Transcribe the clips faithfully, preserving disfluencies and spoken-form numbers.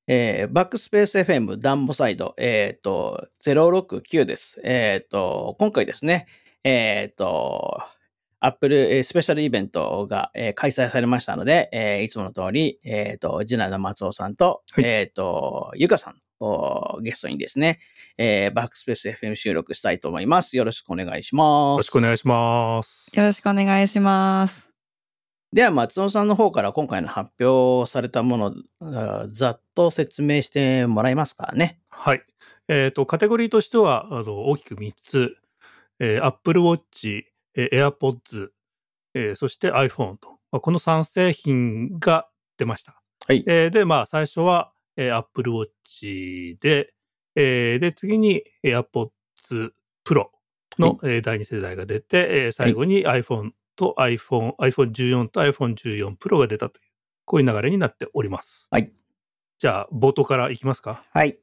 えー、バックスペース エフエム ダンボサイド、えっ、と、ゼロろくきゅうです。えっ、と、今回ですね、えっ、と、Apple スペシャルイベントが、えー開催されましたので、えーいつもの通り、えっ、と、ジナダ松尾さんと、 はいえっ、と、ゆかさんをゲストにですね、えーバックスペース エフエム 収録したいと思います。よろしくお願いします。 よろしくお願いします。 よろしくお願いします。 では、松尾さんの方から今回の発表されたもの、あざっと説明してもらえますかね。 はい。えっ、と、カテゴリーとしては、あの、大きくみっつ、えー Apple Watch、えー AirPods、えーそして iPhone と、まあこのさん製品が出ました。 はい。 えーで、まあ、最初は、えー Apple Watch で、えーで、次に AirPods Pro の、えーだいに世代が出て、えー最後に iPhone と iPhone、iPhone じゅうよんと iPhone じゅうよん Pro が出たという、こういう流れになっております。 はい。 じゃあ、冒頭からいきますか。 はい。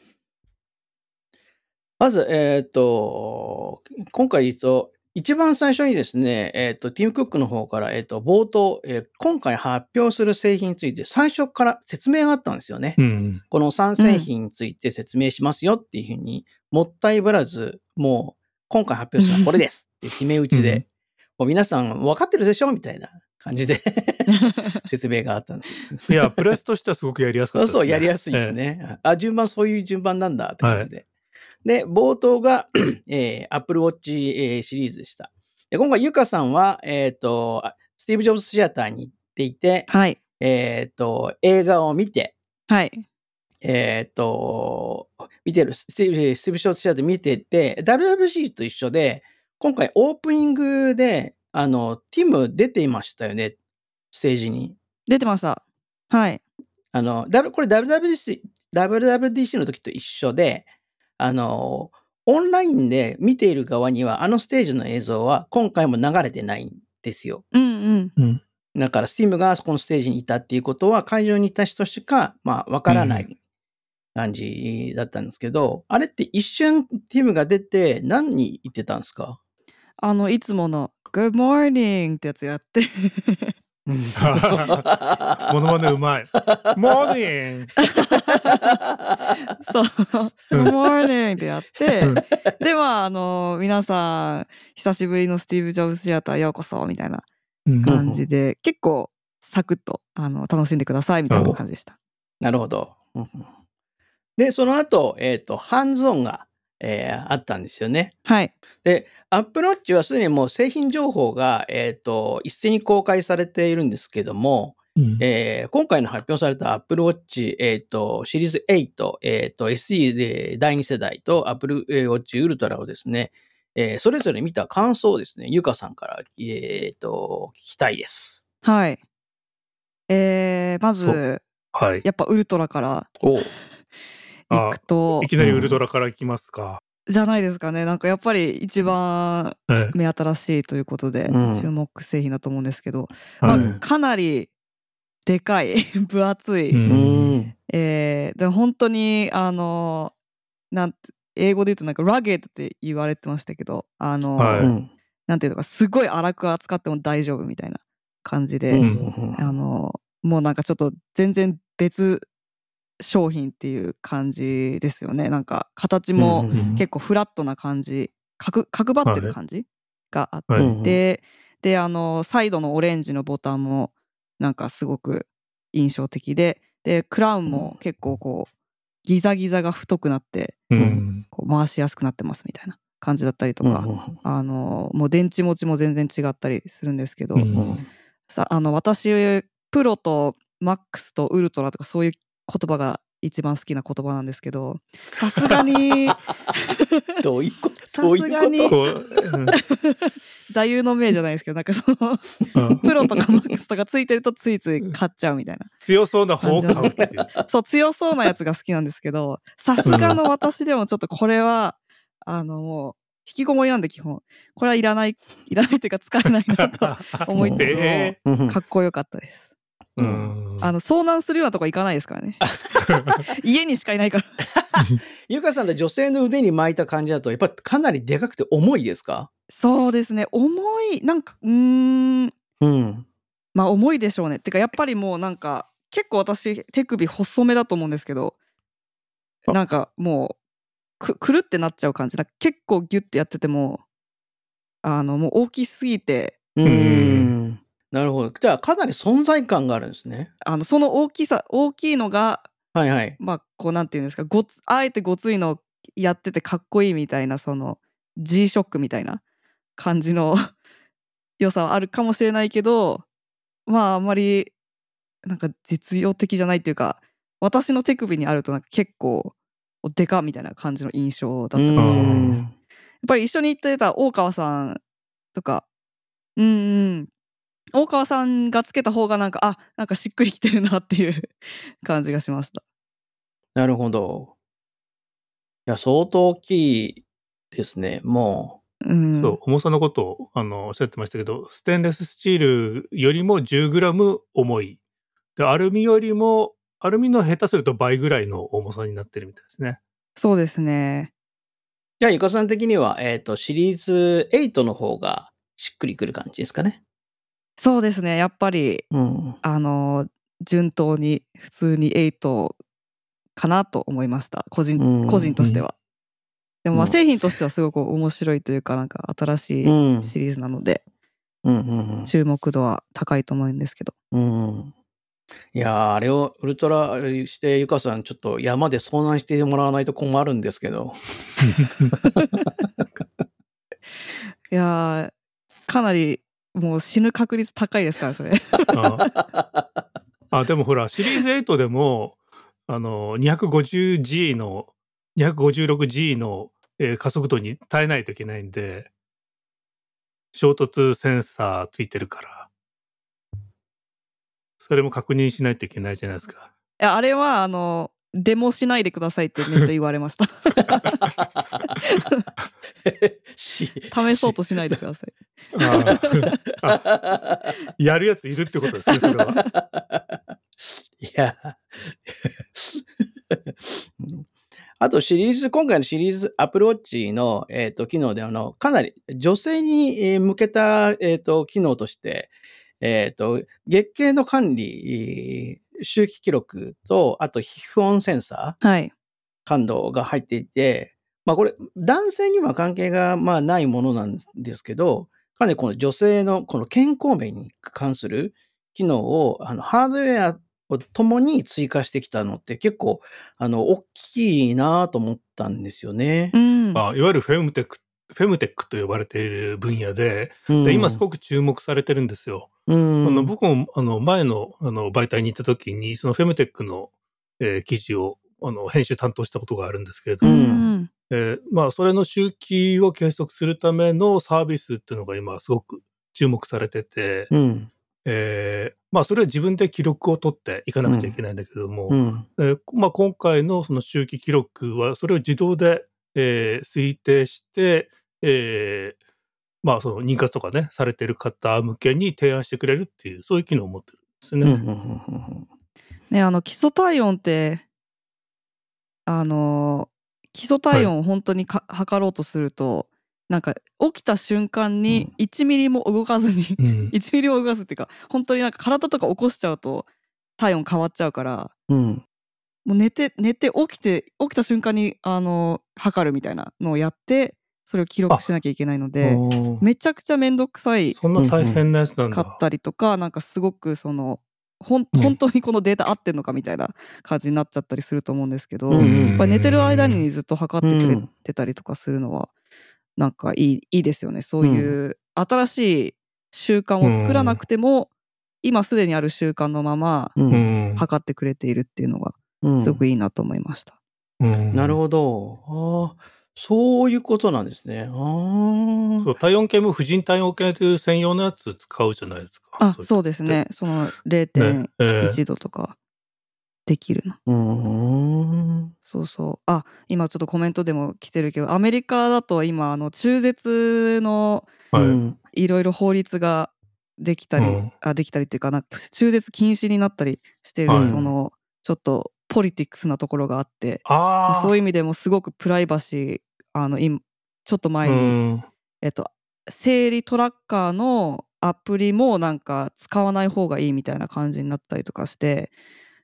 まず、えっ、と、今回実は、一番最初にですね、えっ、と、ティム・クックの方から、えっ、と、冒頭、えー今回発表する製品について最初から説明があったんですよね。 うん。 このさん製品について説明しますよっていうふうに、もったいぶらず、もう、今回発表するのはこれですって決め打ちで、もう皆さん分かってるでしょみたいな感じで説明があったんですよ。 いや、プレスとしてはすごくやりやすかったですね。 そうそう、やりやすいですね。あ、順番、そういう順番なんだって感じで。で、冒頭が、えー、Apple Watch、えーシリーズでした。で今回、ゆかさんは、えっ、と、スティーブ・ジョブズ・シアターに行っていて、 はい。 えっ、と、映画を見て、 はい。 えっ、と、見てる、スティーブ・スティーブ・ジョブズ・シアター見てて、ダブリューダブリューシー と一緒で、今回オープニングで、あの、ティム出ていましたよね、ステージに。 出てました。はい。 あの、ダブこれ ダブリューダブリューシー、ダブリューダブリューディーシー の時と一緒で、あの、オンラインで見ている側には、あのステージの映像は今回も流れてないんですよ。 うんうん。 うん。 だから、スティムがこのステージにいたっていうことは、会場にいた人しか、まあ、わからない感じだったんですけど、あれって一瞬ティムが出て何言ってたんですか？ あの、いつもの Good morning ってやつやって。 モノマネうまい。モーニングそう。 うん Good morning ってやって、 うんで、まあ、あの、皆さん、久しぶりのスティーブ・ジョブズ・シアターようこそ、みたいなうん感じで、結構、サクッと、あの、楽しんでください、みたいな感じでした。 なるほど。うんうんで、その後、えっ、と、ハンズオンが、えーあったんですよね。 はい。 で、Apple Watch はすでにもう製品情報が、えっ、と、一斉に公開されているんですけども、 うんえー今回の発表された Apple Watch、えっ、と、シリーズエイト、えっ、と、エスイー でだいに世代と Apple Watch Ultra をですね、えーそれぞれ見た感想をですね、ゆかさんから、えっ、と、聞きたいです。 はい。えー、まそず、 はい。 やっぱウルトラからお行くとい、きなりウルトラからいきますか。 じゃないですかね。なんかやっぱり一番え目新しいということで、 うん注目製品だと思うんですけど、 えはいまあ、かなりでかい、分厚い、 うんうん。 えーで本当に、あの、なんて、英語で言うとなんかラゲッドって言われてましたけど、あの、 はいうん。 なんていうのか、すごい荒く扱っても大丈夫みたいな感じうで、 ん。 あの、もうなんかちょっと全然別商品っていう感じですよね。なんか形もうん結構フラットな感じ、角角張ってる感じがあって、 はいうんで、で、あの、サイドのオレンジのボタンもなんかすごく印象的で、で、クラウンも結構こう、ギザギザが太くなって、 うんこう回しやすくなってますみたいな感じだったりとか、 うんあの、もう電池持ちも全然違ったりするんですけど、 うんうんさあの私プロとマックスとウルトラとかそういう言葉が一番好きな言葉なんですけど、さすがにどういうことさどういうこすがにこううん座右の銘じゃないですけど、なんかそのうんプロとかマックスとかついてるとついつい買っちゃうみたいな、 強そうな方を買うっていう。 そう強そうなやつが好きなんですけど、さすがの私でもちょっとこれはあのもう引きこもりなんで基本これはいらないいらないというか使えないなと思いつつも、 えとうんかっこよかったです。 ーうんあの遭難するようなとこ行かないですからね。家にしかいないから。 ゆかさんの女性の腕に巻いた感じだと、やっぱかなりでかくて重いですか？ そうですね。重いなんかうーんうん。 まあ重いでしょうね。ってかやっぱりもうなんか結構私手首細めだと思うんですけど、 あなんかもうくくるってなっちゃう感じだ。結構ギュッてやっててもあのもう大きすぎて、 うーうんん。なるほど。じゃあ、かなり存在感があるんですね。 あのその大きさ大きいのがはいはい。 まあこうなんていうんですか、ごつあえてごついのやっててかっこいいみたいな、その G ショックみたいな感じの良さはあるかもしれないけど、まああんまりなんか実用的じゃないっていうか、私の手首にあるとなんか結構おでかみたいな感じの印象だうーったかもしれないです。やっん。 ぱり一緒に行ってた大川さんとか、うんうん、大川さんがつけた方がなんか、あ、なんかしっくりきてるなっていう感じがしました。 なるほど。いや、相当大きいですね、もうん。 そう、重さのことをあのおっしゃってましたけど、ステンレススチールよりもじゅうグラム重い。で、アルミよりも、アルミの下手すると倍ぐらいの重さになってるみたいですね。 そうですね。 じゃあ、ゆかさん的には、えっと、シリーズエイトの方がしっくりくる感じですかね。 そうですね、やっぱりうん。 あの順当に普通にエイトかなと思いました。個う人個人ん。 うん。 としては。でもまあうん。 製品としてはすごく面白いというか、なんか新しういん。 シリーズなので、 うんうん注目度は高いと思うんですけど。 うん。うん。いやー、あれをウルトラして、ゆかさん、ちょっと山で遭難してもらわないと困るんですけど。 いやー、かなりもう死ぬ確率高いですから、それ。 ああ、でもほら、シリーズエイトでも、あの、にひゃくごじゅうジー の、にひゃくごじゅうろくジー の、えー加速度に耐えないといけないんで、衝突センサーついてるから、それも確認しないといけないじゃないですか。 いや、あれはあのデモしないでくださいってめっちゃ言われました。 し試そうとしないでください。 ああやるやついるってことですね、それは。 いや。あとシリーズ、今回のシリーズアプローチの、えっと、機能であの、かなり女性にえー向けた、えっと、機能として、えっと、月経の管理、えー周期記録と、あと皮膚温センサーはい。 感度が入っていて、まあこれ、男性には関係がまあないものなんですけど、かなりこの女性のこの健康面に関する機能を、あの、ハードウェアをともに追加してきたのって結構、あの、大きいなと思ったんですよね。 うん。 あいわゆるフェムテック、フェムテックと呼ばれている分野で、 うんで今すごく注目されてるんですよ。 うあのん。 僕もあの前のあの媒体に行った時に、そのフェムテックの、えー記事をあの編集担当したことがあるんですけれどうも、 ん。 えーまあ、それの周期を計測するためのサービスっていうのが今すごく注目されてて、 うん。 えーまあ、それは自分で記録を取っていかなくちゃいけないんだけども、 うん。 えーまあ、今回のその周期記録はそれを自動で、えー推定して、えーまあ、その妊活とかねされてる方向けに提案してくれるっていうそういう機能を持ってるんですね。 うんうんうんうんね、あの基礎体温ってあの基礎体温を本当にか測ろうとすると、なんか起きた瞬間にいちミリも動かずに、 うん、 いちミリも動かずっていうか、本当になんか体とか起こしちゃうと体温変わっちゃうから、 うんもう寝て寝て起きて起きた瞬間にあの測るみたいなのをやって、それを記録しなきゃいけないので、 おーめちゃくちゃめんどくさいそんな大変なやつなんだ。 かったりとか、なんかすごくそのほんうん本当にこのデータ合ってんのかみたいな感じになっちゃったりすると思うんですけど、 うんうんやっぱり寝てる間にずっと測ってくれうんてたりとかするのはなんかいいいいですよね。そううんいう新しい習慣を作らなくても、今すでにある習慣のままうんうん測ってくれているっていうのがうんすごくいいなと思いました。 うんなるほど。ああ、そういうことなんですね。ああ。 そう体温計も婦人体温計という専用のやつ使うじゃないですか。 あ、 いそうですね。そのね。えーれいてんいちどとかできるの。 うーん。 そうそう。あ、今ちょっとコメントでも来てるけど、アメリカだと今あの中絶のはい。 うんいろいろ法律ができたり、 うんあできたりっていうか、なんか中絶禁止になったりしてる、 はいそのちょっとポリティクスなところがあって、 ああ。 そういう意味でもすごくプライバシー、あの今ちょっと前に、 うんえっと生理トラッカーのアプリもなんか使わない方がいいみたいな感じになったりとかして、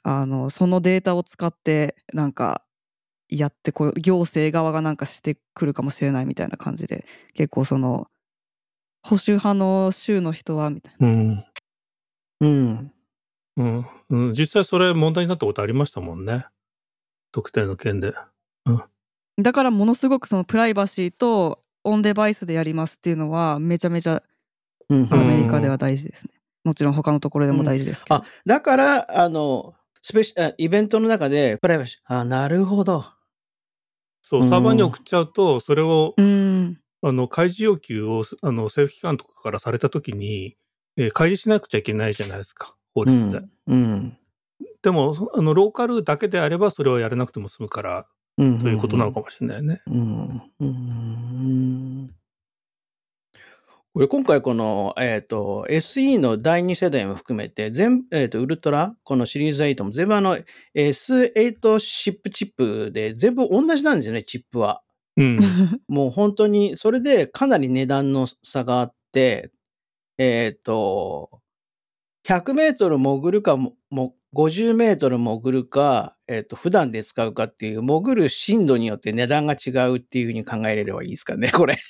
あのそのデータを使ってなんかやってこう行政側がなんかしてくるかもしれないみたいな感じで、結構その保守派の州の人はみたいな。 うん。 うん。 うん。うん。実際それ問題になったことありましたもんね。特定の件で。うん。 だからものすごくそのプライバシーとオンデバイスでやりますっていうのはめちゃめちゃうん。 アメリカでは大事ですね。もちろん他のところでも大事ですけど。 あ、だから、あの、スペシあイベントの中でプライバシー、あ、なるほど。 そう、サーバーに送っちゃうと、それを、 うーん。 あの、開示要求を、あの、政府機関とかからされたときに、えー開示しなくちゃいけないじゃないですか、法う律で。 ん。うん。 でも、そあの、ローカルだけであれば、それはやらなくても済むから、 うん。 ということなのかもしれないね。 うん。うん。これ今回この、えっ、と、エスイー のだいに世代も含めて、全部、えっ、と、ウルトラ、このシリーズはちも全部あの エスエイト シップチップで全部同じなんですよね、チップは。 うん。 もう本当に、それでかなり値段の差があって、えっ、と、ひゃくメートル潜るかも、もごじゅうメートル潜るか、えっ、と、普段で使うかっていう、潜る深度によって値段が違うっていうふうに考えれればいいですかね、これ。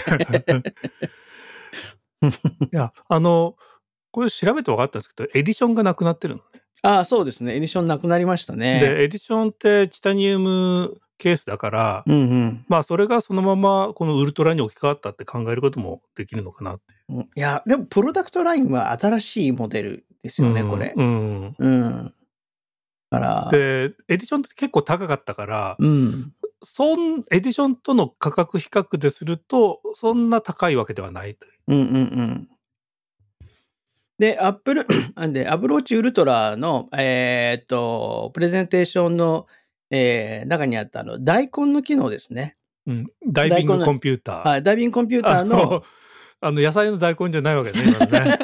いや、あの、これ調べて分かったんですけど、エディションがなくなってるのね。 ああ、そうですね。エディションなくなりましたね。 で、エディションってチタニウムケースだから、 うんうん。 まあ、それがそのままこのウルトラに置き換わったって考えることもできるのかなって。 うんいや、でも、プロダクトラインは新しいモデルですよね、 うんこれ。 うん。 うん。だから、 で、エディションって結構高かったから、 うん。 そんエディションとの価格比較ですると、そんな高いわけではないという。 うんうんうん。で、アップル、で、アプローチウルトラの、えーっと、プレゼンテーションの、えー中にあったあの、大根の機能ですね。 うん、ダイビングコンピューター。 はい、ダイビングコンピューターあの、 の、あの野菜の大根じゃないわけね、今のね。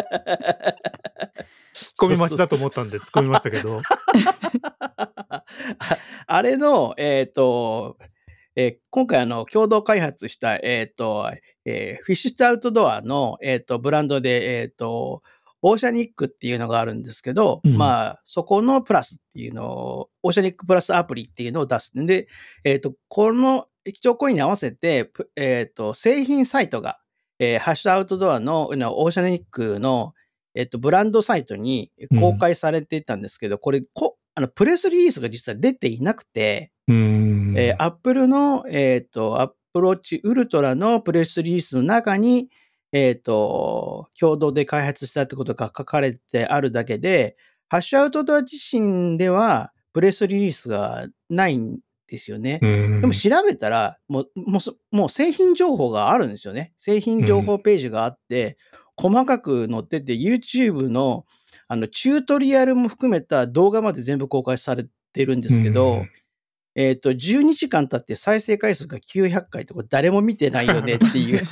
ツッコミ待ちだと思ったんで突っ込みましたけど。 ああれの、えっ、と、えー今回あの、共同開発した、えっ、と、えーフィッシュとアウトドアの、えっ、と、ブランドで、えっ、と、オーシャニックっていうのがあるんですけど、 うんまあ、そこのプラスっていうのを、オーシャニックプラスアプリっていうのを出す。で、えっ、と、この基調コインに合わせて、ぷえっ、と、製品サイトが、えーハッシュアウトドアの、あのオーシャニックの、えっ、と、ブランドサイトに公開されていたんですけど、これこ、あの、プレスリリースが実は出ていなくて、 うんえー、Apple の、えっ、と、Apple Watch Ultra のプレスリリースの中に、えっ、と、共同で開発したってことが書かれてあるだけで、ハッシュアウトドア自身ではプレスリリースがないんですよね。 うんでも調べたら、もう、もうそ、もう製品情報があるんですよね。製品情報ページがあって、細かく載ってて、YouTube の、あの、チュートリアルも含めた動画まで全部公開されてるんですけど、 うんえっ、と、じゅうにじかん経って再生回数がきゅうひゃっかいとか誰も見てないよねっていう。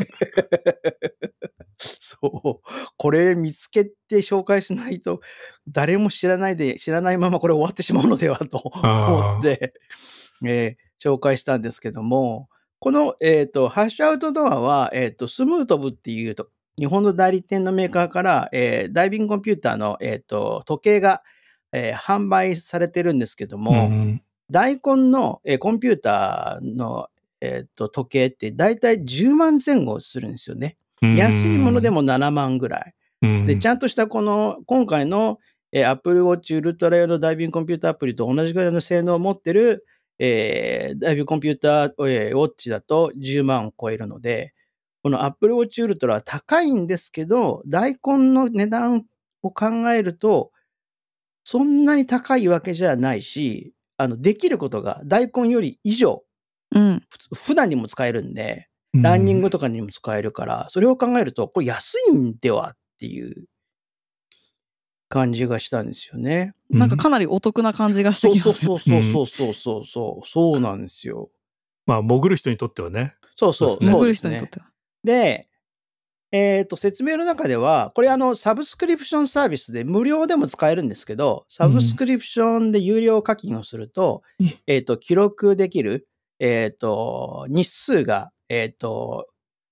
そう。これ見つけて紹介しないと、誰も知らないで、知らないままこれ終わってしまうのではと思って、えー紹介したんですけども、この、えっ、と、ハッシュアウトドアは、えっ、と、スムートブっていうと、日本の代理店のメーカーから、えーダイビングコンピューターの、えっ、と、時計が、えー販売されてるんですけども、 うん大根の、えーコンピューターの、えーと時計ってだいたいじゅうまんぜん後するんですよね。 うん安いものでもななまんぐらい。 うんで、ちゃんとしたこの、今回の、えー Apple Watch Ultra 用のダイビングコンピューターアプリと同じぐらいの性能を持ってる、えーダイビングコンピューター、えーウォッチだとじゅうまんを超えるので、この Apple Watch Ultra は高いんですけど、大根の値段を考えると、そんなに高いわけじゃないし、あの、できることが大根より以上、 うん。 ふつ普段にも使えるんで、ランニングとかにも使えるから、それを考えると、これ安いんではっていう感じがしたんですよね。 なんかかなりお得な感じがしてそうきます。 そうそうそうそうそうそう、そうなんですよ。 まあ、潜る人にとってはね。 そうそう、 そうですね潜るそうですね。 人にとっては。 で、えっ、と、説明の中では、これあの、サブスクリプションサービスで無料でも使えるんですけど、サブスクリプションで有料課金をすると、 うんえっ、と、記録できる、えっ、と、日数が、えっ、と、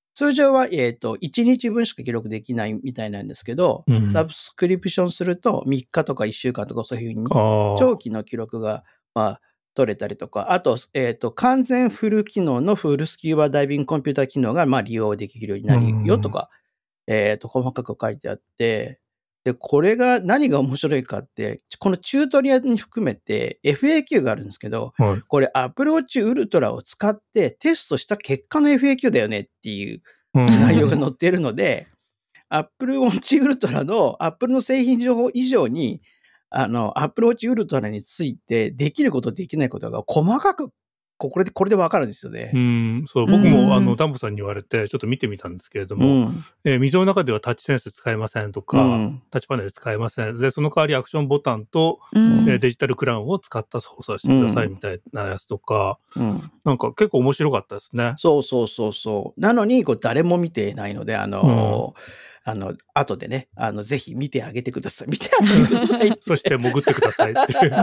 通常は、えっと、いちにちぶんしか記録できないみたいなんですけど、 うん、 サブスクリプションするとみっかとかいっしゅうかんとかそういうふうにあ長期の記録が、まあ、取れたりとか、あと、えっと、完全フル機能のフルスキューバダイビングコンピューター機能が、まあ、利用できるようになるよとか、えっと、細かく書いてあって、で、これが何が面白いかって、このチュートリアルに含めて エフエーキュー があるんですけど、 あ、はい。 これ Apple Watch Ultra を使ってテストした結果の エフエーキュー だよねっていううん内容が載っているので、Apple Watch Ultra の Apple の製品情報以上に、あの、Apple Watch Ultra についてできることできないことが細かく、これで、これでわかるんですようね。 ん、そう、僕うんも、あの、ダンボさんに言われて、ちょっと見てみたんですけれども、 うん。 えー水の中ではタッチセンス使えませんとうか、 ん。 タッチパネル使えません。で、その代わりアクションボタンと、 うんえーデジタルクラウンを使った操作をしてくださいみたいなやつとか、 うん。 なんか結構面白かったですね。 そうそうそうそう。なのに、これ誰も見てないので、あの、あの、後でね、あの、ぜひ見てあげてください。見てあげてくださいって。 そして潜ってくださいっていう。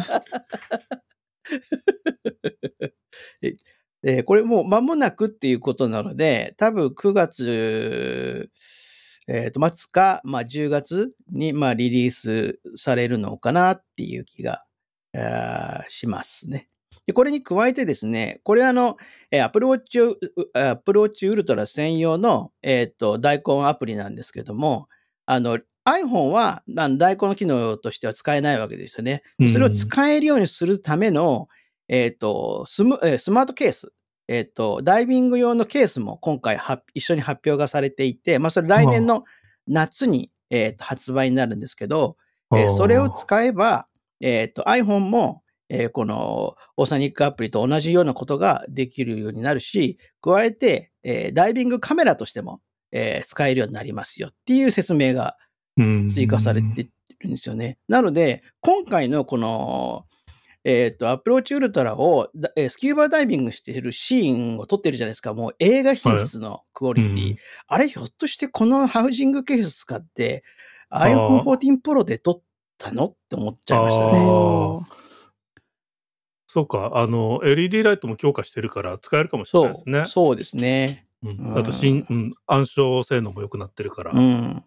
えでこれもう間もなくっていうことなので、多分くがつ、えっと、末か、まあじゅうがつに、まあリリースされるのかなっていう気が、えーしますね。で、これに加えてですね、これはあの、えー Apple Watch、う Apple Watch Ultra 専用の、えっと、ダイコンアプリなんですけども、あの、iPhone は、あのダイコンの機能としては使えないわけですよね。それを使えるようにするための、えっと、スム、えースマートケース。えっと、ダイビング用のケースも今回は一緒に発表がされていて、まあ、それ来年の夏に、えっと、発売になるんですけど、えーそれを使えば、えっと、iPhone も、えーこのオーサニックアプリと同じようなことができるようになるし、加えて、えーダイビングカメラとしても、えー使えるようになりますよっていう説明が追加されてるんですよね。なので、今回のこの、えっと、Apple Watch Ultra を、だえースキューバダイビングしているシーンを撮ってるじゃないですか。もう映画品質のクオリティ。 うんあれ、ひょっとしてこのハウジングケース使ってあー iPhone フォーティーン Pro で撮ったのって思っちゃいましたあーね。 おーそうか、あの、エルイーディー ライトも強化してるから使えるかもしれないそう、 ですね。 そうですね。 うんうんあと新、うん、暗証性能も良くなってるから。 うん。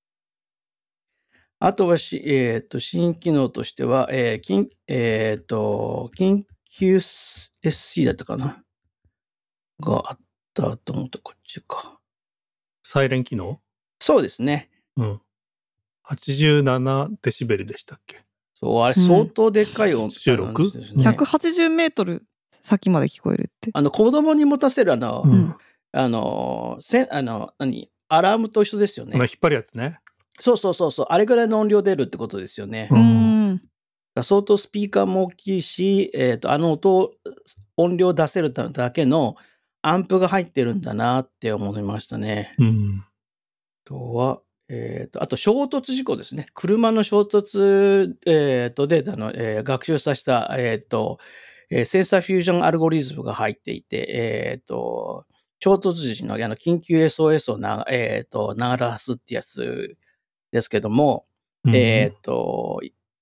あとはし、えっ、と、新機能としては、えー、緊、えっ、と、緊急 エスシー だったかながあったと思った、こっちか。 サイレン機能そうですね。 うん。はちじゅうななデシベルでしたっけそう、あれ相当でっかい音じゅうろくなんですねひゃくはちじゅうメートル先まで聞こえるって。 あの、子供に持たせるあの、 うんうんあの、せあの、何アラームと一緒ですよね。 あの引っ張るやつね。 そうそうそうそう。あれぐらいの音量出るってことですよね。 ううんん。 相当スピーカーも大きいし、えっ、と、あの音を、音量出せるだけのアンプが入ってるんだなって思いましたね。 うん。 あとは、えっ、と、あと衝突事故ですね。車の衝突、えっ、と、データの、えー学習させた、えっ、と、えーセンサーフュージョンアルゴリズムが入っていて、えっ、と、衝突時のあの緊急 エスオーエス をな、えっ、と、鳴らすってやつですけども、 うんえっ、と、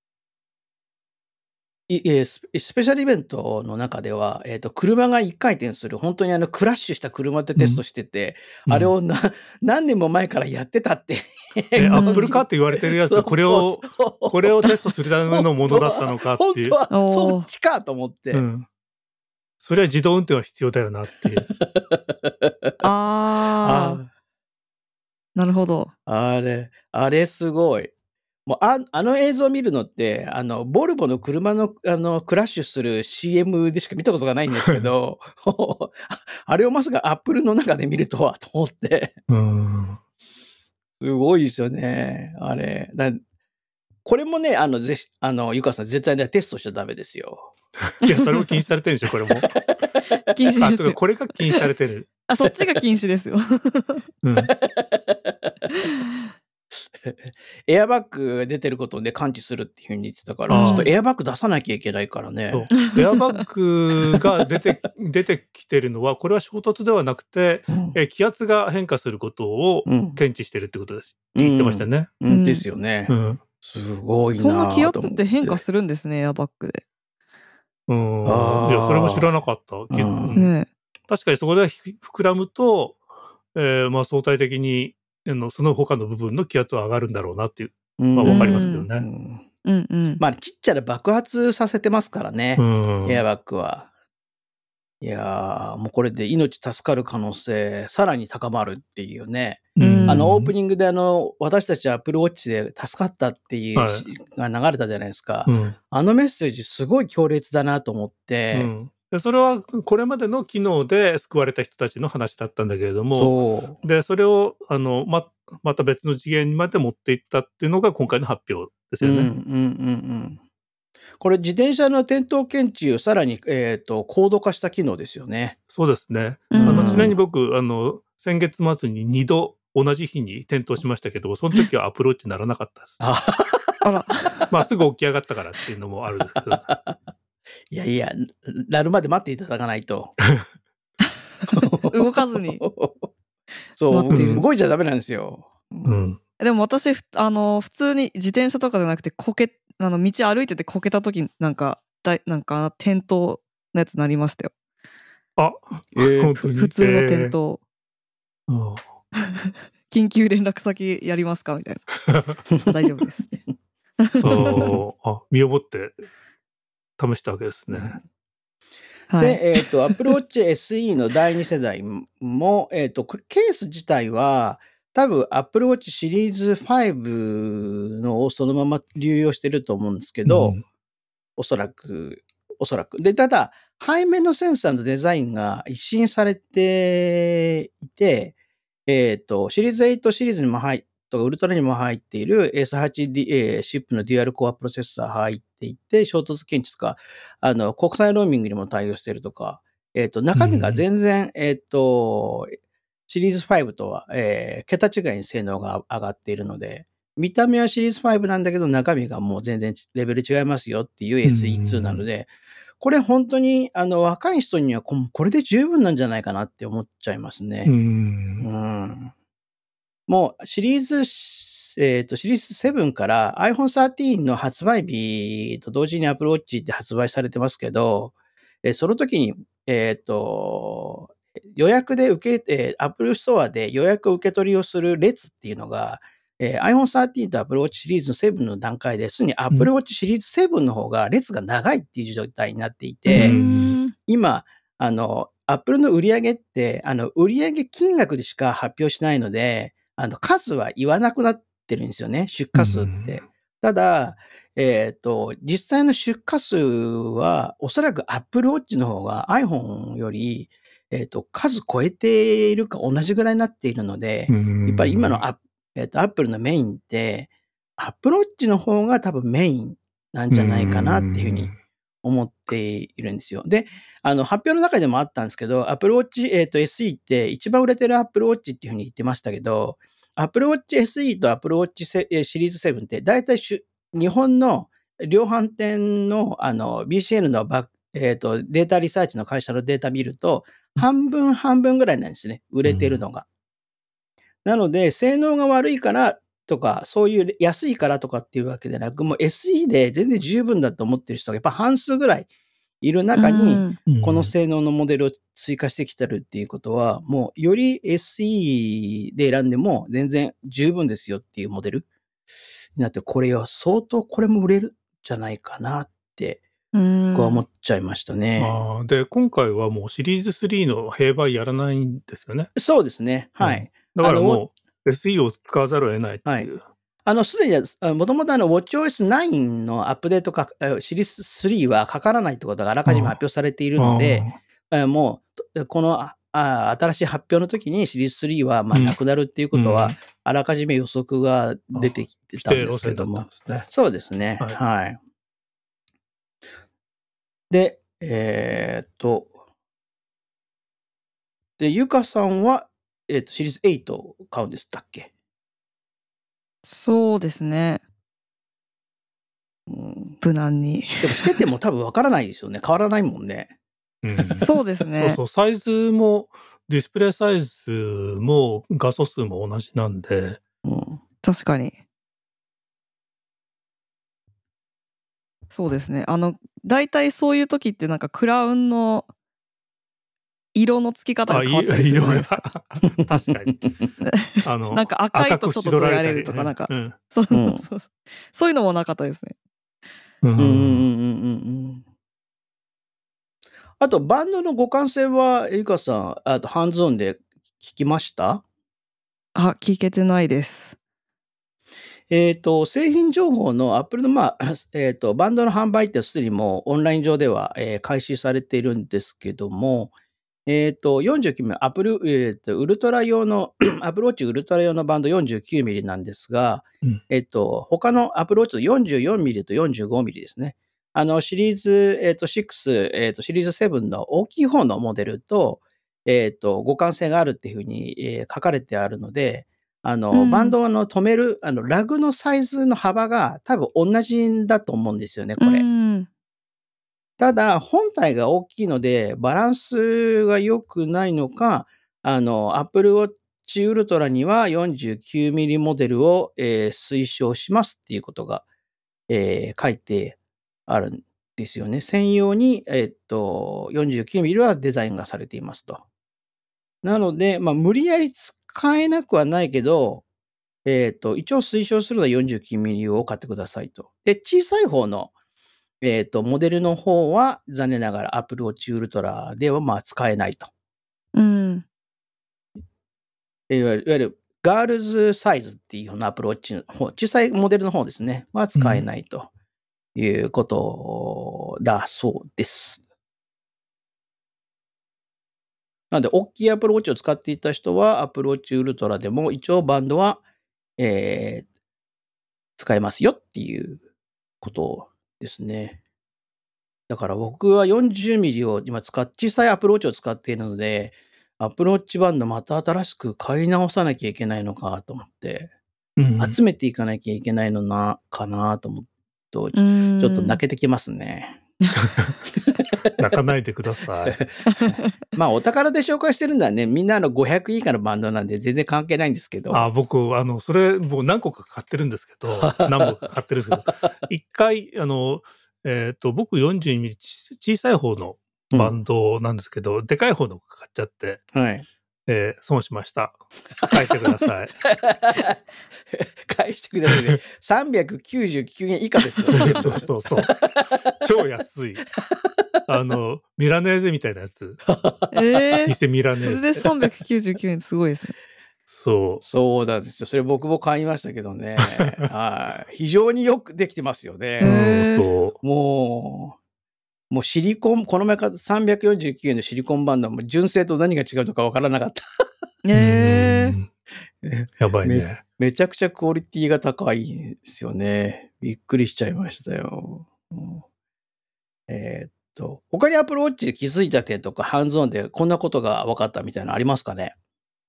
いえーススペシャルイベントの中では、えっ、と、車が一回転する、本当にあの、クラッシュした車でテストしてて、 うんあれをな、何年も前からやってたって。 え、 このアップルカーって言われてるやつとこれを、 そうそうそうこれをテストするためのものだったのかっていう。 本当は、 おーそっちかと思って。 うん。それは自動運転は必要だよなっていう。 ああ、なるほど。 あれ、あれすごい。もうああの映像を見るのって、あの、ボルボの車の、あの、クラッシュする シーエム でしか見たことがないんですけど、あれをまさかアップルの中で見るとは、と思って。 うん。 すごいですよね。あれ。だこれもね、あの、ぜひ、あの、ゆかさん絶対ね、テストしちゃダメですよ。 いや、それも禁止されてるんでしょ、これも。 禁止あ、 ですよ。 とかこれが禁止されてる。 あ、そっちが禁止ですよ。 うん。 エアバッグ出てることをね、感知するっていうふうに言ってたから、 あーちょっとエアバッグ出さなきゃいけないからね。 そう。エアバッグが出て、出てきてるのは、これは衝突ではなくて、 うんえ気圧が変化することをうん検知してるってことです。言ってましたね。 うん、ですよね。 うん。 すごいなぁそんな気圧と思って変化するんですね、エアバッグで。 うん。 あーいや、それも知らなかった。きうんうんね確かにそこでひ膨らむと、 えーまあ、相対的にあのその他の部分の気圧は上がるんだろうなっていう、 うんまあ、わかりますけどうんね。 うんうんうん。 まあ、ちっちゃな爆発させてますからうね、 ん。 エアバッグは。いやー、もうこれで命助かる可能性、さらに高まるっていうね。 うんあの、オープニニングであの、私たちは Apple Watch で助かったっていうはいし、が流れたじゃないですか。 うんあのメッセージすごい強烈だなと思っうて、 ん、でそれはこれまでの機能で救われた人たちの話だったんだけれども、 そう。 でそれをあの ま, また別の次元まで持っていったっていうのが今回の発表ですうん、うよね。 ん、うん、うん。これ自転車の転倒検知をさらに、えっと、高度化した機能ですよね。 そうですね。 うあのんちなみに僕あの先月末ににど同じ日に転倒しましたけど、その時はアプローチならなかったです。 ああら。 まあすぐ起き上がったからっていうのもあるんですけど。 いやいや、なるまで待っていただかないと。 動かずにそう、 待ってる動いちゃダメなんですよ。ううんん。 でも私ふあの普通に自転車とかじゃなくてこけあの道歩いててこけた時なんかだいなんか転倒のやつなりましたよ。 あ、 えー本当に。 普通の転えー倒。 うん緊急連絡先やりますかみたいな。あ大丈夫ですって。 そうあ身をもって試したわけですね。 はい。 で、えっ、と、Apple Watch エスイー のだいに世代も、えっ、と、これケース自体は、多分 Apple Watch シリーズファイブのをそのまま流用してると思うんですけど、 うんおそらく、おそらく。で、ただ、背面のセンサーのデザインが一新されていて、えっ、と、シリーズエイトシリーズにも入っとか、ウルトラにも入っている エスエイチディー、えー、シップのデュアルコアプロセッサー入っていて、衝突検知とか、あの、国際ローミングにも対応しているとか、えっ、と、中身が全然、えっ、と、シリーズファイブとは、えー桁違いに性能が上がっているので、見た目はシリーズファイブなんだけど、中身がもう全然レベル違いますよっていう エスイーツー なので、これ本当に、あの、若い人にはここれで十分なんじゃないかなって思っちゃいますね。 ううんん。もうシリーズ、えっ、と、シリーズセブンから アイフォンサーティーン の発売日と同時に Apple Watch って発売されてますけど、えーその時に、えっ、と、予約で受け、えー、Apple Store で予約受け取りをする列っていうのが、えー アイフォンサーティーン と Apple Watch シリーズのセブンの段階ですでに Apple Watch シリーズセブンの方が列が長いっていう状態になっていて、 うん今、あの、Apple の売り上げって、あの、売上金額でしか発表しないので、あの、数は言わなくなってるんですよね、出荷数って。ただ、えっ、と、実際の出荷数は、おそらく Apple Watch の方が iPhone より、えっ、と、数超えているか同じぐらいになっているので、やっぱり今のア、えっ、と、Apple のメインって、Apple Watch の方が多分メインなんじゃないかなっていうふうに思っているんですよ。で、あの、発表の中でもあったんですけど、Apple Watch、えっ、と、エスイー って一番売れてる Apple Watch っていうふうに言ってましたけど、Apple Watch エスイー と Apple Watch セえーシリーズセブンって大体しゅ日本の量販店のあの ビーシーエル のバックえっ、と、データリサーチの会社のデータ見ると、半分半分ぐらいなんですね。売れてるのが。なので、性能が悪いからとか、そういう安いからとかっていうわけでなく、もう エスイー で全然十分だと思ってる人がやっぱ半数ぐらいいる中に、この性能のモデルを追加してきてるっていうことは、もうより エスイー で選んでも全然十分ですよっていうモデルになって、これは相当これも売れるんじゃないかなって、僕は思っちゃいましたね。 あで、今回はもうシリーズスリーの併売やらないんですよね。 そうですね。はい。 うん、だからもう エスイー を使わざるを得ないっていう。はいあの、すでに、もともとあの、WatchOS ナインのアップデートか、シリーズスリーはかからないってことがあらかじめ発表されているので、もう、このあ新しい発表の時にシリーズスリーはまあなくなるっていうことは、あらかじめ予測が出てきてたんですけども。 ね、 そうですね。はい。はい、で、えー、っと、で、ゆかさんは、えー、っと、シリーズエイトを買うんでしたっけ？ そうですね。 うん、 無難に。 でもしてても多分わからないですよね。変わらないもんね。 うん、 そうですね。 そうそう、サイズもディスプレイサイズも画素数も同じなんで、 うん、 確かに。そうですね。あの大体そういう時ってなんかクラウンの色のつき方あ、 が変わったりい色がするじゃないですか。 確かに。あの、 なんか赤い赤くとちょっとどや縁取られたり、 れるとか、なんか、 うん。 そうそううん。 そう。そういうのもなかったですね。 ううんうんうんうんん。 うん。あと、バンドの互換性は、エリカさん、あと、ハンズオンで聞きました？ あ、聞けてないです。 えっと、製品情報の Apple の、まあ、えっと、バンドの販売ってすでにもうオンライン上では、えー開始されているんですけども、えっと、よんじゅうきゅうミリ、アップル、えっと、ウルトラ用の、アプローチウルトラ用のバンド よんじゅうきゅうミリ なんですが、 うん。 えっと、他のアプローチの よんじゅうよんミリ と よんじゅうごミリ ですね。あの、シリーズ、えっと、ろく、えっと、シリーズななの大きい方のモデルと、えっと、互換性があるっていうふうに、えー書かれてあるので、あうの、バンん。 ドの止める、あの、ラグのサイズの幅が多分同じんだと思うんですよね、 うこれ。 ん。 ただ、本体が大きいので、バランスが良くないのか、あの、Apple Watch Ultra には よんじゅうきゅうミリ モデルを、えー推奨しますっていうことが、えー書いてあるんですよね。専用に、えっと、よんじゅうきゅうミリ はデザインがされていますと。なので、まあ、無理やり使えなくはないけど、えっと、一応推奨するのは よんじゅうきゅうミリ を買ってくださいと。で、小さい方の、えっと、モデルの方は、残念ながら Apple Watch Ultra では、まあ、使えないと。 うん。 いわゆる、いわゆるガールズサイズっていうような Apple Watch の方、小さいモデルの方ですね、は使えないということだそうです。なので、大きい Apple Watch を使っていた人は、Apple Watch Ultra でも一応バンドは、えー使えますよっていうことですね。だから僕は よんじゅうミリ を今使っ、小さいアプローチを使っているので、アプローチバンドまた新しく買い直さなきゃいけないのかと思って、 うん。 集めていかなきゃいけないのな、かなと思うと、ちうょちょっとん。 泣けてきますね。 泣かないでください。 まあ、お宝で紹介してるのはね、みんなあのごひゃく以下のバンドなんで全然関係ないんですけど。 あ、僕、あの、それ、もう何個か買ってるんですけど、何本か買ってるんですけど、一回、あの、えっと、僕よんじゅうミリち小さい方のバンドなんですけど、でかい方の買っちゃって、 はい。 えー損しました。返してください。 返してくださいね。さんびゃくきゅうじゅうきゅうえん以下ですよ。全部そうそうそう。超安い。あの、ミラネーゼみたいなやつ。 えー、 偽ミラネそれでーゼ。 さんびゃくきゅうじゅうきゅうえんすごいですね。 そう。 そうなんですよ。それ僕も買いましたけどね。はい。非常によくできてますようね。 ん、 へーそもう、もうシリコン、この前買ったさんびゃくよんじゅうきゅうえんのシリコンバンドはもう純正と何が違うのかわからなかった。 う。 えー、 うんやばいめね。 めちゃくちゃクオリティが高いですよね。びっくりしちゃいましたよ。うんえーっと、他に Apple Watch で気づいた点とか、ハンズオンでこんなことが分かったみたいなのありますかね？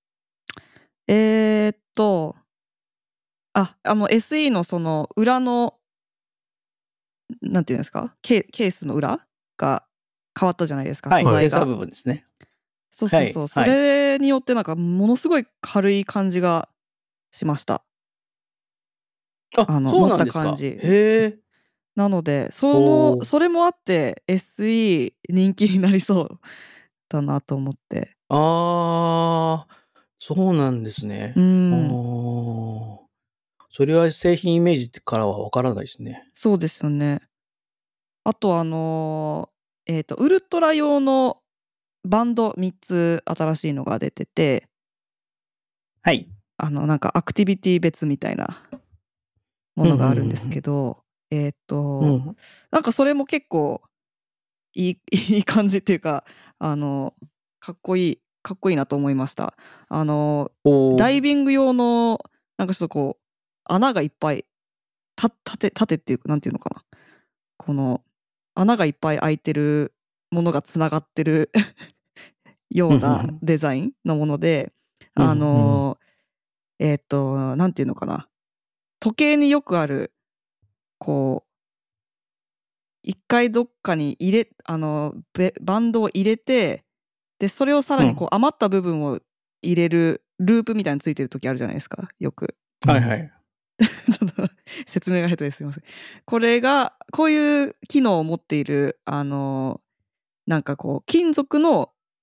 えーっと、あ、あの エスイー のその裏の、なんていうんですか、ケケースの裏が変わったじゃないですか、 はい、 素材が。 センサー部分ですね。はい、 そうそうそう。そはい。 れによってなんかものすごい軽い感じがしました。 あ、 あの、 そう持ったなんですか。 感じ。 へえ。 なので、そのおお。 それもあって エスイー 人気になりそうだなと思って。 ああ、そうなんですうね。あん、 あ。それは製品イメージからは分からないですね。 そうですよね。あとあの、えっと、ウルトラ用のバンドみっつ新しいのが出てて、 はい。 あの、なんかアクティビティ別みたいなもうんのがあるんですうんけど、えっうんうん。うと、 ん。 なんかそれも結構いいいい感じっていうか、あの、かっこいいかっこいいなと思いました。あの、 おお。 ダイビング用の、なんかちょっとこう、穴がいっぱい、た縦縦っていうか、なんていうのかな、この穴がいっぱい開いてるものがつながってるようんうなうんうん。 デザインのもので、あうんうん。 うん。 の、えっと、なんていうのかな、時計によくある、こう、一回どっかに入れあの、べバンドを入れて、で、それをさらうん。 にこう余った部分を入れるループみたいについてる時あるじゃないですか、よく。 はいはい。 ちょっと説明が下手ですいません。これが、こういう機能を持っている、あの、なんかこう金属の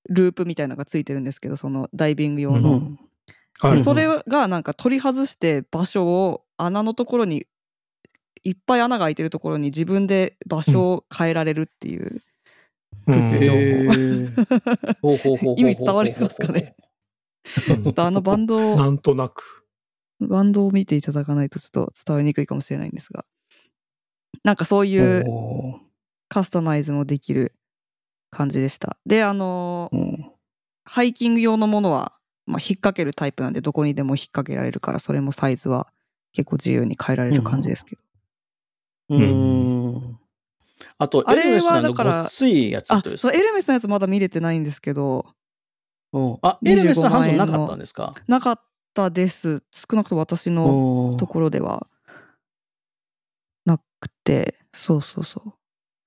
ループみたいなのがついてるんですけど、そのダイビング用の、 うんはいでそれがなんか取り外して場所を穴のところにいっぱい穴が開いてるところに自分で場所を変えられるっていうプチ情報、 へーほうほうほうほうほうほう意味伝わりますかね。ちょっとあのバンドをなんとなく。 バンドを見ていただかないとちょっと伝わりにくいかもしれないんですが、なんかそういうおーカスタマイズもできる感じでした。で、あのうんハイキング用のものは、まあ、引っ掛けるタイプなんでどこにでも引っ掛けられるから、それもサイズは結構自由に変えられる感じですけど、 うーんあと、 あれはエルメスのあのだからごっついやつあどうですか？ そうエルメスのやつまだ見れてないんですけど、 うんあ、エルメスのハンソンなかったんですか？ なかったです。少なくとも私のところではなくて、そうそうそう。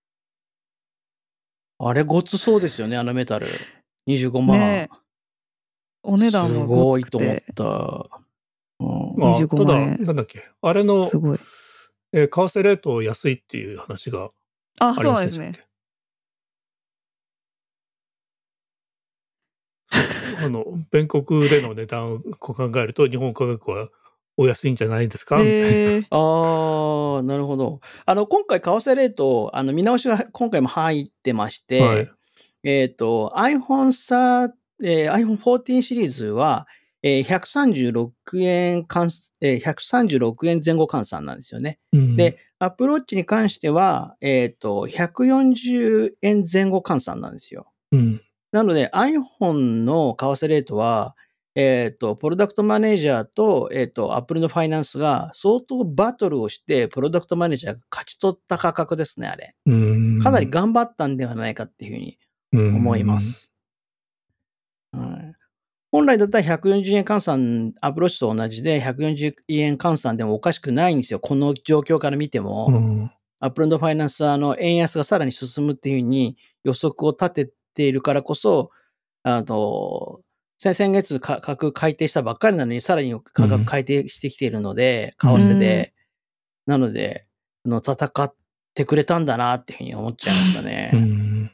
あれごっつそうですよね、あのメタル。にじゅうごまん。 ねえお値段もごつくすごいて、 と思った。うんあにじゅうごただ、 万円なんだっけ、あれのす、ごい。 えー為替レート安いっていう話があ、 ありそうませんでなんですしたっね。 け。そうあの米国での値段をこう考えると日本価格はお安いんじゃないですかみたいな。 えー、 ああ、なるほど。あの、今回、為替レート、あの、見直しが今回も入ってまして、 はい。 えっ、と、iPhone さ、えー アイフォンフォーティーン シリーズは、えーひゃくさんじゅうろくえん換算、えーひゃくさんじゅうろくえん前後換算なんですよね。 うん、 で、Apple Watch に関しては、えっ、と、ひゃくよんじゅうえん前後換算なんですよ。 うん、 なので iPhone の為替レートは、えっ、と、プロダクトマネージャーと、えっ、と、Apple のファイナンスが相当バトルをして、プロダクトマネージャーが勝ち取った価格ですね、あれ。 うんかなり頑張ったんではないかっていうふうに思いま。す。はい本来だったらひゃくよんじゅうえん換算、アプローチと同じでひゃくよんじゅうえん換算でもおかしくないんですよ。この状況から見てうも。 ん、 アップルファイナンスはあの円安がさらに進むっていうふうに予測を立てているからこそ、あの、先先月価格改定したばっかりなのにさらに価格改定してきているので、 うん為替で。なので、あの戦ってくれたんだなっていうふうに思っちゃいましたうね。 ん。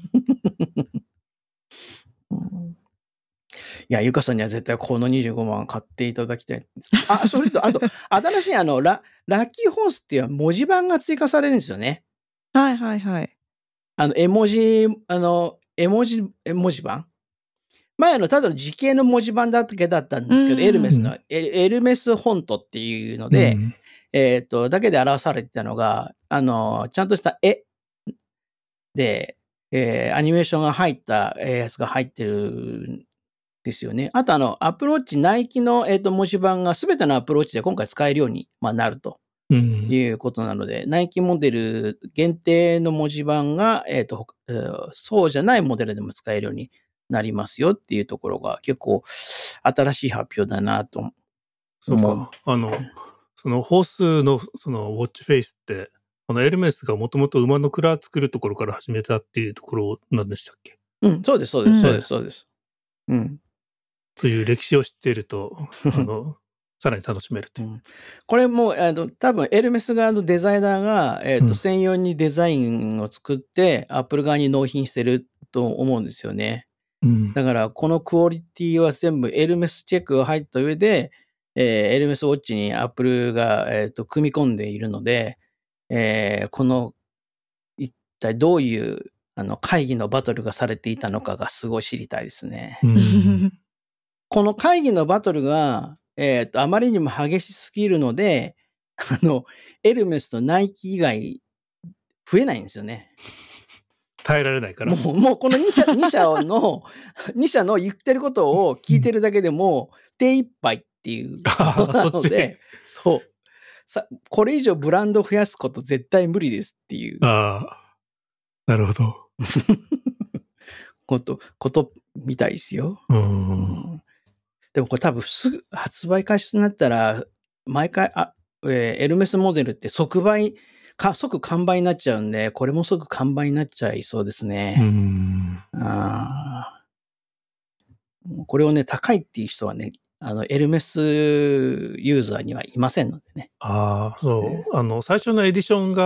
うんいや、ゆかさんには絶対このにじゅうごまん買っていただきたい。あ、それと、あと、新しいあの、ラ、ラッキーホースっていう文字盤が追加されるんですよね。 はいはいはい。 あの、絵文字、あの、絵文字、絵文字盤前あの、ただの字形の文字盤だけだったんですけど、 うんエルメスの、エエルメスフォントっていうので、 うんえっ、と、だけで表されてたのが、あの、ちゃんとした絵で、えーアニメーションが入ったえーやつが入ってるんですよね。あとあの、アプローチ、ナイキの、えーと文字盤が全てのアプローチで今回使えるように、まあ、なるとうんいうことなので、ナイキモデル限定の文字盤が、えーと、えーそうじゃないモデルでも使えるようになりますよっていうところが結構新しい発表だなとそう思う。 か。あの、そのホースのそのウォッチフェイスって、あのエルメスがもともと馬の蔵作るところから始めたっていうところなんでしたっけ？ うん、そうです、そうです、 うんそうです、そうです。うん。 という歴史を知っていると、あの、さらに楽しめるという。 うんこれも、あの、多分エルメス側のデザイナーが、えっ、と、 うん専用にデザインを作って、アップル側に納品してると思うんですよね。 うん。 だから、このクオリティは全部エルメスチェックが入った上で、えーエルメスウォッチにアップルが、えーと組み込んでいるので、えーこの、一体どういう、あの、会議のバトルがされていたのかがすごい知りたいですね。 うん。 この会議のバトルが、えっ、と、あまりにも激しすぎるので、あの、エルメスとナイキ以外、増えないんですよね。 耐えられないから。 もう、もうこのに社、に社の、に社の言ってることを聞いてるだけでも、手一杯っていうことなので、そう。さ、これ以上ブランドを増やすこと絶対無理ですっていうああ、なるほど。 こと、ことみたいですよ。 う。 うんんでもこれ多分すぐ発売開始になったら、毎回、あ、えーエルメスモデルって即売、か即完売になっちゃうんで、これも即完売になっちゃいそうですうね。 ん。 あーこれをね、高いっていう人はね、あの、エルメスユーザーにはいませんのでね。 ああ、そう。あの、最初のエディションが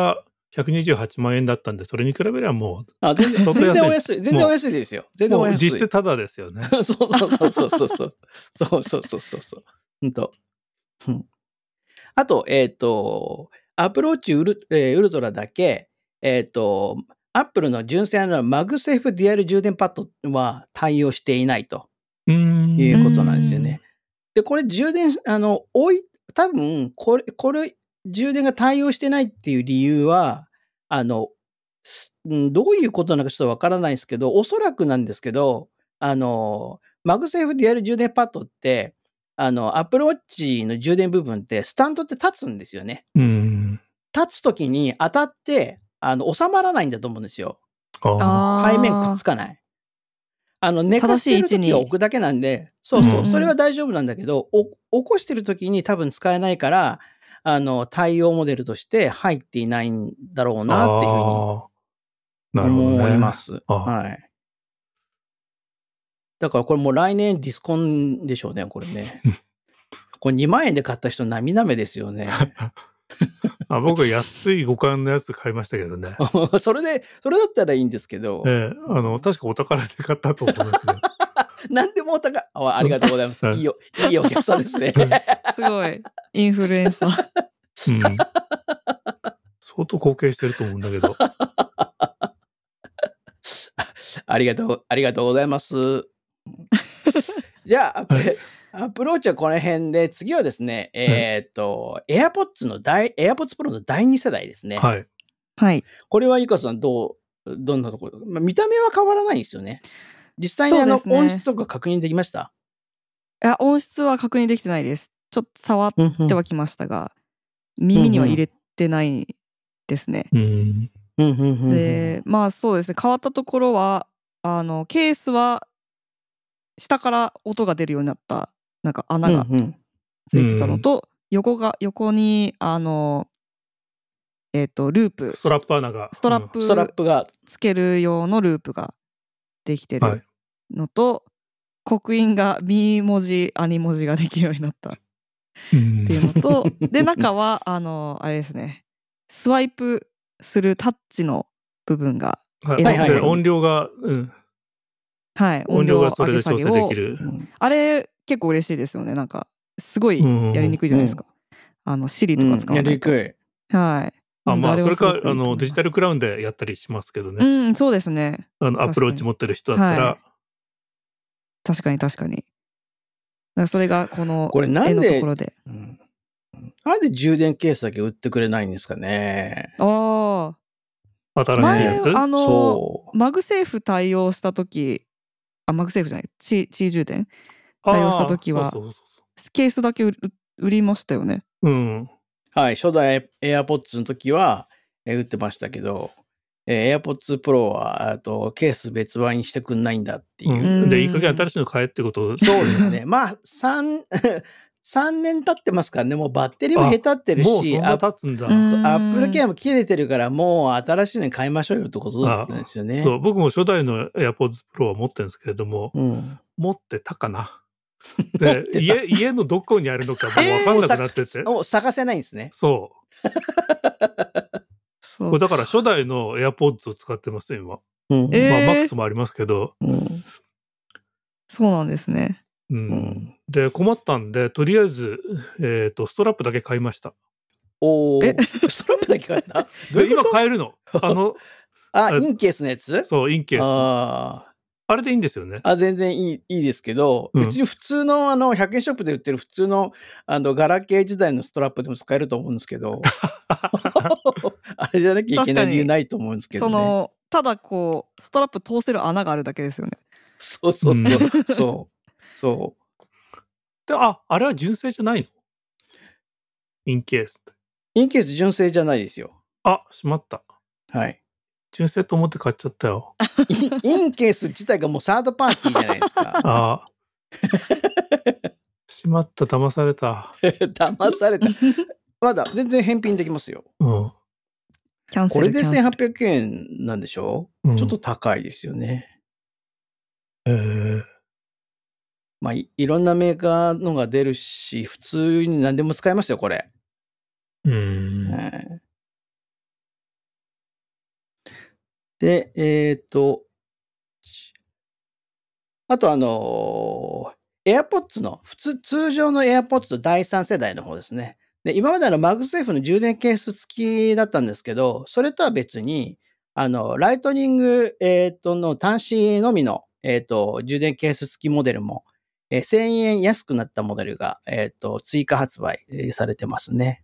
ひゃくにじゅうはちまんえんだったんで、それに比べればもう、 あ、全然、 相当安い全然お安い。全然お安いですよ。全然おもう安い。 実質タダですよね。 そうそうそうそうそうそう。そうそうそうそうそう。ほんと。うん。あと、えっ、と、アプローチウル,、えーウルトラだけ、えっ、と、アップルの純正のマグセーフデュアル充電パッドは対応していないとうーん。 いうことなんですよね。で、これ充電、あの、置い、多分、これ、これ、充電が対応してないっていう理由は、あの、うんどういうことなのかちょっとわからないんですけど、おそらくなんですけど、あの、マグセーフデュアル充電パッドって、あの、アプローチの充電部分ってスタンドって立つんですよね。 うん。 立つときに当たって、あの、収まらないんだと思うんですよ。 ああ。 背面くっつかない。あの、寝かしてるときは置くだけなんで、そうそうう、 んそれは大丈夫なんだけど、お起こしてるときに多分使えないから、あの、対応モデルとして入っていないんだろうなっていうふうにああ。なるほどね。 思います。 あはい。だからこれもう来年ディスコンでしょうね、これね。これにまんえんで買った人涙目ですよね。 あ僕は安い互換のやつ買いましたけどね。 それで、それだったらいいんですけど。 ええ、あの、確かお宝で買ったと思うんですけど。 なんでもお高あ、ありがとうございます。 はいいいよ、いいお客さんですね。 すごい。インフルエンサー。 うん。相当貢献してると思うんだけど。 ありがとう、ありがとうございます。じゃあ、 はいアプローチはこの辺で、次はですね、えーっと、AirPods の第、AirPods Pro のだいに世代ですね。 はい。 はい。 これはゆかさん、どう、どんなところ、まあ、見た目は変わらないんですよね。実際にあの、 そうですね音質とか確認できましたいや、音質は確認できてないです。ちょっと触ってはきましたが、耳には入れてないですね。 うん。 で、まあそうですね、変わったところは、あの、ケースは下から音が出るようになった、なんか穴がついてたのと、横が、横に、あの、えっと、ループ、 ストラップ穴が。 ストラップストラップが、 つける用のループができてはいるのと、刻印がミ文字、アニ文字ができるようになったっうんていうのと、で、中は、あの、あれですね、スワイプするタッチの部分が、 はい絵のところにで音量が、うん。 はい、 音量がそれで調整できる。 る。 あれ、結構嬉しいですよね。なんか、すごいやりにくいじゃないですか。あの、シリとか使わないと。 やりにくい。 はい。 あ、まあ、それか、あの、デジタル。 ルクラウンでやったりしますけどうね。 ん、そうですね。 あの、アプローチ持ってる人だったら。 はい確かに確かに。だからそれがこのこれなんで絵のところで。 うんなんで充電ケースだけ売ってくれないんですかね。 ああ。 新しい前やつ。 あのそう。 マグセーフ対応した時あマグセーフじゃないチチー充電対応した時はそうそうそうそケースだけ売売りましたよね。 う。うん。 はい。初代 AirPods の時は、えー売ってましたけど、えー AirPods Pro は、あと、ケース別売にしてくんないんだっていう。 うん、で、いい加減新しいの買えってことそうですね。まあ、三、三年経ってますからね。もうバッテリーもへたってるし、 もうそんな経つんだ。 うんアップルケアも切れてるから、もう新しいのに買いましょうよってことなんですよね。 そう、僕も初代の AirPods Pro は持ってるんですけれども、 うん、 持ってたかな。 持ってたで家、家のどこにあるのかもう分かんなくなってて。 もう探せないんですね。 そう。 そうこれだから初代の AirPods を使ってます今。 うんえーまあ、マックスもありますけど。 うんそうなんですね。 うんうんで、困ったんで、とりあえず、えっ、と、ストラップだけ買いました。 おえー、ストラップだけ買ったどうで今いうこと買えるの。あの、 あ、 あインケースのやつそう、インケース。ああれでいいんですよね。 あ、全然いい、いいですけど、 うんうち普通のあの、ひゃくえんショップで売ってる普通の、あの、ガラケー時代のストラップでも使えると思うんですけど、あれじゃなきゃいけない理由ないと思うんですけどね。 そのただこうストラップ通せる穴があるだけですよね。 そうそうそう。 うんそう。そう。 で、あ、あれは純正じゃないの？インケース。 インケース純正じゃないですよ。 あ、しまった。 はい。 純正と思って買っちゃったよ。 インインケース自体がもうサードパーティーじゃないですか。 ああ。しまった、騙された。 騙された。まだ全然返品できますよ。 うん。 キャンセこれでルキャンセルせんはっぴゃくえんなんでしょ、 うんちょっと高いですよね。 えーまあい、いろんなメーカーのが出るし、普通に何でも使えますよ、これ。 うん。 はいで、えっ、と、あとあのー、AirPods の、普通、通常の AirPods とだいさん世代の方ですね。で、今までの MagSafe の充電ケース付きだったんですけど、それとは別に、あの、ライトニング、えっ、と、の端子のみの、えっ、と、充電ケース付きモデルも、えーせんえん安くなったモデルが、えっ、と、追加発売えーされてますね。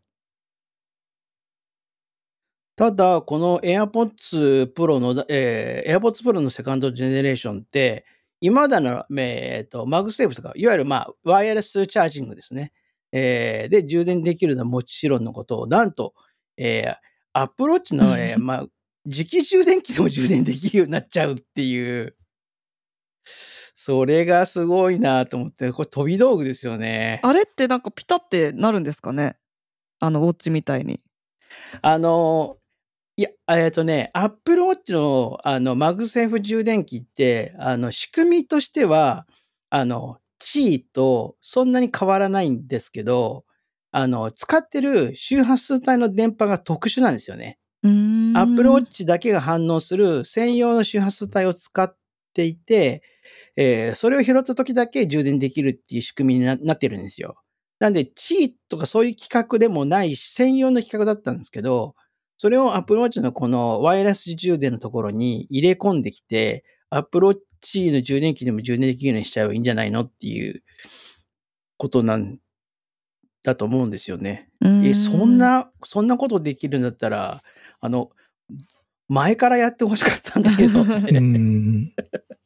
ただ、この AirPods Pro の、えー AirPods Pro のセカンドジェネレーションって、今までの、えー、と MagSafe とか、いわゆる、まあ、ワイヤレスチャージングですね。えーで、充電できるのはもちろんのことを、なんと、えー、Apple Watch の、えーまあ、磁気充電器でも充電できるようになっちゃうっていう、それがすごいなと思って、これ飛び道具ですよね。 あれってなんかピタってなるんですかね、あのウォッチみたいに。 あの、いや、えっ、とね、Apple Watch の、あの、MagSafe 充電器って、あの、仕組みとしては、あの、地位とそんなに変わらないんですけど、あの、使ってる周波数帯の電波が特殊なんですよね。 うーん Apple Watch だけが反応する専用の周波数帯を使っていて、えーそれを拾った時だけ充電できるっていう仕組みにななってるんですよ。なんで、地位とかそういう規格でもないし、専用の規格だったんですけど、それを Apple Watch のこのワイヤレス充電のところに入れ込んできて、Apple Watch の充電器でも充電できるようにしちゃえばいいんじゃないのっていうことなんだと思うんですよね。 うーえ、そんな、そんなことできるんだったら、あの、前からやってほしかったんだけどっうて。 ん。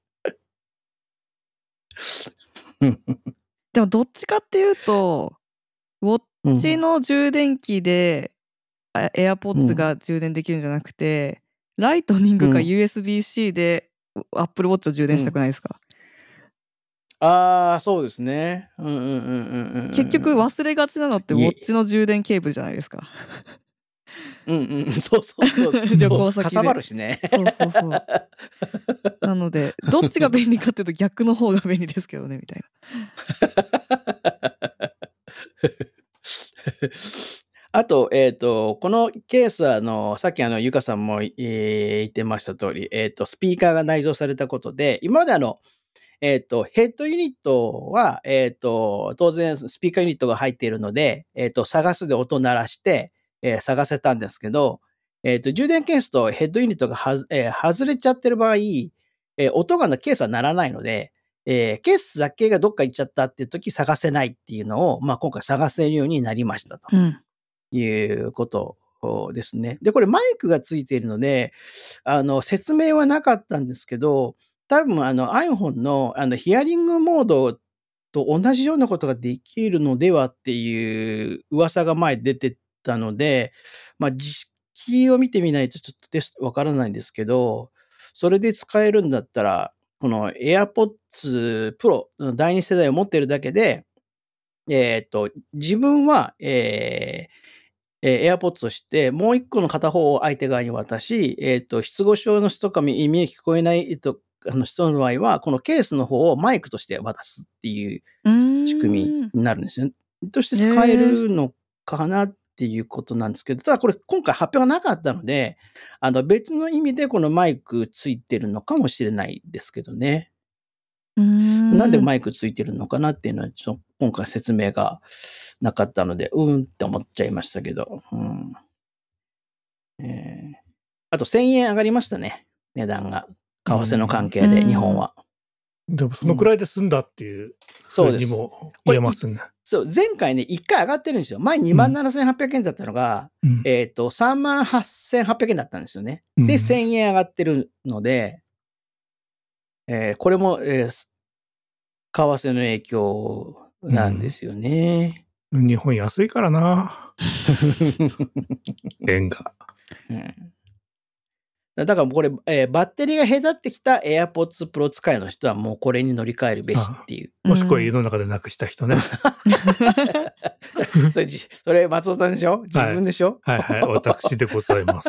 でもどっちかっていうとウォうんッチの充電器で、あう AirPods ん。 が充電できるんじゃなくて、ライトニングかうん。 ユーエスビー-C で Apple Watch を充電したうん。 くないですか？ ああ、そうですね。うんうんうんうんうんうん結局うん。 忘れがちなのってウいえ、 ォッチの充電ケーブルじゃないですか。 うんうん、そうそうそうそう、 旅そう、 行先かさばで。 るしね。 そうそうそう。なので、どっちが便利かっていうと逆の方が便利ですけどね、みたいな。 あと、えっ、と、このケースは、あの、さっきあの、ゆかさんも、えー言ってました通り、えっ、と、スピーカーが内蔵されたことで、今まであの、えっ、と、ヘッドユニットは、えっ、と、当然スピーカーユニットが入っているので、えっ、と、探すで音鳴らして、えー探せたんですけど、えっ、と、充電ケースとヘッドユニットがはず、えー外れちゃってる場合、えー音がなケースは鳴らないので、えーケースだけがどっか行っちゃったっていう時探せないっていうのを、まあ、今回探せるようになりましたとうん。 いうことですね。で、これマイクがついているので、あの、説明はなかったんですけど、多分あの iPhone のあのヒアリングモードと同じようなことができるのではっていう噂が前出てたので、まあ、実機を見てみないとちょっとですわからないんですけど、それで使えるんだったら、この AirPods Pro のだいに世代を持っているだけで、えっと、自分は、えーえー、AirPods として、もう一個の片方を相手側に渡し、えっ、と、失語症の人か耳に聞こえない、えっと、あの人の場合は、このケースの方をマイクとして渡すっていううー仕組ん。 みになるんですよ。として使えへえ。 るのかなっていうことなんですけど、ただこれ今回発表がなかったので、あの別の意味でこのマイクついてるのかもしれないですけどね。 うーなんでん。 マイクついてるのかなっていうのは、ちょっと今回説明がなかったので、うーんって思っちゃいましたけど。うんえーあとせんえん上がりましたね。値段が。為替の関係で、日本は。 でもそのくらいで済んだっていうふうにも言えますね。 そう、前回ね、いっかい上がってるんですよ。前にまんななせんはっぴゃくえんだったのが、 うん、 えっ、と、さんまんはっせんはっぴゃくえんだったんですよね。で、 うん、 せんえん上がってるので、えーこれも、えー、為替の影響なんですよね。 うん、日本安いからな。円が。 うんだからこれ、えーバッテリーが隔ってきた AirPods Pro 使いの人はもうこれに乗り換えるべしっていう。 もしくは家の中でなくした人ね。 それ、それ松尾さんでしょ？自分でしょ？ はい、はい、はい、私でございます。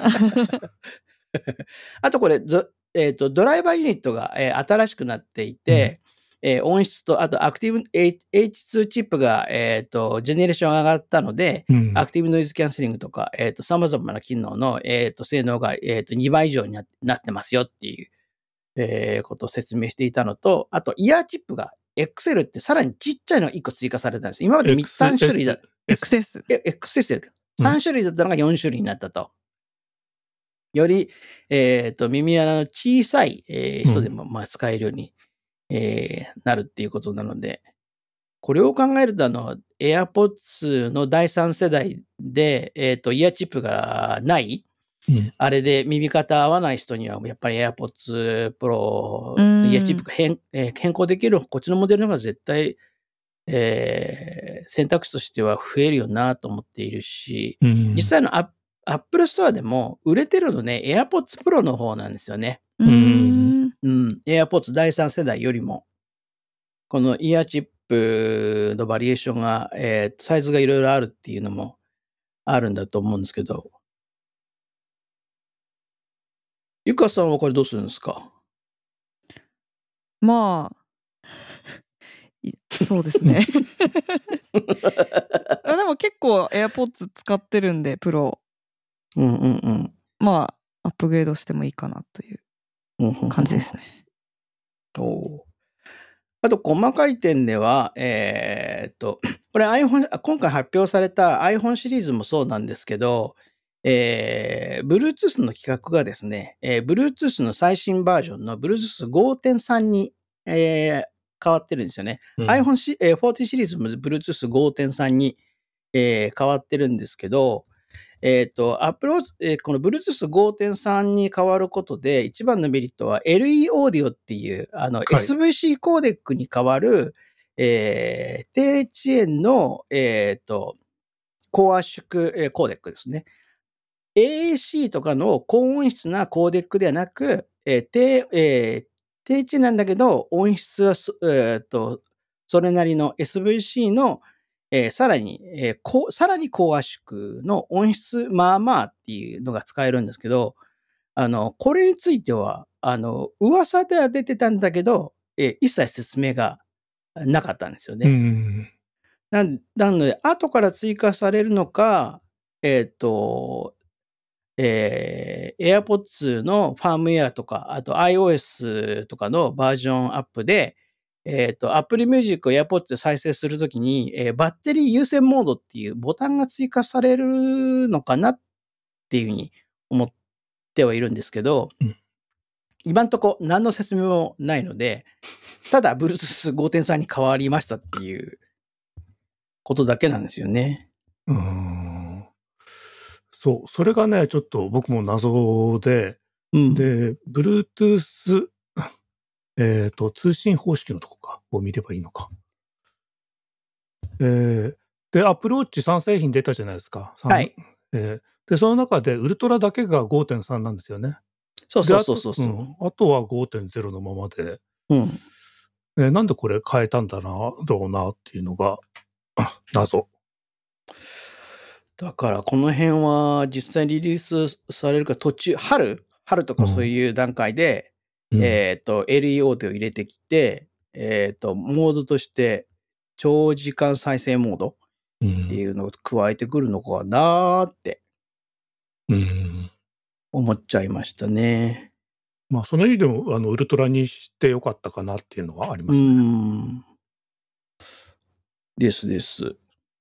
あとこれ、えーと、ドライバーユニットが、えー新しくなっていて、 えー音質と、あとアクティブ エイチツー チップが、えっ、と、ジェネレーション上がったので、 うんアクティブノイズキャンセリングとか、えっ、と、様々な機能の、えっ、と、性能が、えっ、と、にばい以上にななってますよっていう、えーことを説明していたのと、あと、イヤーチップが エックスエル ってさらにちっちゃいのがいっこ追加されたんです。今までみっつ、さん種類だ、 エエクセス。 え エックスエス でうんさん種類だったのがよん種類になったと。より、えっ、と、耳穴の小さい、えー人でも、まあ、使えるように、えーなるっていうことなので、これを考えると、あの、AirPods のだいさん世代で、えっ、と、イヤーチップがない、 うんあれで耳型合わない人には、やっぱり AirPods Pro うんイヤーチップが変,、えー変更できる、こっちのモデルの方が絶対、えー選択肢としては増えるよなと思っているし、 うん実際のアッ Apple Store でも売れてるのね、AirPods Pro の方なんですよね。 うーん。 うん。AirPods だいさん世代よりも、このイヤーチップのバリエーションが、えーサイズがいろいろあるっていうのもあるんだと思うんですけど、ゆかさんはこれどうするんですか？ まあ、いそうですね。あでも結構 AirPods 使ってるんで、プロ。 うんうんうんまあ、アップグレードしてもいいかなといううんうんうん。 感じですね。 おーあと、細かい点では、えーっと、これ iPhone、あ今回発表された iPhone シリーズもそうなんですけど、えー、Bluetooth の規格がですね、えー Bluetooth の最新バージョンの ブルートゥースごてんさん に、えー変わってるんですよね。 うん iPhone シ、えーフォーティーシリーズも ブルートゥースごてんさん に、えー変わってるんですけど、えっ、と、Apple Watch、えーこの ブルートゥースごてんさん に変わることで、一番のメリットは エルイー オーディオっていう、あの、 はいエスブイシー コーデックに変わる、えー低遅延の、えっ、と、高圧縮、えーコーデックですね。エーエーシー とかの高音質なコーデックではなく、えー低、えー低遅延なんだけど、音質はそ、えーと、それなりの エスブイシー の、えーさらに、えーこうさらに高圧縮の音質、まあまあっていうのが使えるんですけど、あの、これについては、あの、噂では出てたんだけど、えー一切説明がなかったんですよね。 うんななので、後から追加されるのか、えっ、と、えー、AirPods のファームウェアとか、あと iOS とかのバージョンアップで、えっ、と、Apple Music を AirPods で再生するときに、えーバッテリー優先モードっていうボタンが追加されるのかなっていうふうに思ってはいるんですけど、 うん今んとこ何の説明もないので、ただ Bluetooth ごてんさん に変わりましたっていうことだけなんですよね。 うんそう、それがね、ちょっと僕も謎で、 うん。 で、Bluetooth、えっと、通信方式のとこか、を見ればいいのか。えーで、Apple Watch さん製品出たじゃないですか。さんはい。 えーで、その中でウルトラだけが ごてんさん なんですよね。 そうで、あとそうそうそうそう。 うんあとは ごてんゼロ のままで、 うん。 えーなんでこれ変えたんだな、ろうなっていうのが謎。 だからこの辺は実際リリースされるか途中、春春とかそういう段階で、 うんえっ、と、エルイー オーディオを入れてきて、えっ、と、モードとして長時間再生モードうんっていうのを加えてくるのかなーってうん思っちゃいましたね。 まあ、その意味でも、あの、ウルトラにしてよかったかなっていうのはありまうすね。 ん。ですです。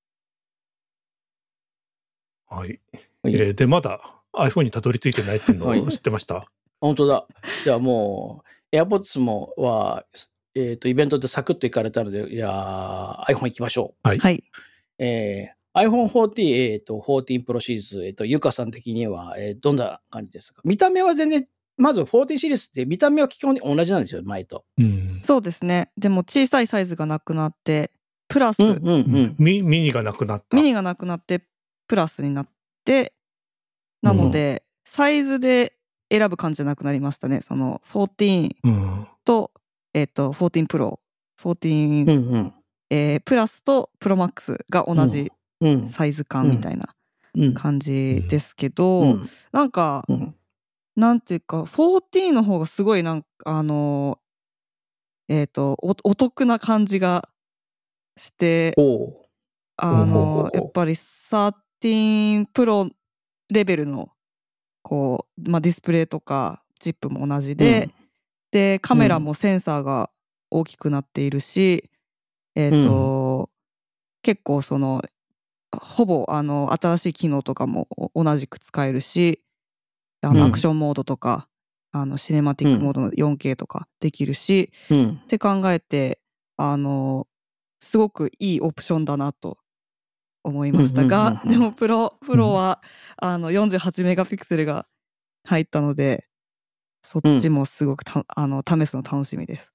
はい。 はいえーで、まだ iPhone にたどり着いてないっていうのはいを知ってました。 本当だ。じゃあもう、AirPods もは、えっ、と、イベントでサクッと行かれたので、いやー、iPhone 行きましょう。 はい。 はい。 えー、iPhone フォーティーン、えっ、と、フォーティーン Pro シリーズ、えっ、と、ゆかさん的には、えーどんな感じですか？見た目は全然、まずフォーティーンシリーズって見た目は基本的に同じなんですよ、前と。 うん。 そうですね。でも小さいサイズがなくなって、プラス、 うんうんうん。 ミミニがなくなった。 ミニがなくなって、プラスになって、なので、サイズで選ぶ感じじゃなくなりましたね。そのフォーティーンうん。 と、えっ、と、フォーティーン Pro、フォーティーン、 うんうん。 えープラスとプロマックスが同じうん。 サイズ感みたいなうん。 感じですけど、 うん。 なんか、 うん。 なんていうか、フォーティーンの方がすごいなんか、あのえっと、お、お得な感じがして、 おう。 あの、 ほうほうほうやっぱりじゅうさんプロレベルの、こう、まあ、ディスプレイとかチップも同じで、 うん。 で、カうん。 メラもセンサーが大きくなっているし、えっうん。 と、結構その、ほぼあの新しい機能とかもお同じく使えるし、あのアクシうん。 ョンモードとか、あのシネマティックモーうん。 ドの よんケー とかできるし、 うん。 って考えて、あの、すごくいいオプションだなと思いうん。うましたが、 ん。 でもプロ、プうん。 ロはあのよんじゅうはちメガピクセルが入ったので、そっうん。 ちもすごくたあの試すの楽しみです。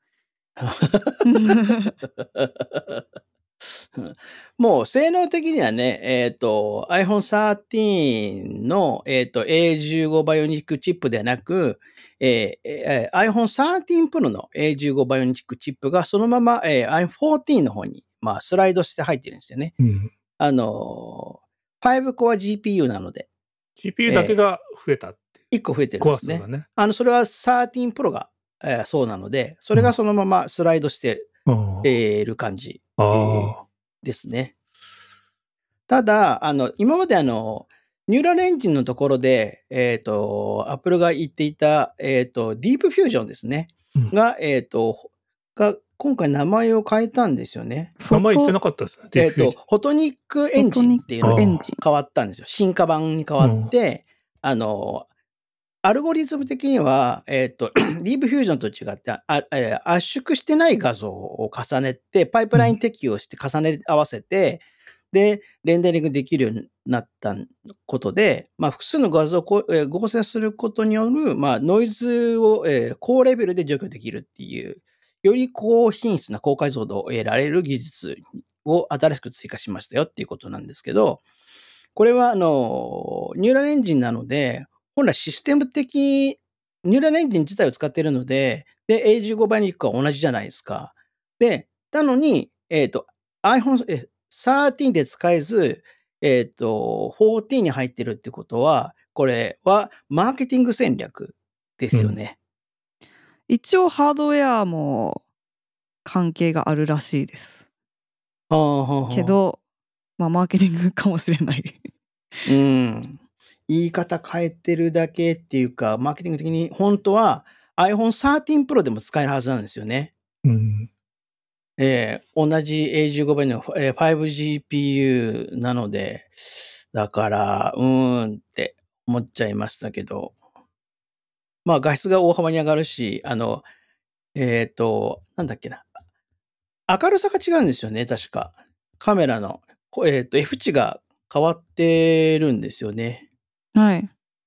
もう性能的にはね、えっと、iPhone じゅうさんの、えっと、エーじゅうご バイオニックチップではなく、えーえー iPhone じゅうさん Pro の エーじゅうご バイオニックチップがそのまま、えー iPhone じゅうよんの方に、まあ、スライドして入ってるんですよね。 うん。 あの、ごコア ジーピーユー なので、 ジーピーユー だけえが増えたってー、いっこ増えてるんですね。 怖さがね。 あの、それはじゅうさん Pro が、えーそうなので、それがうん。 そのままスライドしてあいる感じ、 あ。 えあーあ。 ですね。ただ、あの、今まであの、ニューラルエンジンのところで、えっ、と、アップルが言っていた、えっ、と、ディープフュージョンですね。 うん。 が、えっ、と、が、今回名前を変えたんですよね。 フォ名前言ってなト、 かったですね。ディーえっ、と、 プフュージフォトニックエンジンフォトニッっていうのにクエンジン。 変わったんですよ。進化版に変ョン。 わって、あの、アルゴリズム的には、えっ、と、ディープフュージョンと違って、あえー圧縮してない画像を重ねて、パイプライン適用して重ね合わせて、で、レンダリングできるようになったことで、まあ、複数の画像をこう、えー合成することによる、まあ、ノイズを、えー高レベルで除去できるっていう、より高品質な高解像度を得られる技術を新しく追加しましたよっていうことなんですけど、これは、あの、ニューラルエンジンなので、本来システム的、ニューラルエンジン自体を使っているので、で、エーじゅうご バイオニックは同じじゃないですか。で、なのに、えっ、と、iPhone えじゅうさんで使えず、えっ、と、じゅうよんに入ってるってことは、これはマーケティング戦略ですよね。 一応ハードウェアも関係があるらしいです。 はあはあはあけど、まあマーケティングかもしれない。 うん。言い方変えてるだけっていうか、マーケティング的に本当は iPhone じゅうさん Pro でも使えるはずなんですよね。 うん。 えー同じ エーじゅうご 倍の、えー ファイブジーピーユー なので、だから、うーんって思っちゃいましたけど、まあ画質が大幅に上がるし、あの、えっ、と、なんだっけな。明るさが違うんですよね、確か。カメラの、こえっ、と、F 値が変わってるんですよね。 はい。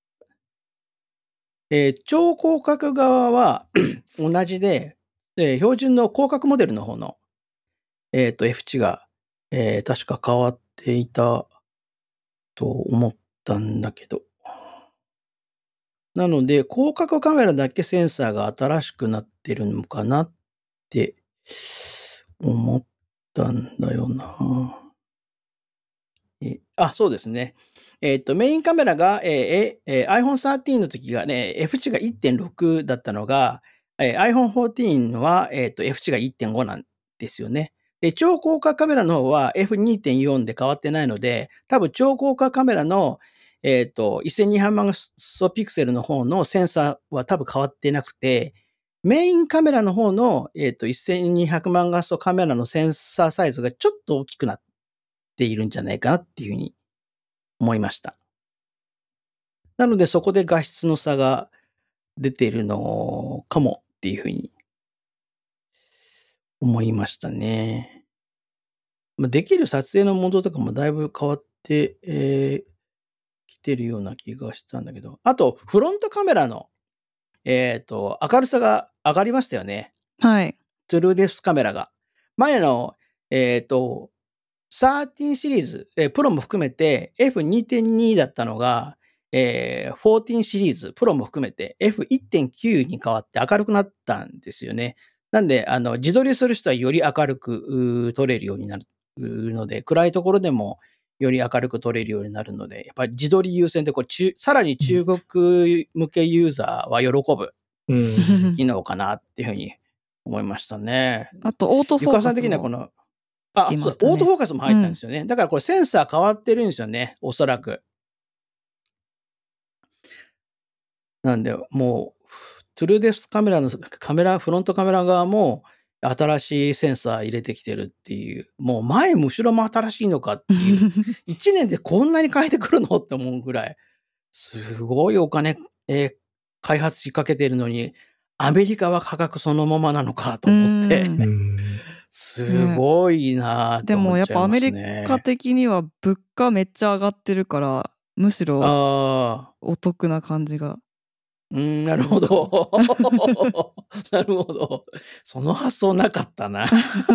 えー超広角側は同じで、えー標準の広角モデルの方の、えっ、と、F 値が、えー確か変わっていたと思ったんだけど。なので、広角カメラだけセンサーが新しくなってるのかなって思ったんだよな。えあ、そうですね。えっ、と、メインカメラが、えーええー iPhone じゅうさんの時がね、F 値が いってんろく だったのが、えー iPhone じゅうよんは、えっ、と、F 値が いってんご なんですよね。で、超広角カメラの方は エフにてんよん で変わってないので、多分超広角カメラの、えっ、と、せんにひゃく万画ピクセルの方のセンサーは多分変わってなくて、メインカメラの方の、えっ、と、せんにひゃく万画素カメラのセンサーサイズがちょっと大きくなっているんじゃないかなっていうふうに思いました。なのでそこで画質の差が出ているのかもっていうふうに思いましたね。まあできる撮影のモードとかもだいぶ変わってき、えー、来てるような気がしたんだけど、あとフロントカメラの、えっ、と、明るさが上がりましたよね。 はい。 トゥルーデプスカメラが。前の、えっ、と、じゅうさんシリーズ、えープロも含めて エフにてんに だったのが、えー、じゅうよんシリーズ、プロも含めて エフいってんきゅう に変わって明るくなったんですよね。なんで、あの、自撮りする人はより明るくうー撮れるようになるので、暗いところでもより明るく撮れるようになるので、やっぱり自撮り優先でこう中、さらに中国向けユーザーは喜ぶうん。 機能かなっていうふうに思いましたね。 あと、オートフォーカスも。 ゆかさん的にはこの、あ、そう、 つきましたね。 オートフォーカスも入ったんですよね。だからこれセンサー変わってるんですよね、おそらく。なんで、もう、トゥルーデプスカメラのカメラ、フロントカメラ側も新しいセンサー入れてきてるっていう、もう前も後ろも新しいのかっていう、いちねんでこんなに変えてくるのって思うぐらい、すごいお金、えー開発しかけてるのに、アメリカは価格そのままなのかと思って、 うんうんすごいなぁでもやっと思っちゃいぱアメリますね。 カ的には物価めっちゃ上がってるから、むしろああ、 お得な感じが。 うん、なるほど。なるほど。その発想なかったな。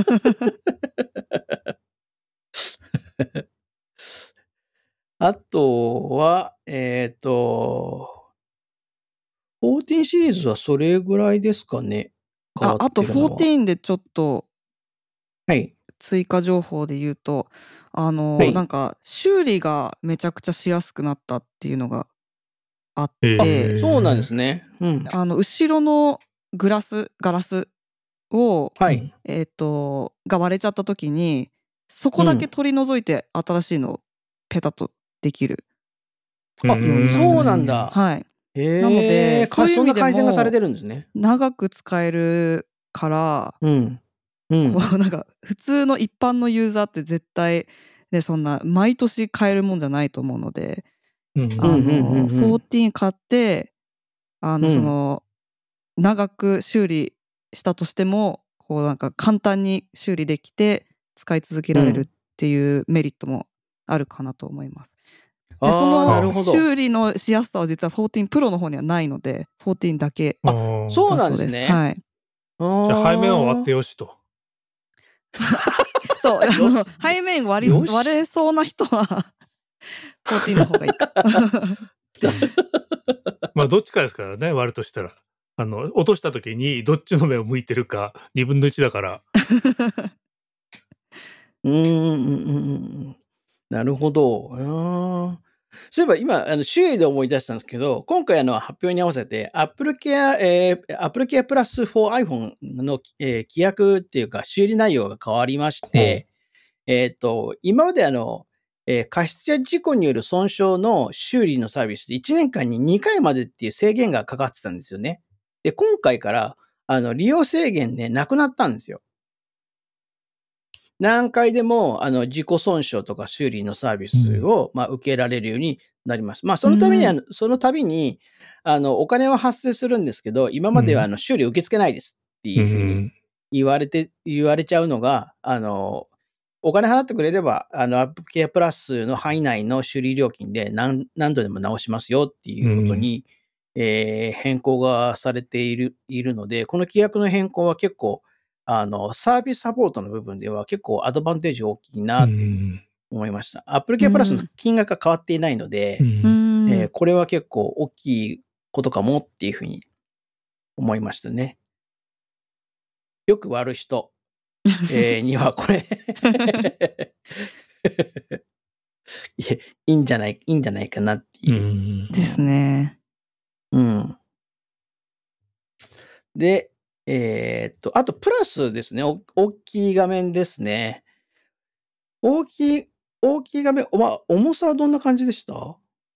あとは、えっ、と、じゅうよんシリーズはそれぐらいですかね。変わあ、あとってるのは。 じゅうよんでちょっとはい。 追加情報で言うと、あの、 はいなんか修理がめちゃくちゃしやすくなったっていうのがあっえて、 ーそうなんですね。うん。 あの後ろのグラスガラスを、 はい。 えっ、とが割れちゃった時にそこだけ取り除いて新しいのをペタッとできるあ、 ようになったそうらしいです。 なんだ。 はい。 へなのでえ、かそんなそういう意味で改善がされもてるんですね。 長く使えるから、 うん。うん。 こうなんか普通の一般のユーザーって絶対ねそんな毎年買えるもんじゃないと思うので、 うんあうんうんうんのうんじゅうよん買ってあのうんその長く修理したとしてもこうなんか簡単に修理できて使い続けられるっていうメリットもあるかなと思います。でそああ、なるのほど。 修理のしやすさは実はじゅうよんプロの方にはないのでじゅうよんだけああ、 ーそうなんだそうです。 ですね。 はい。 じゃあ背面を割ってよよしと。 そうあよの背面割りよし割れそうな人はじゅうよんの方がいいか。 まあどっちかですからね、割るとしたら。あの落とした時にどっちの目を向いてるかにぶんのいちだから。 うーん、うんうんうん。なるほど。うーん。そういえば今、あの、周囲で思い出したんですけど、今回あの発表に合わせて Apple Care、えー、Apple Care Plus for iPhone の、えー規約っていうか修理内容が変わりまして、えっ、と、今まであの、えー過失や事故による損傷の修理のサービスでいちねんかんににかいまでっていう制限がかかってたんですよね。で、今回からあの利用制限ね、なくなったんですよ。何回でも、あの、自己損傷とか修理のサービスを、まあ、受けられるようになります。まあ、そのためには、その度に、あの、お金は発生するんですけど、今までは、あの、修理受け付けないですっていうふうに言われて、言われちゃうのが、あの、お金払ってくれれば、あの、アップケアプラスの範囲内の修理料金で何、何度でも直しますよっていうことに、えー変更がされている、いるので、この規約の変更は結構、あの、サービスサポートの部分では結構アドバンテージ大きいなっていうふうに思いました。Apple Care Plus の金額が変わっていないので、 うんうんえーこれは結構大きいことかもっていうふうに思いましたね。よく割る人、えーにはこれいえ、いいんじゃない、いいんじゃないかなってういう。 んですね。 うん。で、えーっと、あとプラスですね、お大きい画面ですね。大きい、大きい画面、まあ、重さはどんな感じでした？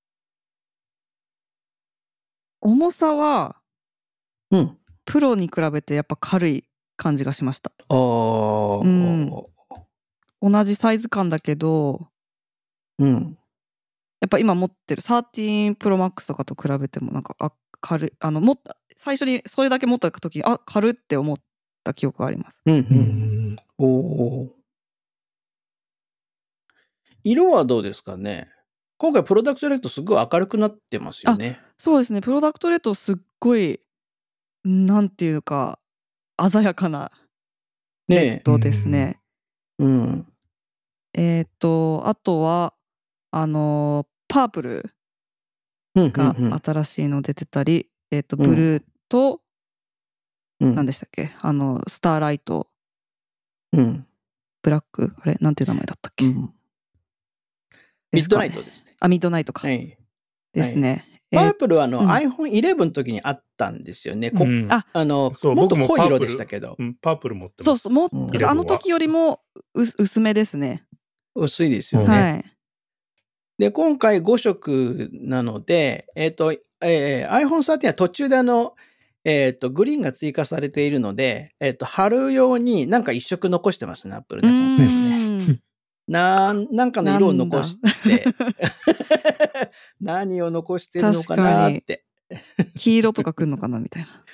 重さはうん。 プロに比べてやっぱ軽い感じがしました。 ああ、 うん同じサイズ感だけどうん。 やっぱ今持ってるじゅうさんプロマックスとかと比べてもなんかあ軽いあの持った最初にそれだけ持った時にあ軽って思った記憶があります。 うん、う。 うんんおお。色はどうですかね？今回プロダクトレッドすごい明るくなってますよね。 そうですねプロダクトレッドすっごいなんていうか鮮やかなレッねえ。 ドですね。 うん。 えっ、とあとはあのパープルうん、 がうん、 新しいの出てたり、えっ、とうんブルーと、 うん。 何でしたっけあのスターライトうん。 ブラックあれなんていう名前だったっけ、 うん。ミッドですかねナイトですね。 あミッドナイトか、 はい。 ですね、 えーパープルはあの、 うんアイフォンイレブン の時にあったんですよね。こうんああの、 そうもっと僕も濃い色パープルでしたけど、 うん、パープル持ってます。 そうそう、もううんイレブンはあの時よりもう薄めですね。 薄いですよね。 はい。 で、今回ご色なので、えっ、と、えー アイフォンサーティーン は途中であの、えっ、と、グリーンが追加されているので、えっ、と、貼るようになんか一色残してますね、アップルうね、今回はね。 ーん。 なん、なんかの色を残して、何を残してるのかなーって。 黄色とかくんのかなみたいな。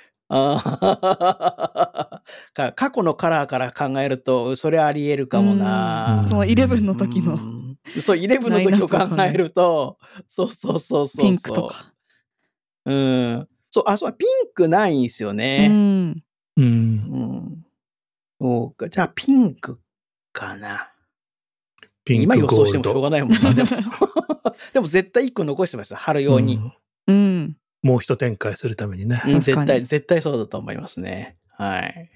あー過去のカラーから考えると、それあり得るかもなうんそのイレブンの時のうんそう、イレブンの時を考えると、そうそうそうそう。 ピンクとか。 うん。そう、あ、そう、ピンクないんですようね。 ん。 うん。 うん。そうか。じゃあ、ピンクかな。 ピン今予クゴールド。 想してもしょうがないもんな。でも、でも絶対一個残してました。貼るように。 んうん。 もう一展開するためにね。 うん、 確かに絶対、絶対そうだと思いますね。はい。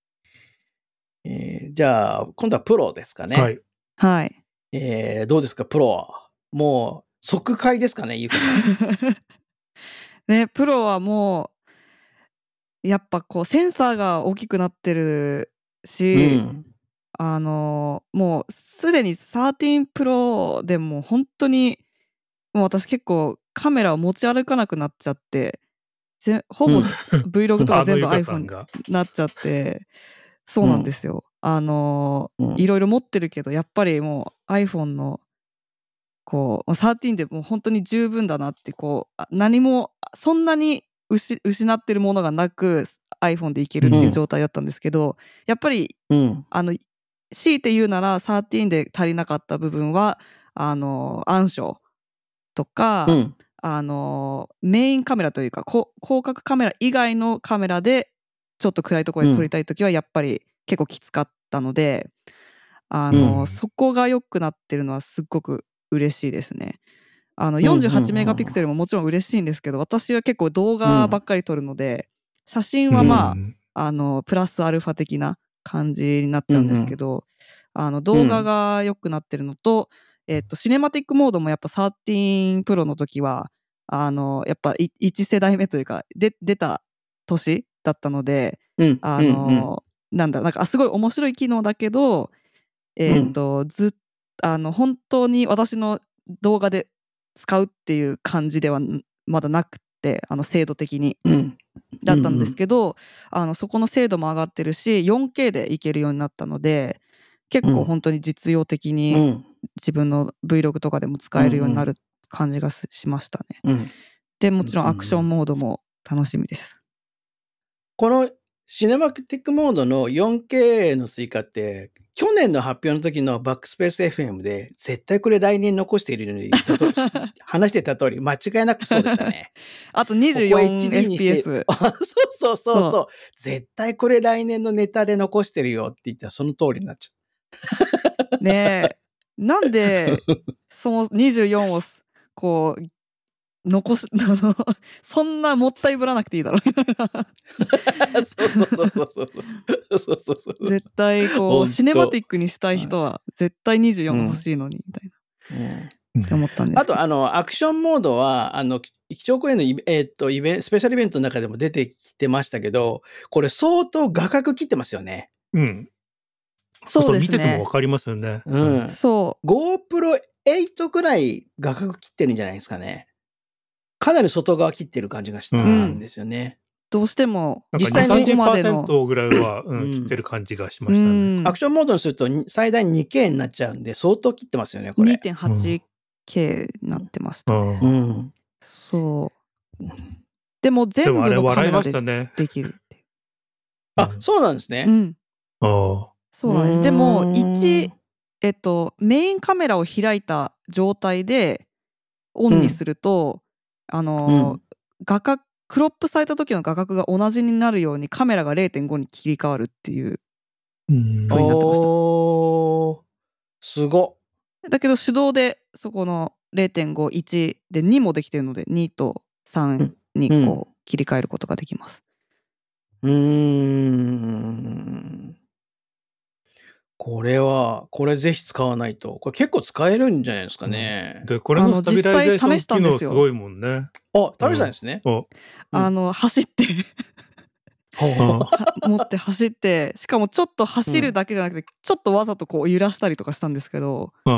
えーじゃあ、今度はプロですかね。 はい。 はい。 えーどうですか、プロは。もう、即買いですかね、ゆうかさん。 ね、プロはもう、やっぱこう、センサーが大きくなってるし、 うん。 あの、もうすでにじゅうさんプロでも本当に、もう私結構カメラを持ち歩かなくなっちゃって、ぜほぼうん Vlog とか全部あのゆかさ iPhone にんが。 なっちゃってそうなんですよ。あのうんいろいろ持ってるけどやっぱりもう iPhone のこうじゅうさんでもう本当に十分だなってこうあ何もそんなに失失ってるものがなく iPhone でいけるっていう状態だったんですけど、やっぱりうん。 あの強いて言うならじゅうさんで足りなかった部分はあの暗証とか、 うん。 あのメインカメラというかこ広角カメラ以外のカメラでちょっと暗いところで撮りたい時はやっぱり結構きつかったので、あの、 うんそこが良くなってるのはすっごく嬉しいですね。あのんうんうんよんじゅうはちメガピクセルももちろん嬉しいんですけど、私は結構動画ばっかり撮るので、写真はまあ、 うんあのプラスアルファ的な感じになっちゃうんですけど、あの動画が良くなってるのと、えっとシネマティックモードもやっぱじゅうさんプロの時はあのやっぱいいち世代目というかで出た年だったので、 うん。 あうんうんの、なんだろうなんかあすごい面白い機能だけど、えっとずっあの本当に私の動画で使うっていう感じではんまだなくて、あの精度的に。 うん。 だったんですけど、あのそこの精度も上がってるし よんケー でいけるようになったので結構本当に実用的うにん。 自分の Vlog とかでも使えるようになる感じがすしましたね。 うん。 でもちろんアクションモードも楽しみです。 このシネマティックモードの よんケー の追加って、去年の発表の時のバックスペース エフエム で、絶対これ来年残しているのに、話してた通り、間違いなくそうでしたね。 あと にじゅうよんエフピーエス。 あそうそうそうそう。 そ絶対これ来年のネタで残してるよって言ったらその通りになっちゃった。 ねえ。なんで、そのにじゅうよんをこう、残す、あの、そんなもったいぶらなくていいだろみたいな。 そうそうそうそうそう。そうそうそう。 絶対こう、 ほんとシネマティックにしたい人は、絶対にじゅうよんが欲しいのに、みたいな。 うんって思ったんですけど。 あと、あの、アクションモードは、あの、基調講演のイベ、えーっと、イベンスペシャルイベントの中でも出てきてましたけど、これ相当画角切ってますよね。 うん。そうそう、 そうですね見ててもわかりますよね。 うん。 そ GoPro エイトくらい画角切ってるんじゃないですかね。かなり外側切ってる感じがしたんですよね。 う。どうしても、 なんか実際にに、 ここまでのさんじゅっパーセントぐらいは、う、 うんん切ってる感じがしうましたね。 んアクションモードにするとに最大 にケー になっちゃうんで、相当切ってますよね、これ。 にてんはちケー になってましたね。 う。 うんん。 そう。でも全でもあ部のカれ笑いまメラでしたね。 できるっていあ、そうなんですう。うね。 ん。 ああ。 そうなんです。でも、 うーんいち、えっと、メインカメラを開いた状態でオンにすると、あの、画角、クロップされた時の画角が同じになるようにカメラが れいてんご に切り替わるっていううん。 風になってました。 おー、すごっ。 だけど手動でそこの れいてんご、いちでにもできてるのでにとさんにこう切り替えることができます。 うーん。 これは、これぜひ使わないと。これ結構使えるんじゃないですかね。 うん、で、これのスタビライゼーション機能すごいもんね。 あ、試したんですね。 うん、 あの、走って持って走って、しかもちょっと走るだけじゃなくて、うん、ちょっとわざとこう揺らしたりとかしたんですけど、 うん、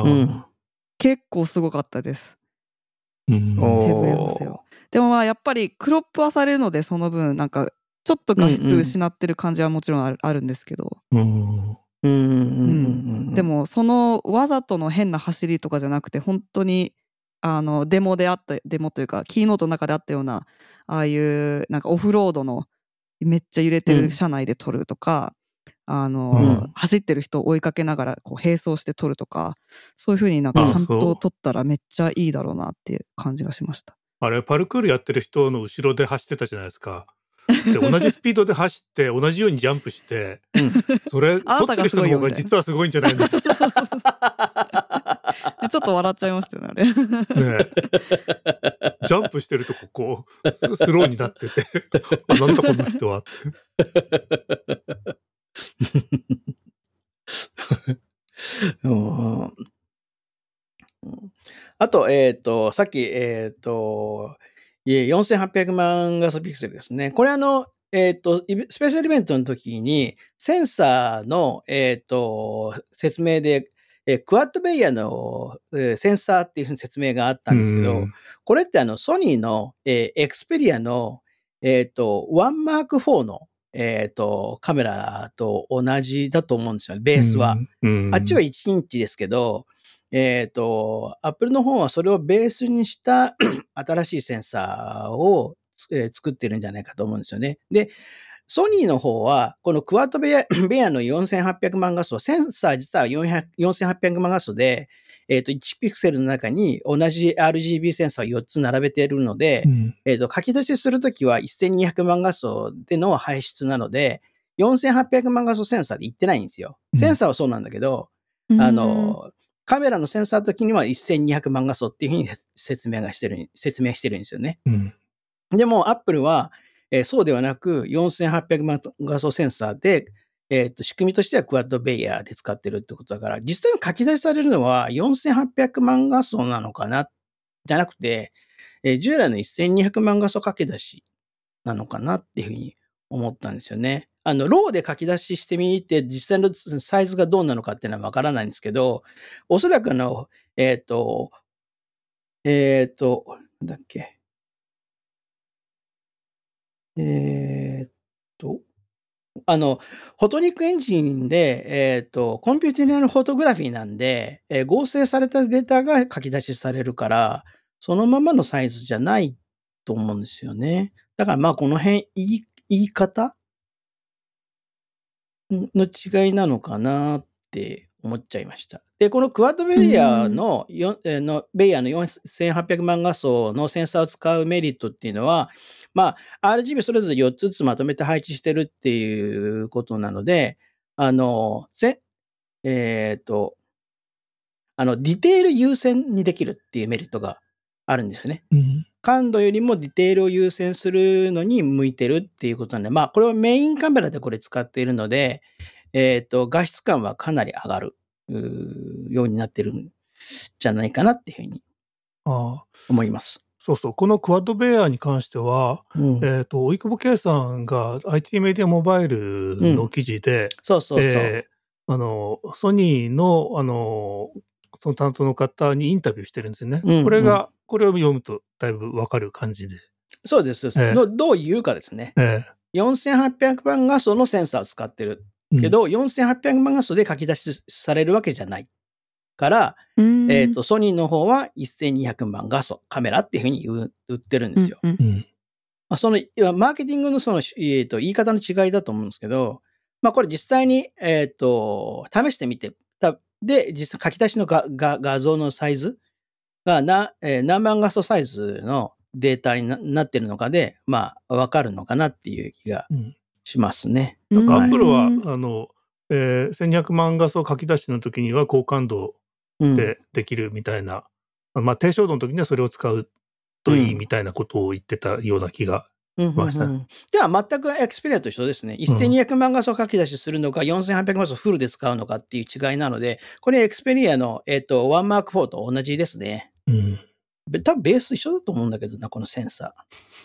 結構すごかったです。 うん、 手ぶれ補正は。でもまあやっぱりクロップはされるので、その分なんかちょっと画質失ってる感じはもちろんある、あるんですけど、でもそのわざとの変な走りとかじゃなくて、本当にあのデモであったデモというかキーノートの中であったような、ああいうなんかオフロードのめっちゃ揺れてる車内で撮るとか、うん、あの、うん、走ってる人を追いかけながらこう並走して撮るとか、そういう風になんかちゃんと撮ったらめっちゃいいだろうなっていう感じがしました。 あれパルクールやってる人の後ろで走ってたじゃないですか。で同じスピードで走って同じようにジャンプして、うん、それ撮ってる人の方が実はすごいんじゃないのちょっと笑っちゃいましたよねあれね。 ジャンプしてるとここうスローになっててあ、なんだこの人はあと、えっと、さっき、えっと、よんせんはっぴゃくまん画素ピクセルですね。これあの、えっと、スペシャルイベントの時に、センサーの、えっと、説明で、えクワッドベイヤーの、えー、センサーっていうふうに説明があったんですけど、これってあの、ソニーの、えー、エクスペリアの、えっと、ワンマークフォーの、えっと、カメラと同じだと思うんですよね、ベースは。あっちはいちインチですけど、えっと、Apple の方はそれをベースにした新しいセンサーを、えー、作ってるんじゃないかと思うんですよね。で、ソニーの方は、このクワッドベア、ベアのよんせんはっぴゃくまん画素、センサー実はよんせんはっぴゃくまん画素で、えっと、いちピクセルの中に同じ アールジービー センサーをよっつ並べているので、うん、えっと、書き出しするときはせんにひゃくまん画素での排出なので、よんせんはっぴゃくまん画素センサーでいってないんですよ。センサーはそうなんだけど、うん、あの、カメラのセンサーの時にはせんにひゃくまん画素っていうふうに説明がしてる、説明してるんですよね。うん、でも、Apple は、えー、そうではなく、よんせんはっぴゃくまん画素センサーで、えっと、仕組みとしてはクワッドベイヤーで使ってるってことだから、実際に書き出しされるのはよんせんはっぴゃくまん画素なのかな、じゃなくて、えー、従来のせんにひゃくまん画素書き出しなのかなっていうふうに思ったんですよね。あの、ローで書き出ししてみて、実際のサイズがどうなのかっていうのはわからないんですけど、おそらくあの、えっと、えっと、なんだっけ。えー、っと、あの、フォトニックエンジンで、えー、っと、コンピューティナルフォトグラフィーなんで、えー、合成されたデータが書き出しされるから、そのままのサイズじゃないと思うんですよね。だからまあ、この辺、言い、言い方の違いなのかなって思っちゃいました。で、このクワッドベイヤーの、のベイヤーのよんせんはっぴゃくまん画素のセンサーを使うメリットっていうのは、まあ、アールジービー それぞれよっつずつまとめて配置してるっていうことなので、あの、せ、えっと、あの、ディテール優先にできるっていうメリットがあるんですよね。うん、感度よりもディテールを優先するのに向いてるっていうことなんで、まあ、これはメインカメラでこれ使っているので、えっと、画質感はかなり上がるようになってるんじゃないかなっていうふうに思います。 そうそう。このクワッドベイヤーに関しては、うん、えっと、及久保圭さんが アイティー メディアモバイルの記事で、うん、 そうそうそう。 えー、あの、ソニーの、あの、その担当の方にインタビューしてるんですよね。うんうん、これが、これを読むとだいぶわかる感じで。 そうです。えー、どう言うかですね。えー、よんせんはっぴゃくまん画素のセンサーを使ってるけど、うん、よんせんはっぴゃくまん画素で書き出しされるわけじゃないから、えっと、ソニーの方はせんにひゃくまん画素カメラっていうふうに売ってるんですよ。うんうんまあ、その、マーケティングのその、えっと、言い方の違いだと思うんですけど、まあ、これ実際に、えっと、試してみて、で、実際書き出しのがが画像のサイズがな、えー、何万画素サイズのデータに な, なってるのかで、まあ、わかるのかなっていう気がしますね。 うん、なんか、アップルは、あの、えー、せんにひゃくまん画素書き出しの時には高感度でできるみたいな、うん、まあ、低照度の時にはそれを使うといいみたいなことを言ってたような気がうんうんましたね。 うん。では全くエクスペリアと一緒ですね。 うん。 せんにひゃくまん画素書き出しするのか、よんせんはっぴゃくまん画素フルで使うのかっていう違いなので、これエクスペリアの、えっ、と、ワンマークフォーと同じですね。 うん。 べ多分ベース一緒だと思うんだけどな、このセンサー。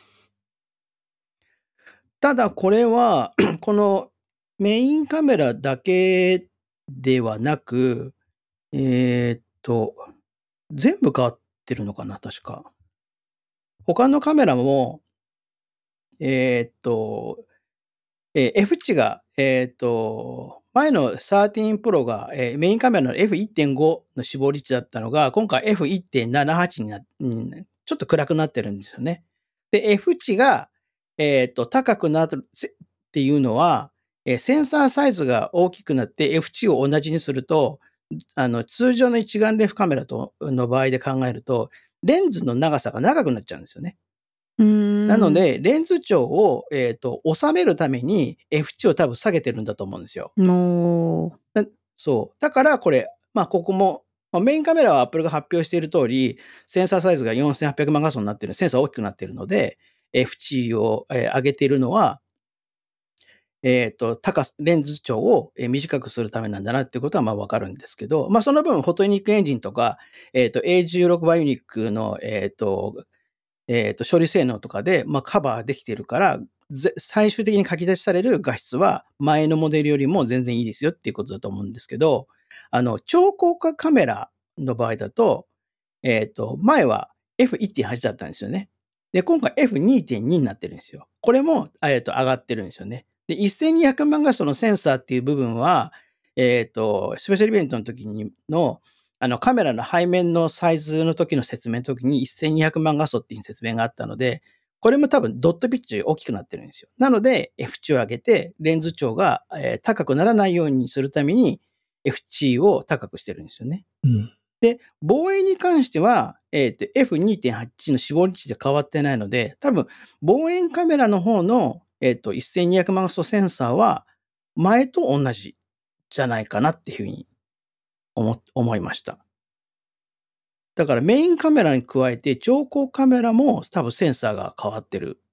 ただこれは、このメインカメラだけではなく、えーっと、全部変わってるのかな、確か。他のカメラも、えーっと、えー F 値が、えーっと、前のじゅうさん Pro が、えーメインカメラの エフいってんご の絞り値だったのが、今回 エフいってんななはち にな、うんちょっと暗くなってるんですよね。で、F 値が、えーっと、高くなるっていうのは、えーセンサーサイズが大きくなって F 値を同じにすると、あの、通常の一眼レフカメラとの場合で考えると、レンズの長さが長くなっちゃうんですよね。 うーん。 なので、レンズ長を、えっ、と、収めるために F 値を多分下げてるんだと思うんですよ。 のだそう。だからこれ、まあここも、まあ、メインカメラは Apple が発表している通り、センサーサイズがよんせんはっぴゃくまん画素になっている、センサー大きくなっているので、F 値を、えー上げているのは、えっ、と、高さ、レンズ長をえー短くするためなんだなっていうことはまあわかるんですけど、まあその分、フォトニックエンジンとか、えっ、と、エーじゅうろく バイオニックの、えっ、と、えっ、と、処理性能とかで、まあカバーできているから、ぜ最終的に書き出しされる画質は前のモデルよりも全然いいですよっていうことだと思うんですけど、あの、超広角カメラの場合だと、えっ、と、前は エフいってんはち だったんですよね。で、今回 エフにてんに になってるんですよ。これも、えっ、と、上がってるんですよね。で、せんにひゃくまん画素のセンサーっていう部分は、えっ、と、スペシャルイベントの時にの、あの、カメラの背面のサイズの時の説明の時にせんにひゃくまん画素っていう説明があったので、これも多分ドットピッチ大きくなってるんですよ。なので、F 値を上げて、レンズ長が、えー高くならないようにするために、F 値を高くしてるんですよね。 うん。 で、望遠に関しては、えっ、と、エフにてんはち の絞り値で変わってないので、多分、望遠カメラの方の、えっ、と、せんにひゃくまん画素センサーは、前と同じじゃないかなっていうふうに思、思いました。だからメインカメラに加えて、超光カメラも多分センサーが変わってる、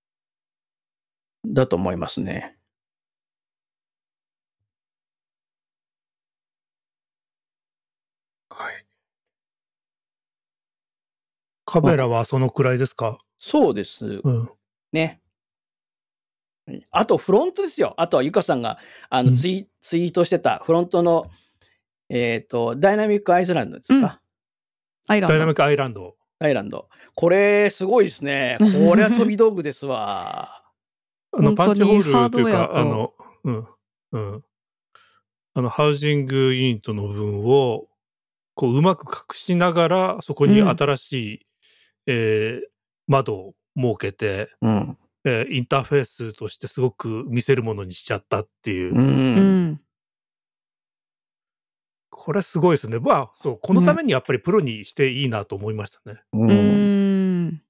だと思いますね。 はい。カメラはそのくらいですか？ そうですうん。 ね。あと、フロントですよ。あとは、ゆかさんが、あの、 うんツイ、ツイートしてた、フロントの、えっ、と、ダイナミックアイスランドですか、 アイランド。 ダイナミックアイランド。 アイランド。これ、すごいですね。これは飛び道具ですわ。 あの、パ本当にンチホールというハードウェアか、 とあの、うん、うん。あの、ハウジングユニットの部分を、こう、うまく隠しながら、そこにうん新しい、えー窓を設けて、 うん。 えーインターフェースとしてすごく見せるものにしちゃったっていう。 う。 うんん。 これすごいですね。まあ、そう、このためにやっぱりプロにしていいなと思いましたね。 う。 うんん。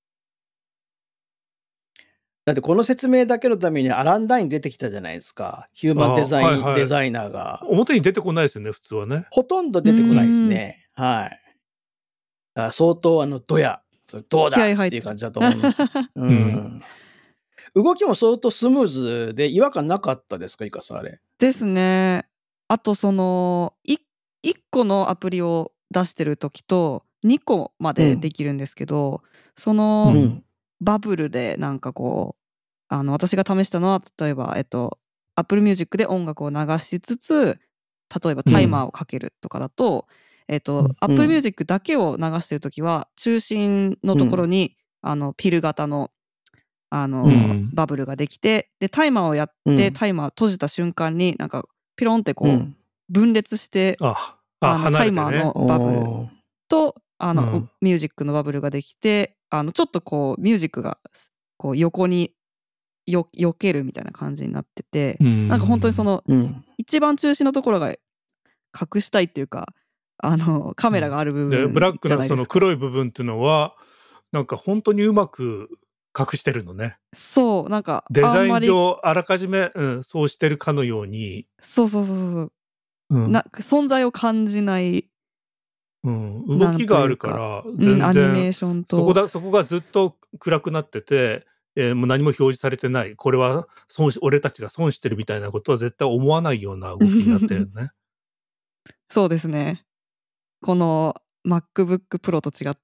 だってこの説明だけのためにアランダイン出てきたじゃないですか。ヒューマンデザイン、 あはいはいデザイナーが。 表に出てこないですよね、普通はね。 ほとんど出てこないですね。はい。だから相当あの、ドヤ、どうだ気合入ってっいう感じだと思います。ううんん。 動きも相当スムーズで違和感なかったですか、イカさんあれ。 ですね。あとそのいいっこのアプリを出してる時とにこまでできるんですけど、そのうんうん。 バブルでなんかこうあの私が試したのは例えばえっと Apple Music で音楽を流しつつ例えばタイマーをかけるとかだと、えっとうん Apple Music だけを流してる時は中心のところに、あのピル型のあの、 うんバブルができてでタイマーをやって、 うんタイマー閉じた瞬間になんかピロンってこう、 うん。 分裂してあ、 ああ、 のタイマー離れてね。 のバブルおーとあの、 うんミュージックのバブルができてあのちょっとこうミュージックがこう横によ避けるみたいな感じになってて、 うんなんか本当にそのうん。 一番中心のところが隠したいっていうかあのカメラがある部で、 分ブラックのそのじゃないですか。 黒い部分っていうのは、なんか本当にうまく隠してるのね。 そうなんかデザインあんまり上あらかじめ、うん、そうしてるかのように、 そうそうそうそううんな存在を感じないうん、 なんというか動きがあるからうん、 全アニメ然ーションとそこだそこがずっと暗くなってて、 えーもう何も表示されてない、これは損し俺たちが損してるみたいなことは絶対思わないような動きになったよね。 そうですね。この MacBook Pro と違って。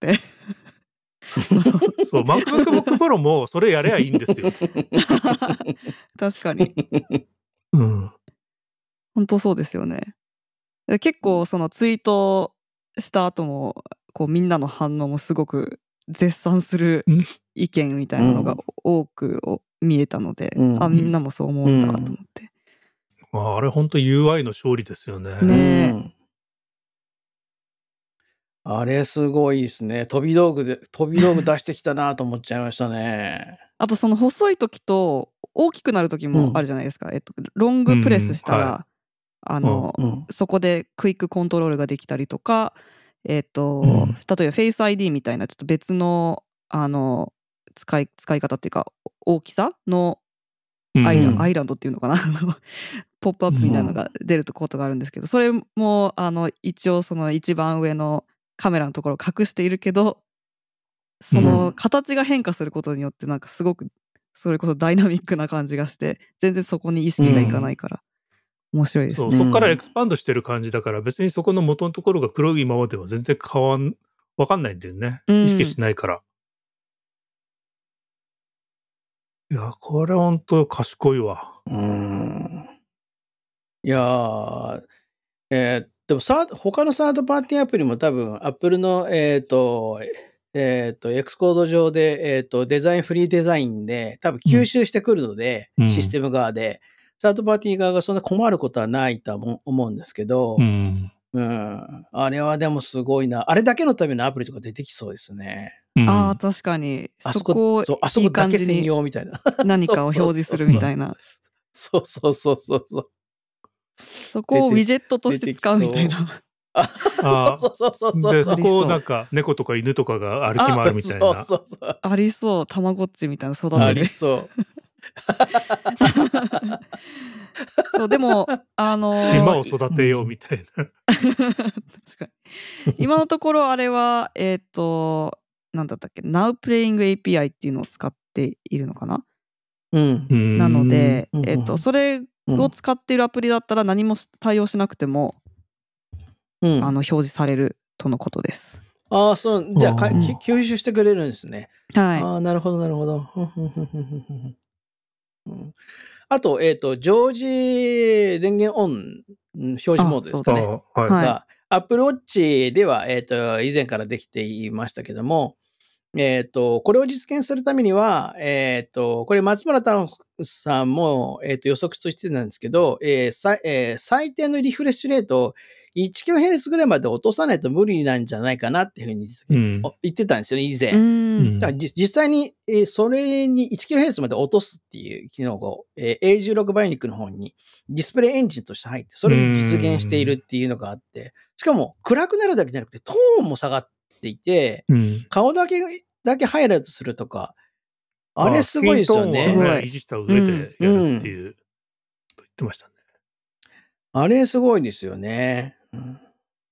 そう、MacBook Pro もそれやればいいんですよ。 確かに。 うん。 本当そうですよね。で結構そのツイートした後も、こうみんなの反応もすごく絶賛するうん意見みたいなのが多くお見えたので、 うんあ、みんなもそう思うんだと思って。 まあ、あれ本当 ユーアイ の勝利ですよね。 ねえうんあれすごいですね。飛び道具で、飛び道具出してきたなと思っちゃいましたね。 あとその細い時と大きくなる時もあるじゃないですか。えっと、ロングプレスしたら、 うんはあの、 うん。 そこでクイックコントロールができたりとか、えっと、 うん例えば Face アイディー みたいなちょっと別のあの使い使い方っていうか大きさのアイラ,、 うんアイランドっていうのかなあのポップアップみたいなのが出ることがあるんですけど、それもあの一応その一番上のカメラのところを隠しているけど、その形が変化することによってなんかすごくそれこそダイナミックな感じがして、全然そこに意識がいかないから面白いですね。 そう、そこからエクスパンドしてる感じだから、別にそこの元のところが黒いままでは全然変わん、わかんないんだよね。 うん意識しないから。いや、これほんと賢いわ。 うん。いやー、えーでもサード、他のサードパーティーアプリも多分、Apple の、えっ、と、えっ、と、X コード上で、えっ、と、デザイン、フリーデザインで、多分吸収してくるので、 うんシステム側で、サードパーティー側がそんな困ることはないとは思思うんですけど、 うん。 うん。あれはでもすごいな。あれだけのためのアプリとか出てきそうですね。 うんああ、確かにあそこ、 そこをそう、あそいいこだけ専感じに用みたいな。 何かを表示するみたいな、 そうそうそうそうそう。 そこをウィジェットとして使うみたいな。 あ、 あそうそうそうそうそう。 で、そこをありそうなんか猫とか犬とかが歩き回るみたいな。 そうそうそう。 ありそう、たまごっちみたいな育あてる。 りそう。 そうでもあのー島を育てようみたいな。 確かに今のところあれはえっ、となんだったっけ Now Playing エーピーアイ っていうのを使っているのかな。 うん。 なので、 うんえっ、とそれを使っているアプリだったら何も対応しなくても、 うん、 あの表示されるとのことです。 ああ、そう、じゃあか、 うんき吸収してくれるんですね。 はい。 ああ、なるほど、なるほど。ふんふんふんふんふんふんうんあと、えっ、と、常時電源オン、うん表示モードですかね。 あはい。 はいが、Apple Watch では、えっ、と、以前からできていましたけども、えっ、と、これを実現するためには、えっ、と、これ松村太郎さんも、えっ、と、予測としてたんですけど、えーさえー最低のリフレッシュレートを いちキロヘルツ ぐらいまで落とさないと無理なんじゃないかなっていうふうにうん。 言ってたんですよね、以前。 ううんんだからじ実際に、えーそれに いちキロヘルツ まで落とすっていう機能を、えー、エーじゅうろく バイオニックの方にディスプレイエンジンとして入って、それで実現しているっていうのがあって、しかも暗くなるだけじゃなくてトーンも下がっていて、 うん。 顔だけ、だけハイライトするとか、あれすごいですよスキントーンね。 はね、 すごい維持した上でやるっていう、と言ってましたね。 あれすごいですよね。うん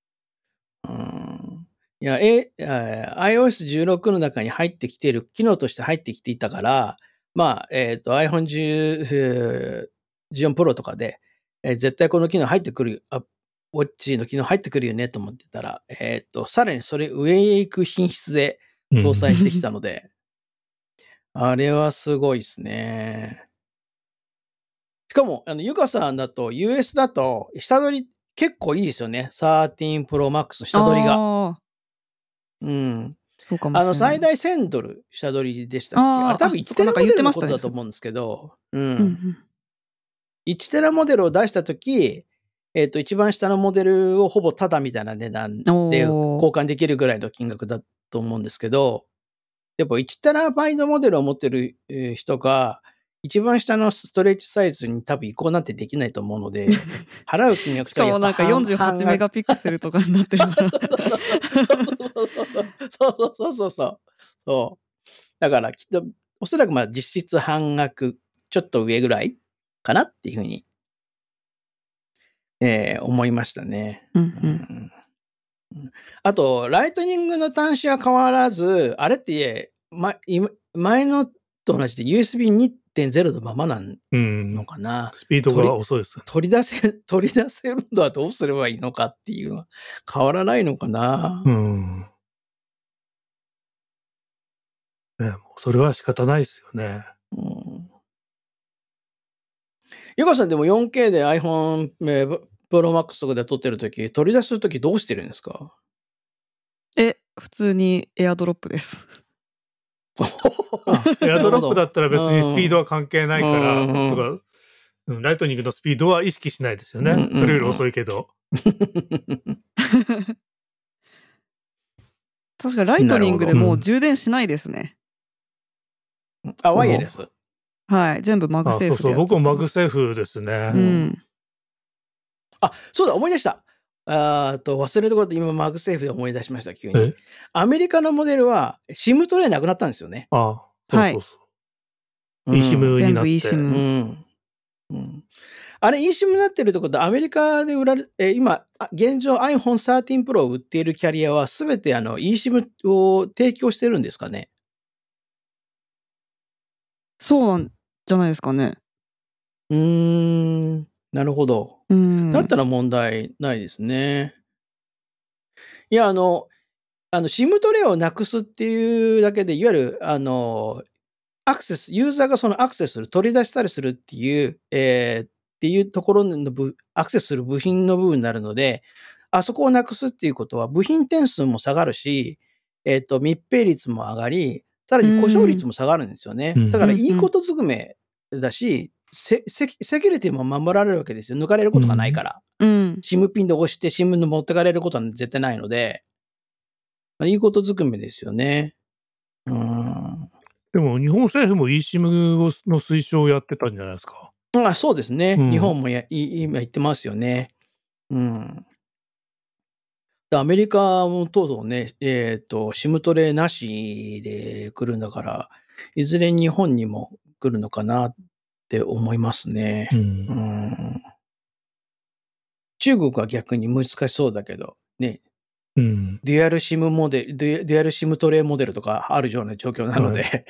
うんいや、え、えー アイオーエスじゅうろく の中に入ってきている、機能として入ってきていたから、まあ、えっ、と、iPhone じゅう、えーじゅうよん Pro とかで、えー絶対この機能入ってくる、あ、ウォッチの機能入ってくるよねと思ってたら、えっ、と、さらにそれ上へ行く品質で搭載してきたので、あれはすごいですね。しかも、あの、ゆかさんだと、ユーエス だと、下取り結構いいですよね。じゅうさん Pro Max の下取りが。 ああ、 うん。 そうかもしれない。 あの、最大せんドル下取りでしたっけあーあれ多分あいちテラモデルのことそっかなんか言ってましたねだと思うんですけど、う。 うんんいちテラモデルを出したとき、えっ、と、一番下のモデルをほぼタダみたいな値段でおー交換できるぐらいの金額だと思うんですけど、やっぱいちテラバイトモデルを持ってるえー人が、一番下のストレッチサイズに多分移行なんてできないと思うので、払う金額しかもなんかよんじゅうはちメガピクセルとかになってるから。 そうそうそうそうそう。そう。だからきっと、おそらくまあ実質半額、ちょっと上ぐらいかなっていうふうに、えー思いましたね。 うんうんあと、ライトニングの端子は変わらず、あれって、ま、今前のと同じで ユーエスビーにてんゼロ のままなんうんの。かな。 スピードが遅いですよね。 取り出せ、取り出せるのはどうすればいいのかっていうのは変わらないのかな。 うん。ね、もうそれは仕方ないですよね。 うんゆかさんでも よんケー で iPhone えー Pro Max とかで撮ってるとき、取り出すときどうしてるんですか？ え、普通にエアドロップです。 エアドロップだったら別にスピードはは関係ないから、 うんうんとか、うんライトニングのスピードは意識しないですよね。 うんうんうんそれより遅いけど。 確かライトニングでなるほどもう充電しないですね。 あ、ワイヤレス。 はい、全部マグあ、そうそう、 セーフでやっちゃって僕もマます。 グセーフですね。 うん。 あ、そうだ、思い出した。あーと、忘れたこと今マグセーフで思い出しました、急に。 えアメリカのモデルは SIM トレイなくなったんですよね。 あ、そうそうそう。 うん eSIM に全部なって。 eSIM うん。うん。あれ eSIM になってるってことはアメリカで売られ、えー今、あ現状 アイフォンサーティーン Pro を売っているキャリアはすべてあの eSIM を提供してるんですかね。 そうなんじゃないですかね。 うーん。なるほど。 うん。 だったら問題ないですね。いや、あの、あの、SIM トレイをなくすっていうだけで、いわゆる、あの、アクセス、ユーザーがそのアクセスする、取り出したりするっていう、えーっていうところの部、アクセスする部品の部分になるので、あそこをなくすっていうことは、部品点数も下がるし、えっ、と、密閉率も上がり、さらに故障率も下がるんですよね。 うんだから、 うんいいことずくめだし、セセキセキュリティも守られるわけですよ。抜かれることがないから。 うん。 SIM ピンで押して SIM に持ってかれることは絶対ないので、まあいいことずくめですよね。うーん。 でも日本政府も eSIM をの推奨をやってたんじゃないですか。 あ、そうですね。 うん日本もやい今言ってますよね。うん。でアメリカもとうとうね、えっ、と、SIM トレなしで来るんだから、いずれ日本にも来るのかなって思いますね。 うんうん。中国は逆に難しそうだけど、ね、 うん。 デュアル SIM モデル、デュデュアル SIM トレモデルとかあるような状況なので、 は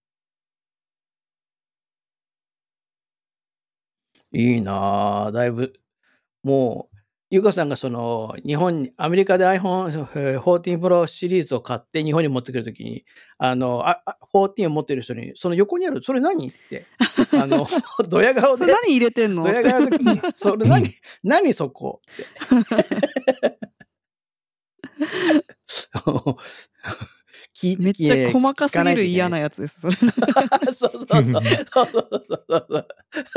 いいなぁ。だいぶ、もう、ゆうかさんがその、日本に、アメリカで iPhone えーフォーティーン Pro シリーズを買って日本に持ってくるときに、あの、あ、あフォーティーンを持ってる人に、その横にある、それ何って、あの、ドヤ顔で、 それ何入れてんのドヤ顔で、それ何、何そこって。聞いめっちゃ細かすぎる嫌なややつです。それつ。そうそうそう。そうそうそうそう。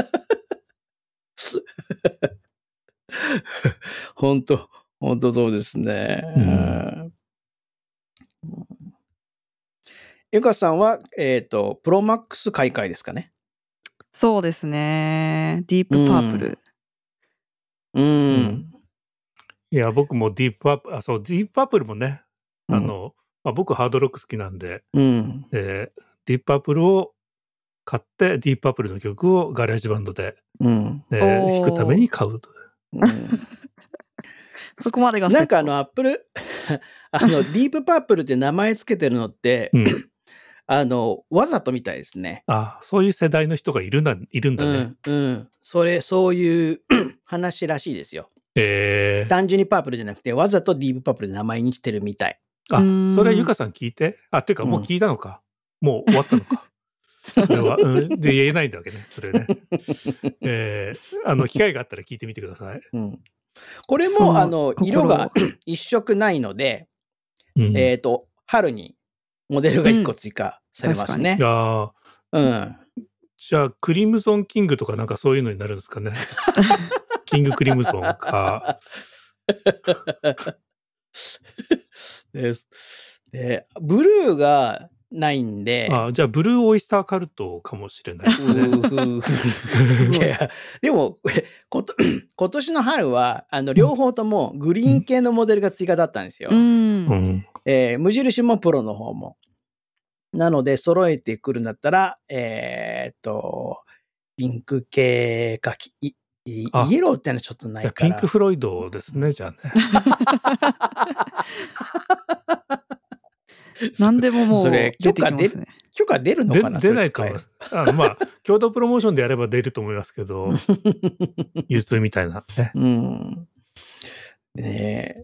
本当、本当そうですね。 うんゆかさんは、えっ、と、プロマックス買い替えですかね。 そうですね。ディープパープル。 うん。 うんいや、僕もディープパープル、あ、そう、ディープパープルもね、あの、まあ、僕ハードロック好きなんで、 うん。 えーディープパープルを買って、ディープパープルの曲をガレージバンドで、 うん。 えーおー弾くために買うと。 うんそこまでがセットなんかあの、アップル、あの、ディープパープルって名前つけてるのって、 うんあの、わざとみたいですね。 あ、そういう世代の人がいるんだ、いるんだね。 うん、うん。それ、そういう話らしいですよ。 えー、 単純にパープルじゃなくて、わざとディープパープルで名前にしてるみたい。 あうーん、 それゆかさん聞いて。あ、っていうかもう聞いたのか。もう終わったのか。それは、うん、で、言えないんだわけね、それね。えー、あの、機会があったら聞いてみてください。 うん、これそのも、あの、 心を色が一色ないので、 うん、 えっ、と、春にモデルが一個追加されますねい。やーうん。 じゃあ、クリムゾンキングとかなんかそういうのになるんですかね。キングクリムゾンか。 ですで、ブルーがないんで、 あじゃあ、ブルーオイスターカルトかもしれないですね。 うふふいやでもこと今年の春はあの両方ともグリーン系のモデルが追加だったんですよ。 うん。 うんえー無印もプロの方も。なので揃えてくるんだったら、えーっと、ピンク系かきいいあイエローってのはちょっとなじゃあ、 いから。 ピンク・フロイドですね、じゃあね。 何でももうそれ許可出出てきますね。 許可出るのでかな、 出それないと思い使える。 ます。あの、まあ、共同プロモーションでやれば出ると思いますけど、流通みたいなね。 うん。ねえ。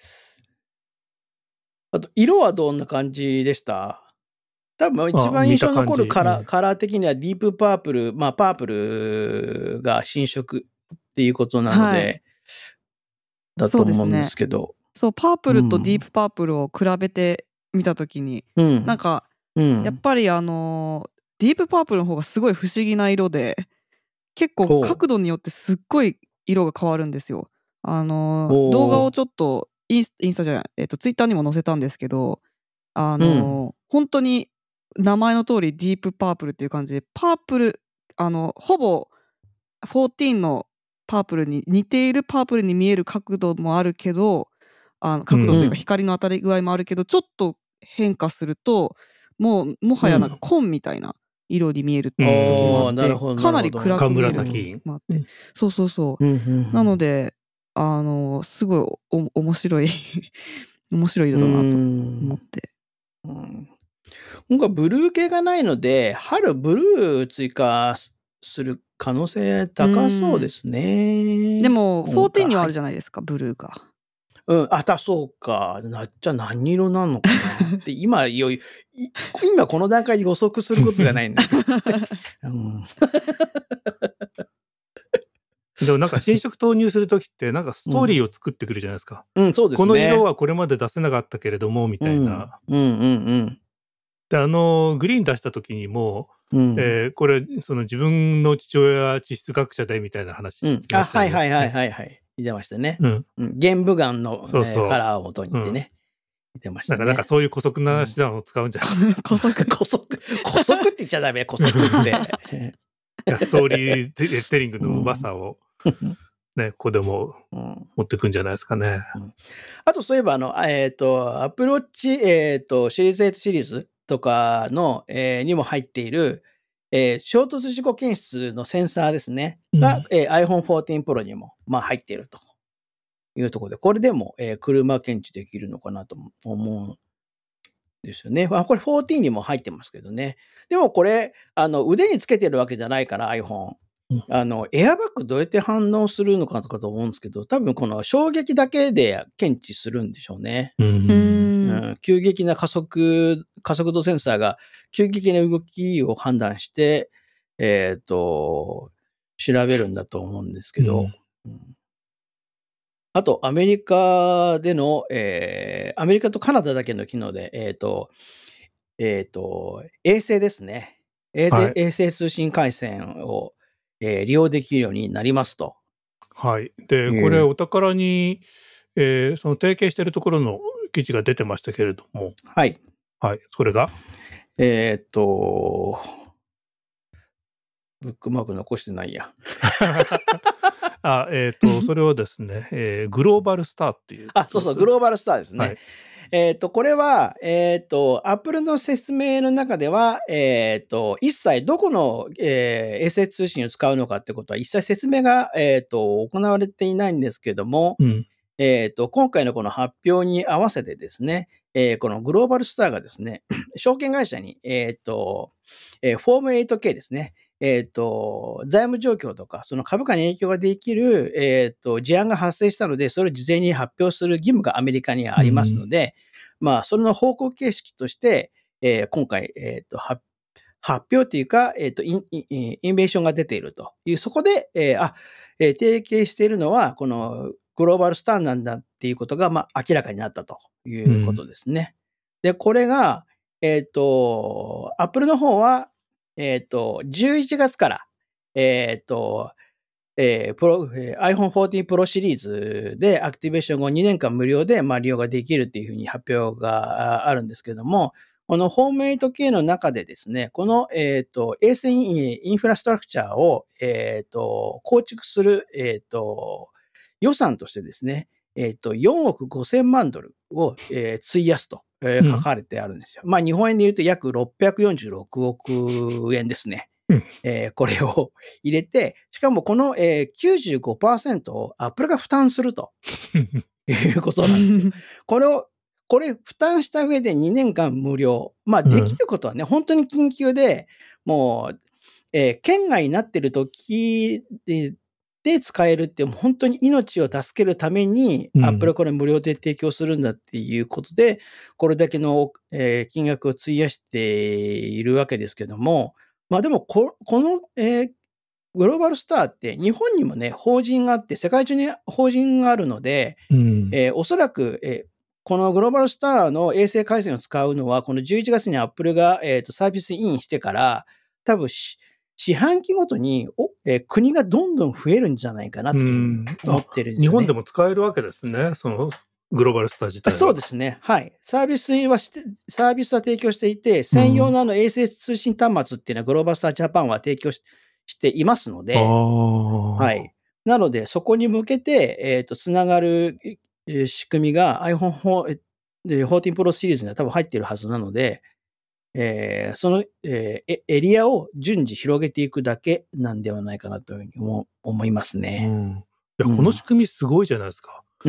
あと、色はどんな感じでした？多分一あ、 番印見た感じ。 象に残るカラー、 ええカラー的にはディープパープル、まあパープルが新色っていうことなのはい。 で、だそと思うんでうですね。 すけど。 そう、パープうルとディーん。 プパープルを比べてみたときに、 うん。 なんか、 うやっん。 ぱりあの、ディープパープルの方がすごい不思議な色で、結構ほ角度によってすっごい色が変わるんですよ。あう。 の、動画おー。 をちょっとインスインスタじゃない、えっと、ツイッターにも載せたんですけど、あうん。 の、ほんとに名前の通りディープパープルっていう感じで、パープル、あの、ほぼじゅうよんのパープルに似ているパープルに見える角度もあるけど、あの、 う角度というかん。 光の当たり具合もあるけど、ちょっと変化すると、もう、もはやなんかうん。 紺みたいな色に見えるう時もあっおー、 ん。 なるて、 ほど、なかなりるほど。 暗く見える時深紫。 もあって。 うん。 そうそうそうん。うう。なのん。 で、あの、すごいお面白い面白いう色だなと思っん。 て。 うん。今回ブルー系がないので、春ブルー追加すする可能性う高そうーん。 ですね。 でも、 今回、 じゅうよんにはあるはい。 じゃないですか、ブルーが。 うん、あた、そうか。なじゃあ何色なのかなって、今よいい今この段階で予測することじゃないんだけど。うん。 でもなんか新色投入する時って、なんかストーリうん。 ーを作ってくるじゃないですか。 うん、そうでこの色すね。 はこれまで出せなかったけれども、みうん。 たいな。 うんうんうん。 で、あの、グリーン出した時にも、 うん。 えーこれ、その自分の父親は地質学者でみたいな話うん。 してまあ、 したよね。 はいはいはいね。 はいはい。言ってましたね。 うん。 うん。玄武岩の、 そうえーカそラーを元にう。うん。 ってね、言ってましなんかなんかたね。 そういう姑息うん。 な手段を使うんじゃないですか。 姑息。 姑息、姑息って言っちゃダメ、姑息って。 いや、ストーリーテテリングのうまうん。 さを、ね、ここでもうん。 持ってくんじゃないですかね。 うん。あとそういえば、あの、あ、えっと、Apple Watch、えっと、シリーズエイトシリーズとかの、えーにも入っている、えー衝突事故検出のセンサーですね。が、 うん。 えー アイフォンフォーティーン Pro にも、まあ、入っているというところで、これでも、えー車検知できるのかなと思うんですよね。まあ、これフォーティーンにも入ってますけどね。でもこれ、あの、腕につけてるわけじゃないから、iPhone。 うん。 あの、エアバッグどうやって反応するのかとかと思うんですけど、多分この衝撃だけで検知するんでしょうね。 う。 うん。 うんん、急激な加速、加速度センサーが急激な動きを判断して、えっと、調べるんだと思うんですけうど、 ん。 うん。あと、アメリカでの、えーアメリカとカナダだけの機能で、えっと、えっと、衛星ですね。えーで、 はい。 衛星通信回線を、えー利用できるようになりますとはい。 いで、これう。 お宝に、えーその提携しているところの記事が出てましたけれども、 はい。 はい。それがえっと、ブックマーク残してないや。 あ、えっと、それはですね、えーグローバルスターっていうあ、そうそう、 やつ。 グローバルスターですね。 はい。 えっと、これは、えっと、Apple の説明の中では、えっと、一切どこの、えー衛星通信を使うのかってことは一切説明が、えっと、行われていないんですけども、 うん。 えっと、今回のこの発表に合わせてですね、えーこのグローバルスターがですね、証券会社に、えっと、えーフォーム エイトケー ですね、えっと、財務状況とか、その株価に影響ができる、えっと、事案が発生したので、それを事前に発表する義務がアメリカにはうありますのん。 で、まあ、それの報告形式として、えー今回、えっと、発発表っていうか、えっと、イン、インインベーションが出ているという、そこで、えーあ、えー提携しているのは、このグローバルスターなんだっていうことが、まあ、明らかになったといううことん。 ですね。で、これが、えっと、Apple の方は、えっと、じゅういちがつから、えっと、えープロ、えー アイフォンフォーティーン Pro シリーズでアクティベーション後にねんかん無料で、まあ、利用ができるっていうふうに発表がああるんですけども、このホームエイトケーの中でですね、この、えっと、衛星インインフラストラクチャーを、えっと、構築する、えっと、予算としてですね、えっと、よんおくごせんまんドルを、えー費やすと、えー書うん。 かれてあるんですよ。まあ、日本円で言うと約ろっぴゃくよんじゅうろくおくえんですね。 うん。 えーこれを入れて、しかもこの、えーきゅうじゅうごパーセントを Apple が負担するということなんですよ。これを、 これ負担した上でにねんかん無料。まあ、できることはね、うん、本当に緊急で、もう、えー、県外になってる時で、で使えるって、本当に命を助けるために、 うん、 Apple これ無料で提供するんだっていうことで、これだけの、えー、金額を費やしているわけですけども、まあでもこ、この、えー、グローバルスターって日本にもね、法人があって、世界中に法人があるので、 うんえー、おそらく、えー、このグローバルスターの衛星回線を使うのは、このじゅういちがつに Apple が、えーと、サービスインしてから、多分し、四半期ごとにお、えー、国がどんどん増えるんじゃないかなって思ってるんですよね。 日本でも使えるわけですね、そのグローバルスター自体は。 そうですね。はい。サービスはして、サービスは提供していて、専用のあの衛星通信端末っていうのはグローバルスタージャパンは提供し、していますので、はい。なので、そこに向けて、えっと、つながる仕組みが iPhone フォーティーン Pro シリーズには多分入っているはずなので、えー、その、えー、エリアを順次広げていくだけなんではないかなというふうに思、思いますね。 うん、いや、この仕組みすごいじゃないですか。 うん。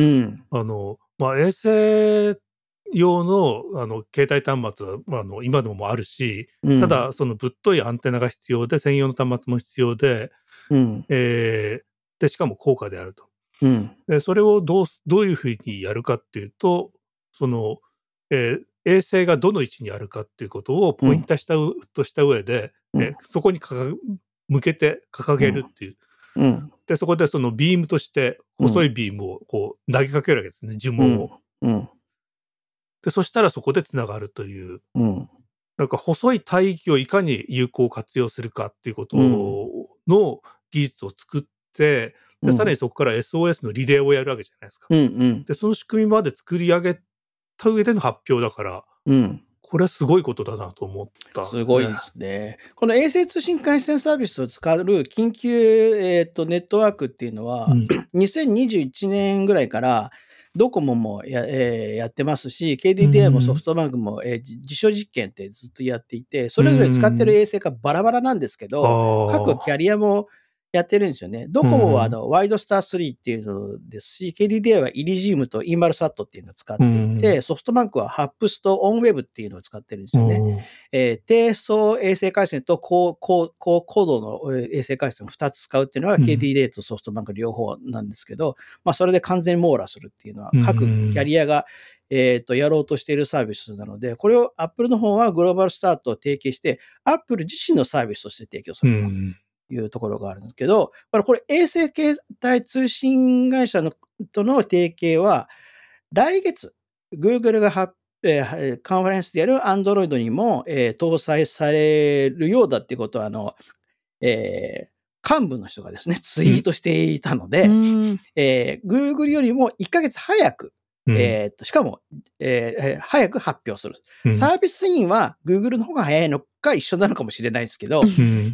あの、まあ、衛星用の、あの、携帯端末は、まあ、あの、今でもあるし、うん、ただ、そのぶっといアンテナが必要で、専用の端末も必要で、 うんえー、で、しかも高価であると。 うん、 でそれをどう、どういうふうにやるかっていうと、その、えー、衛星がどの位置にあるかっていうことをポイントした、うん、とした上で、うんえー、そこにか向けて掲げるっていう。 うん、 で、そこでそのビームとして細いビームをこう投げかけるわけですね、呪文を。 うんうん、 で、そしたらそこでつながるという。 うん、 なんか細い帯域をいかに有効活用するかっていうことの技術を作って、でさらにそこから エスオーエス のリレーをやるわけじゃないですか。 うんうん、 で、その仕組みまで作り上げた上での発表だから、 うん、これはすごいことだなと思った、 ね。すごいですね。この衛星通信回線サービスを使う緊急、えー、とネットワークっていうのは、うん、にせんにじゅういちねんぐらいからドコモも や,、えー、やってますし、ケーディーディーアイ もソフトバンクも、えー、実証実験ってずっとやっていて、それぞれ使ってる衛星がバラバラなんですけど、各キャリアもやってるんですよね。ドコモはあのワイドスタースリーっていうのですし、ケーディーディーアイ はイリジームとインマルサットっていうのを使っていて、ソフトバンクはハップスとオンウェブっていうのを使ってるんですよね。えー、低層衛星回線と高高高高度の衛星回線をふたつ使うっていうのは ケーディーディーアイ とソフトバンク両方なんですけど、まあそれで完全網羅するっていうのは各キャリアがえっとやろうとしているサービスなので、これを Apple の方はグローバルスターと提携して、Apple 自身のサービスとして提供すると。いうところがあるんですけど、これ衛星携帯通信会社のとの提携は、来月、Google が発えー、カンファレンスでやる Android にも、えー、搭載されるようだっていうことは、あの、えー、幹部の人がですね、ツイートしていたので、うんえー、Google よりもいっかげつ早く、うん、えー、としかも、えー、早く発表する、うん。サービスインは Google の方が早いのか一緒なのかもしれないですけど、うん、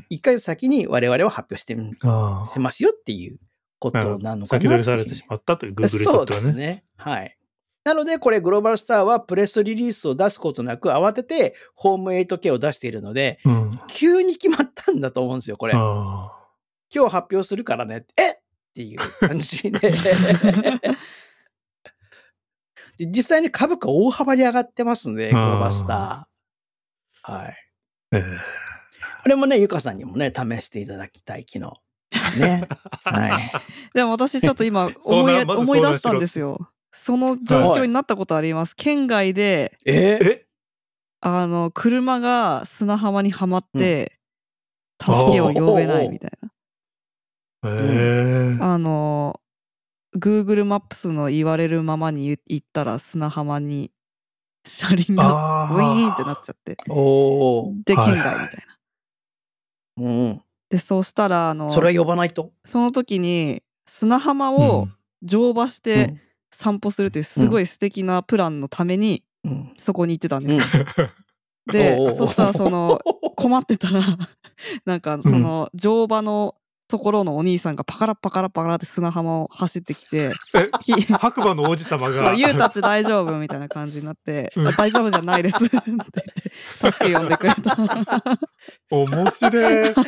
いっかげつ先に我々は発表してしますよっていうことなのかな。 先取りされてしまったという Google にとってはね。 そうですね。はい。なので、これグローバルスターはプレスリリースを出すことなく慌ててホーム エイトケー を出しているので、うん、急に決まったんだと思うんですよ、これ。今日発表するからね。えっていう感じで。実際に株価大幅に上がってますので、グローバルスター。はい。えー、これもね、ゆかさんにもね、試していただきたい機能。ね。はい。 でも私ちょっと今思い、ま、思い出したんですよ。その状況になったことあります。県外で、 えあの、車が砂浜にはまって、うん、助けを呼べないみたいな。 へあの、Google マップスの言われるままに行ったら砂浜に車輪がウィーンってなっちゃって。で、県外みたいな。 はい、 で、そうしたら、あの、 それは呼ばないと。 その時に砂浜を乗馬して散歩するというすごい素敵なプランのためにそこに行ってたんですよ。うん、で、そしたらその困ってたらなんかその乗馬のところのお兄さんがパカラパカラパカラって砂浜を走ってきて、 白馬の王子様がユウたち大丈夫みたいな感じになって、うん、大丈夫じゃないですって言って助け呼んでくれた。 面白い。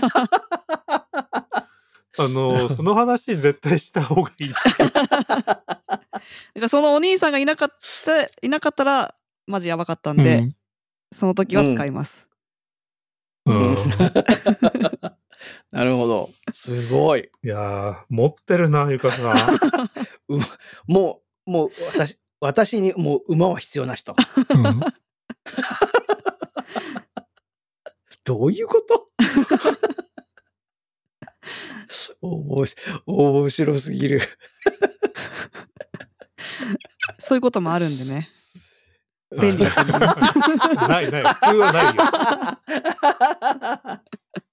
あのその話絶対した方がいい。 からそのお兄さんがいなかったいなかったらマジやばかったんで、 うん。 その時は使います。 うん。 なるほど。すごい。 いやー、持ってるな、ゆかさん。 うもう、もう私、私にもう馬は必要なしと。 うんどういうことおもし面白すぎる。 そういうこともあるんでね。 うん便利だと思います。 ないない、普通はないよ。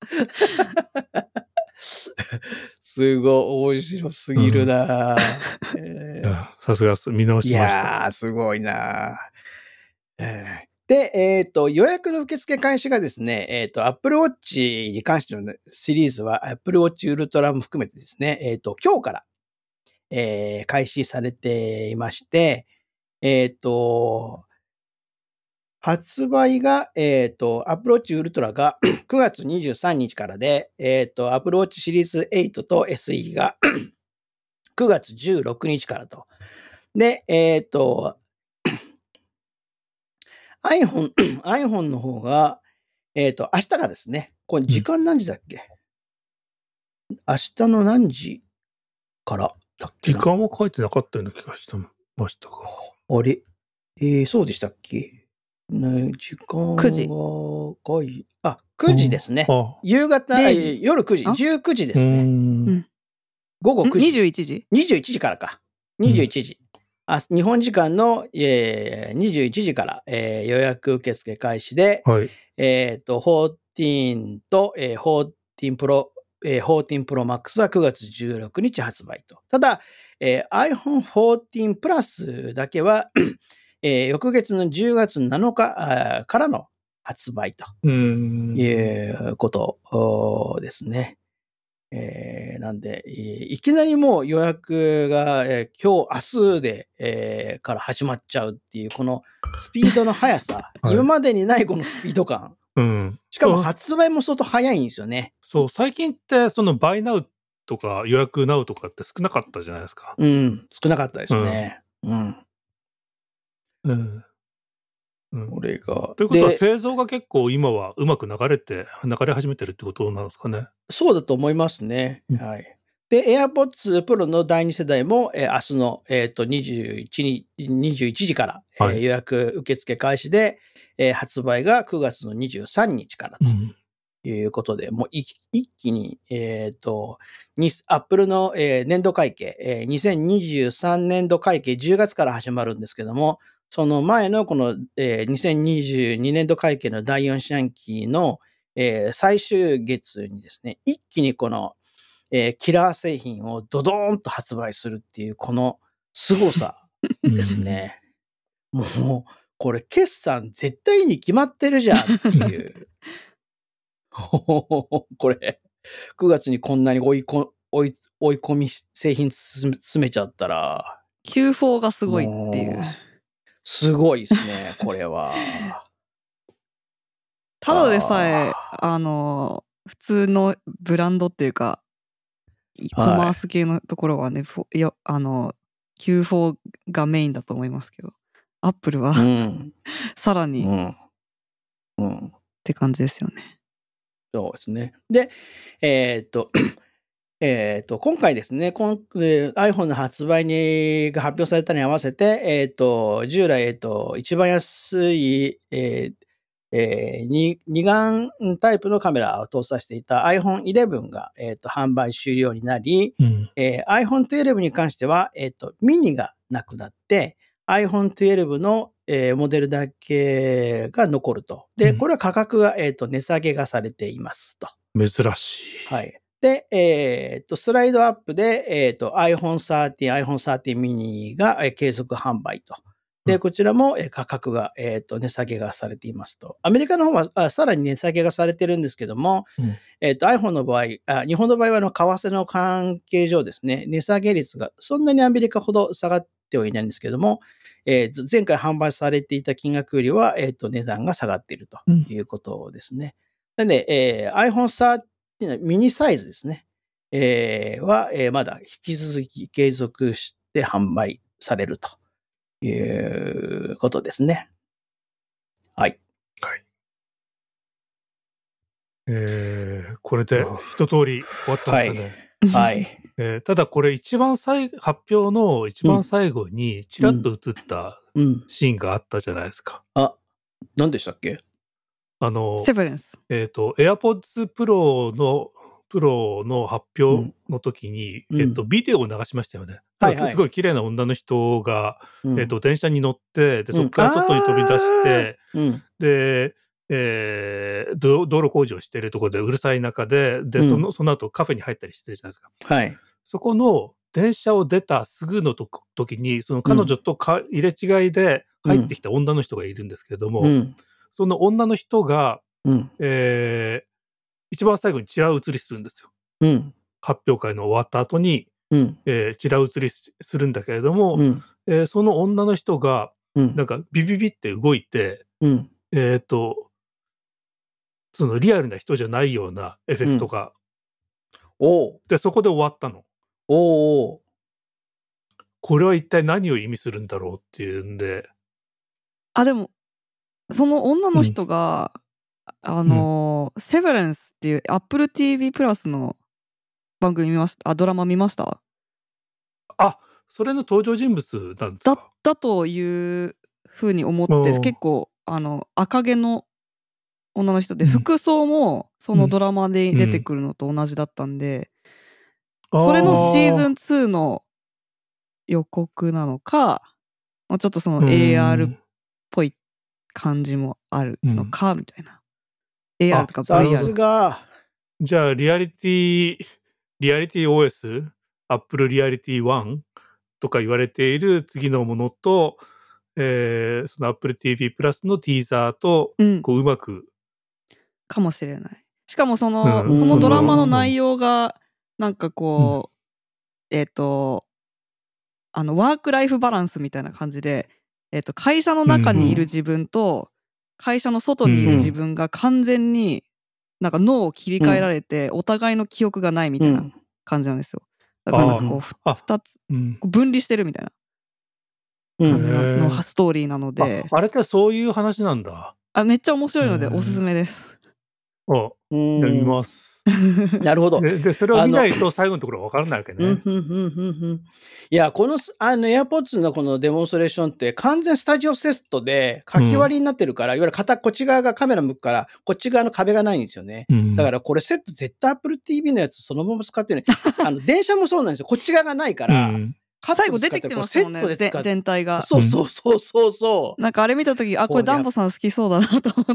すごい面白すぎるな、えーいやさすが見直いしました。 やー、すごいな、えーで、えっ、と、予約の受付開始がですね、えっ、と、Apple Watch に関してのシリーズは Apple Watch Ultra も含めてですね、えっ、と、今日から、えー開始されていまして、えっ、と、発売が、えっ、と、Apple Watch Ultra がくがつにじゅうさんにちからで、えっ、と、Apple Watch シリーズエイトと エスイー がくがつじゅうろくにちからと。で、えっ、と、iPhone、iPhone の方が、えっ、と、明日がですね、これ時間何時だっけ、明日の何時からだっけな時間は書いてなかったような気がしてましたが。 あれえー、そうでしたっけね、時間がくじ書いあ、くじですね。 あ、 夕方、 れいじあ夜くじ、 あじゅうくじですうね。 ん。 午後くじ。 にじゅういちじにじゅういちじからか。にじゅういちじ。あ日本時間の、えー、にじゅういちじから、えー予約受付開始で、 はい。 えっ、と、じゅうよんと、えー、じゅうよん Pro、えー、じゅうよん Pro Max はくがつじゅうろくにち発売と。ただ、えー、iPhone じゅうよん Plus だけは、えー翌月のじゅうがつなのかあーからの発売とうん。 いうことおーですね。えーなんで、えーいきなりもう予約が、えー今日、明日で、えーから始まっちゃうっていう、このスピードの速さ、 はい今までにないこのスピード感。 うん。 しかもそう発売も相当早いんですよね。 そう、最近って、その、バイナウとか予約ナウとかって少なかったじゃないですか。 うん、少なかったですね。うん。 うん。うん。 これが。 ということは、 で、 製造が結構今はうまく流れて、流れ始めてるってことなんですかね。 そうだと思いますね。 うんはい。で、AirPods Pro のだいに世代も、えー明日の、えっ、と、にじゅういちに、にじゅういちじから、えーはい予約受付開始で、えー発売がくがつのにじゅうさんにちからとうん。 いうことで、もうい一気に、えっ、と、に Apple の、えー年度会計、えーにせんにじゅうさんねんど会計じゅうがつから始まるんですけども、その前のこの、えーにせんにじゅうにねんど会計のだいよん四半期の、えー最終月にですね、一気にこの、えーキラー製品をドドーンと発売するっていう、この凄さですね。もう、これ決算絶対に決まってるじゃんっていう。これ、くがつにこんなに追いこ追い追い込み製品詰めちゃったら、 キューフォー がすごいっていうも。すごいですね、これは。 ただでさえ、 ああの、普通のブランドっていうか、コはいマース系のところはね、フォいや、あの、キューフォー がメインだと思いますけど、アップルは、 うん。 さらにっうん。うん。 て感じですよね。 そうですね。で、えーっと、えっと、今回ですね、今えー iPhone の発売にが発表されたに合わせて、えっと、従来、えっと、一番安い、えーえー二二眼タイプのカメラを搭載していた アイフォンイレブン が、えっと、販売終了になり、 うん。 えー アイフォントゥエルブ に関しては、えっと、ミニがなくなって、アイフォントゥエルブ の、えーモデルだけが残ると。で、 うんこれは価格が、えっと、値下げがされていますと。 珍しい。 はい。で、えっと、スライドアップで、えっと、アイフォンサーティーン、アイフォンサーティーン mini が、えー継続販売と。で、 うんこちらも、えー価格が、えっと、値下げがされていますと。アメリカの方は、あさらに値下げがされてるんですけども、 うんえっと、iPhone の場合、あ日本の場合は、あの、為替の関係上ですね、値下げ率がそんなにアメリカほど下がってはいないんですけども、えー前回販売されていた金額よりは、えっと、値段が下がっているということですね。なので、えー iPhone サーティーンのミニサイズですね、えーは、えーまだ引き続き継続して販売されるということですね。はい。 はい。えー、これで一通り終わったんですかね。 はい。はい。 えー、ただこれ一番最発表の一番最後にちらっと映ったシーンがあったじゃないですか。 うんうん、あ、何でしたっけ？ あの、 セブレンス。 えっ、ー、と、AirPods Pro の、プロの発表の時に、うん、えっ、ー、と、ビデオを流しましたよね。はいはい、すごい綺麗な女の人が、うん、えっ、ー、と、電車に乗って、で、そこから外に飛び出して、うん、で、えー、道路工事をしているところでうるさい中で、で、その、うん、その後カフェに入ったりしてるじゃないですか。 はい。 そこの電車を出たすぐのと時に、その彼女とか、うん、入れ違いで入ってきた女の人がいるんですけれども、うん、その女の人が、うんえー、一番最後にチラ映りするんですよ。うん、発表会の終わった後に、うんえー、チラ映りするんだけれども、うんえー、その女の人が、なんかビビビって動いて、うん、えっと、そのリアルな人じゃないようなエフェクトが、うん、おで、そこで終わったの。おお。これは一体何を意味するんだろうっていうんで。 あ、でも、その女の人が、うん、あの、うん、セブレンスっていう Apple ティーブイ プラスの番組見ました？あ、ドラマ見ました？ あ、それの登場人物なんですか？ だったというふうに思って、結構あの赤毛の女の人で、うん、服装もそのドラマで出てくるのと同じだったんで、うん、それのシーズンツーの予告なのか、ちょっとその エーアール っぽい感じもあるのか、みたいな。うん、エーアール とか ブイアール。 さすが。 じゃあ、リアリティ、リアリティ オーエス、Apple リアリティワンとか言われている次のものと、えー、その Apple ティーブイ プラスのティーザーと、こう、うまく、うん。 かもしれない。しかもその、うん、そのドラマの内容が、なんかこう、うん、えっと、あの、ワークライフバランスみたいな感じで、えっと、会社の中にいる自分と、会社の外にいる自分が完全になんか脳を切り替えられて、うん、お互いの記憶がないみたいな感じなんですよ。だからなんかこう、ふたつ、うん、分離してるみたいな感じ の, のストーリーなので。 あ, あれってそういう話なんだ。 あ、めっちゃ面白いのでおすすめです。 あ、読みます。 なるほど。 で, でそれを見ないと最後のところが分からないわけね。 いや、この、あの、AirPods のこのデモンストレーションって完全スタジオセットで書き割りになってるから、うん、いわゆる片、こっち側がカメラ向くから、こっち側の壁がないんですよね。うん、だからこれセット絶対 Apple ティーブイ のやつそのまま使ってるね。あの、電車もそうなんですよ。こっち側がないから、うん、 最後出てきてますもんね、全体が。 そうそうそうそうそう。 なんかあれ見たとき、あ、これダンボさん好きそうだなと思って。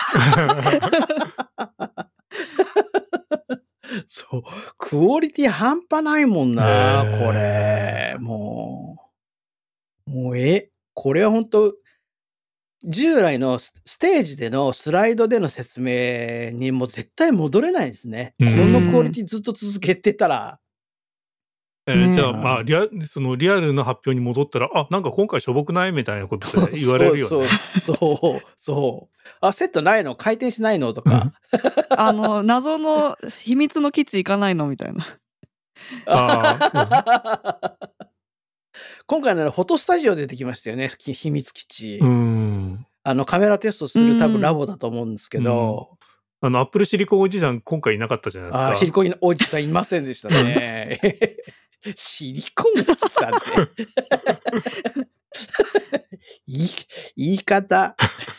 そう。クオリティ半端ないもんな、これ。もう。もう、え、これは本当従来のステージでのスライドでの説明にもう絶対戻れないですね。このクオリティずっと続けてたら。 えーね、じゃあ、まあリア、そのリアルな発表に戻ったら、あ、なんか今回しょぼくないみたいなことで言われるよね。 そうそう、そう、そう。あ、セットないの？回転しないの？とか。 あの、謎の秘密の基地行かないのみたいな。 あ今回のフォトスタジオ出てきましたよね、秘密基地。うんあの、カメラテストする多分ラボだと思うんですけど。 あの、アップルシリコンおじさん今回いなかったじゃないですか。 あ、シリコンおじさんいませんでしたね。シリコンおじさんって。言い、言い方。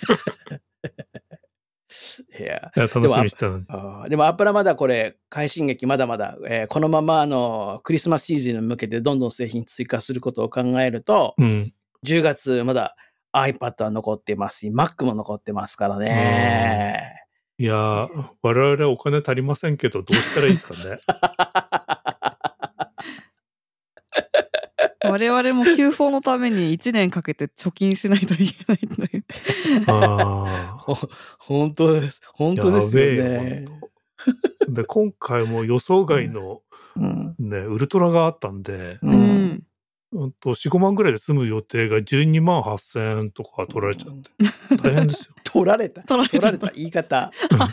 いや、 いや楽しみにしてたのに。 でもアップルはまだこれ、快進撃まだまだ、えー、このままあの、クリスマスシーズンに向けてどんどん製品追加することを考えると、うん、じゅうがつまだ iPad は残っていますし、Mac も残ってますからね。 いやー、我々お金足りませんけど、どうしたらいいですかね。 我々も キューフォー のためにいちねんかけて貯金しないといけないという。 ああ。 本当です。本当ですよね。 で、今回も予想外の、うんね、ウルトラがあったんで、 うん。 うんと、よん、ごまんぐらいで済む予定がじゅうにまんはっせんえんとか取られちゃって。うん、大変ですよ。 取られた取られた、取られた言い方。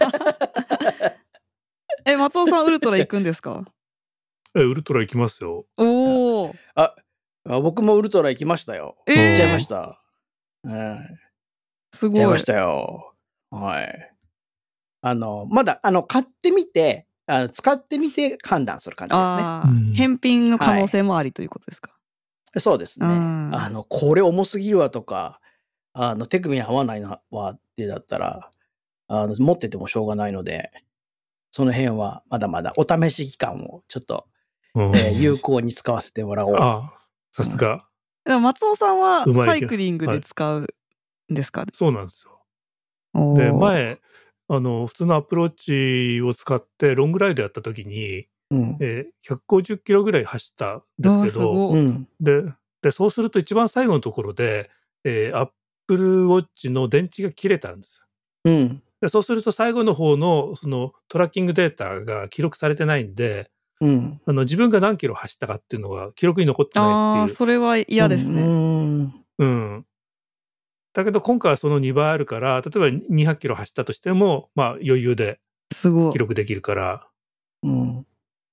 え、松尾さんウルトラ行くんですか？ え、ウルトラ行きますよ。 おお。 あ、 あ僕もウルトラ行きましたよ。 えー行っちゃいました。うんすごい行っちゃいまし。たよ。はい。あの、まだ、あの、買ってみて、あの使ってみて判断する感じですね。 ああ、 うん返品の可能性もありということですか。 そうですね。 うんあの、これ重すぎるわとか、あの、手首に合わないのはってだったら、あの、持っててもしょうがないので、その辺はまだまだお試し期間をちょっと、 うんえー有効に使わせてもらおう。 ああ、さすが。 でも松尾さんはうまいサイクリングで使うんですか、 そうなんですよ。 おーで、前、あの、普通のアプローチを使ってロングライドやった時に、 うん。 えーひゃくごじゅっキロぐらい走ったんですあーけど、 すごいうん。 で、で、そうすると一番最後のところで、えー、Apple Watch の電池が切れたんですよ。 うん。 で、そうすると最後の方のそのトラッキングデータが記録されてないんで、 うん。 あの自分が何キロ走ったかっていうのが記録に残ってないああ、 っていう。 それは嫌ですうね。 ん。 うん。だけど今回はそのにばいあるから、例えばにひゃくキロ走ったとしても、まあ余裕ですごい記。録できるから、 うん。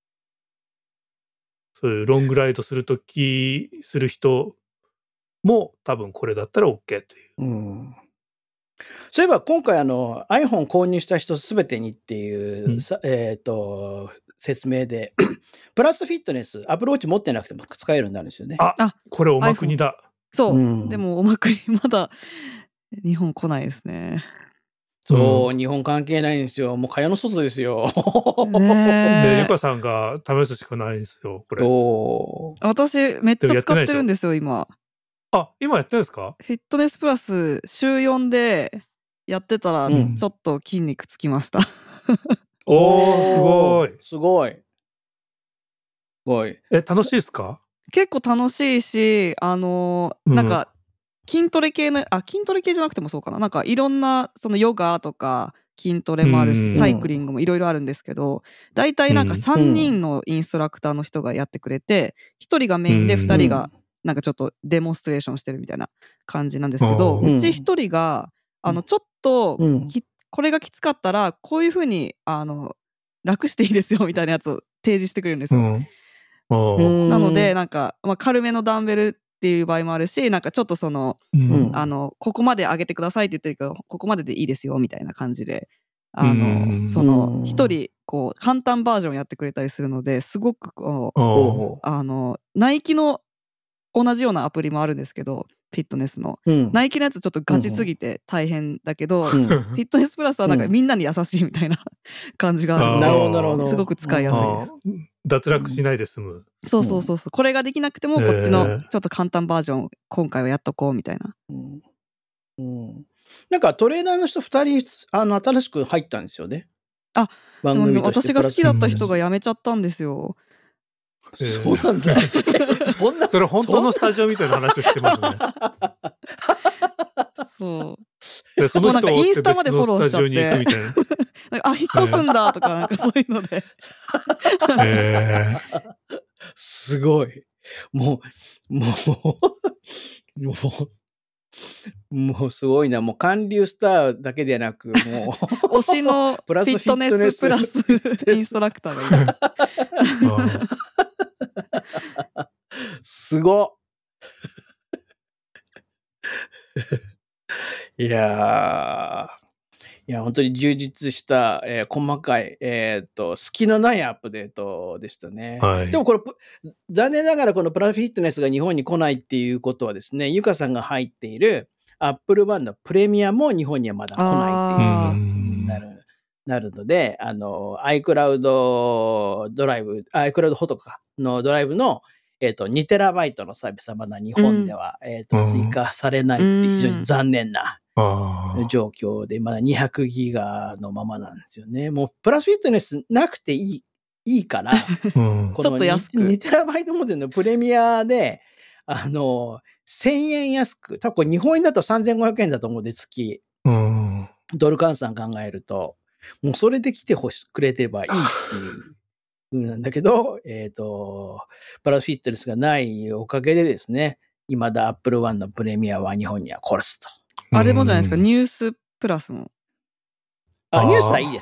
そういうロングライドするときする人も多分これだったら OK という。 うん。そういえば今回あの iPhone 購入した人すべてにっていう、 うんさえっ、と、説明で、プラスフィットネス、アプローチ持ってなくても使えるようになるんですよね。 ああこれおまくにだ。 そう、 うんでもおまくりまだ日本来ないですね。 そう、日本関係ないんですよ。もう蚊帳の外ですよ。 で、 ねえ。 ゆかさんが試すしかないんですよ、これ。 そう。 私めっちゃ使ってるんですよ今。 あ、今やってるんですか？ フィットネスプラス週よんでやってたらうんちょっと筋肉つきました。 おーすごいすごい。すごい。 え、楽しいですか？ 結構楽しいし、あのーうんなんか筋トレ系のあ筋トレ系じゃなくてもそうかな、なんかいろんなそのヨガとか筋トレもあるうんしサイクリングもいろいろあるんですけど、大体なんかうんさんにんのインストラクターの人がやってくれて、ひとりがメインでうんふたりがなんかちょっとデモンストレーションしてるみたいな感じなんですけど、 うんうちひとりがあのちょっとうん。 きこれがきつかったらこういう風にあの楽していいですよみたいなやつを提示してくれるんですよ。 うん。おーなのでなんか、まあ、軽めのダンベルっていう場合もあるし、なんかちょっとそのうんあのここまで上げてくださいって言ってるけどここまででいいですよみたいな感じで、あうのんその一人こう簡単バージョンやってくれたりするので、すごくこうおーあのナイキの同じようなアプリもあるんですけど、フィットネスのうん。 ナイキのやつちょっとガチすぎて大変だけど、 うんフィットネスプラスはなんかうんみんなに優しいみたいな感じがあるあーなるほど、 のなるほど。 ですごく使いやすいです。 あー脱落しないで済む。 そうそうそうそう、これができなくてもこっちのえーちょっと簡単バージョン今回はやっとこうみたいな。 うん。うん。なんかトレーナーの人ふたり、あの、新しく入ったんですよね。 あ、 番でも組として私が好きだった人プが辞めちゃったんですよ。 えーそうなんだ。そんな、 それ本当のスタジオみたいな話をしてますね。 そうでその人を追ってもうなんかインスタまでフォローしちゃって別のスタジオに行くみたいな。 なんかあ引っ越すんだとかなんかそういうのでえすごい。もう、もう、もう、もうすごいな。もう韓流スターだけでなく、もう、 推しのフプラスィットネスプラスインストラクターがいる。 ーあすごっ。いやー。いや、本当に充実した、えー細かい、えっ、と、隙のないアップデートでしたね。 ーはい。 でもこれ、ぷ残念ながらこのプラスフィットネスが日本に来ないっていうことはですね、ゆかさんが入っている Apple One のプレミアも日本にはまだ来ないっていうあーことになる、なるので、あの、iCloud ドライブ、iCloud フォトかのドライブの、えっ、と、にテラバイトのサービスはまだ日本では、えっ、と、 うん追加されないっていう非常に残念な、 あー状況で、まだにひゃくギガのままなんですよね。もう、プラスフィットネスなくていい、いいから、 うんこのちょっと安くにテラバイトモデルのプレミアで、あの、せんえん安く、多分これ日本円だとさんぜんごひゃくえんだと思うんで、月、 うんドル換算考えると、もうそれで来てほしくれてればいいっていう風なんだけど、えっ、と、プラスフィットネスがないおかげでですね、未だ Apple One のプレミアは日本には来ずと。 あれもじゃないですか、ニュースプラスも。 あ、 あーニュースはいいです。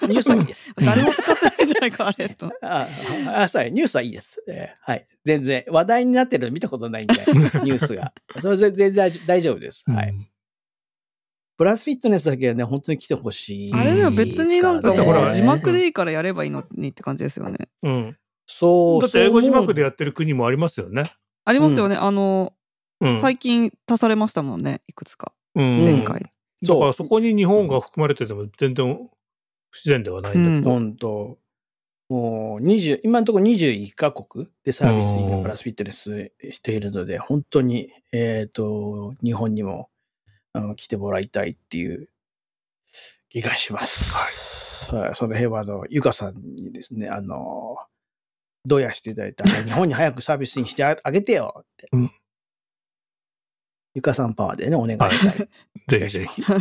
ニュースはいいです。 誰も使ってないんじゃないか、あれと。 ああ、そうニュースはいいです、えー。はい。全然、話題になってるの見たことないんで、ニュースが。それ全然大丈夫です。はい。 うんプラスフィットネスだけはね、本当に来てほしい、 あれでも別になんかだってほらもう字幕でいいからやればいいのにって感じですよね。 うん。 そう。 だって英語字幕でやってる国もありますよね。 ありますよね。うん、あの、うん、最近足されましたもんね、いくつか。うん、前回。 だからそこに日本が含まれてても全然不自然ではないんだけど。 本当。もうにじゅう、今のところにじゅういっカ国でサービスがプラスフィットネスしているので、本当に、えっと、日本にもあの来てもらいたいっていう気がします。はい。はい、その辺は、あの、ゆかさんにですね、あの、どうやしていただいたら、日本に早くサービスにしてあげてよって。うん、ゆかさんパワーでね、お願いしたい。 ぜひぜひ。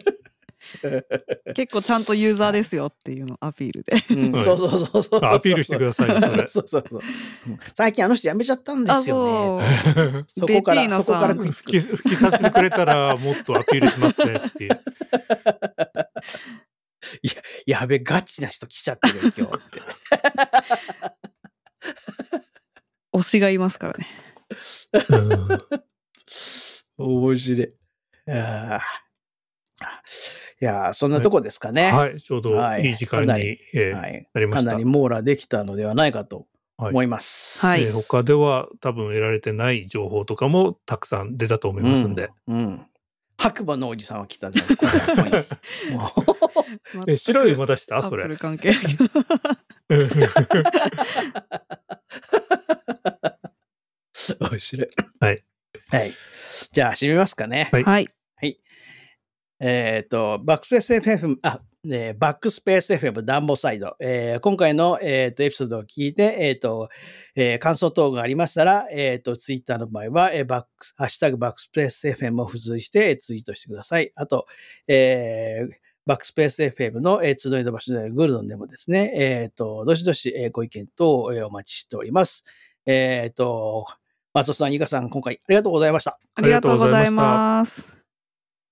結構ちゃんとユーザーですよっていうのアピールで、 うん、そうそうそうそうアピールしてくださいよそれ。 そうそうそう。最近あの人辞めちゃったんですよね。そこからそこから復帰復帰させてくれたらもっとアピールしますねっていう。 いややべガチな人来ちゃってるよ今日って。 推しがいますからね。 面白い。あいやそんなとこですかね。 はい、はい、ちょうどいい時間に、はいえーはい、なりました。 かなり網羅できたのではないかと思います。 はい。えー、他では多分得られてない情報とかもたくさん出たと思いますんで。 うん。うん、白馬のおじさんは来たね。 え白い馬出したそれ。 アップル関係。 面白い。 はい。 はい。じゃあ、締めますかね。 はい。はい。 えっ、ー、と、バックスペース エフエム、あ、ね、バックスペース エフエム ダンボサイド。えー、今回の、えー、とエピソードを聞いて、えっ、ー、と、えー、感想等がありましたら、えっ、ー、と、ツイッターの場合は、えー、バック、ハッシュタグバックスペース エフエム を付随して、えー、ツイートしてください。あと、えー、バックスペース エフエム の、えー、集いの場所であるグルドンでもですね、えっ、ー、と、どしどし、えー、ご意見等を、えー、お待ちしております。えっ、ー、と、松尾さん、ゆかさん、今回ありがとうございました。 ありがとうございます。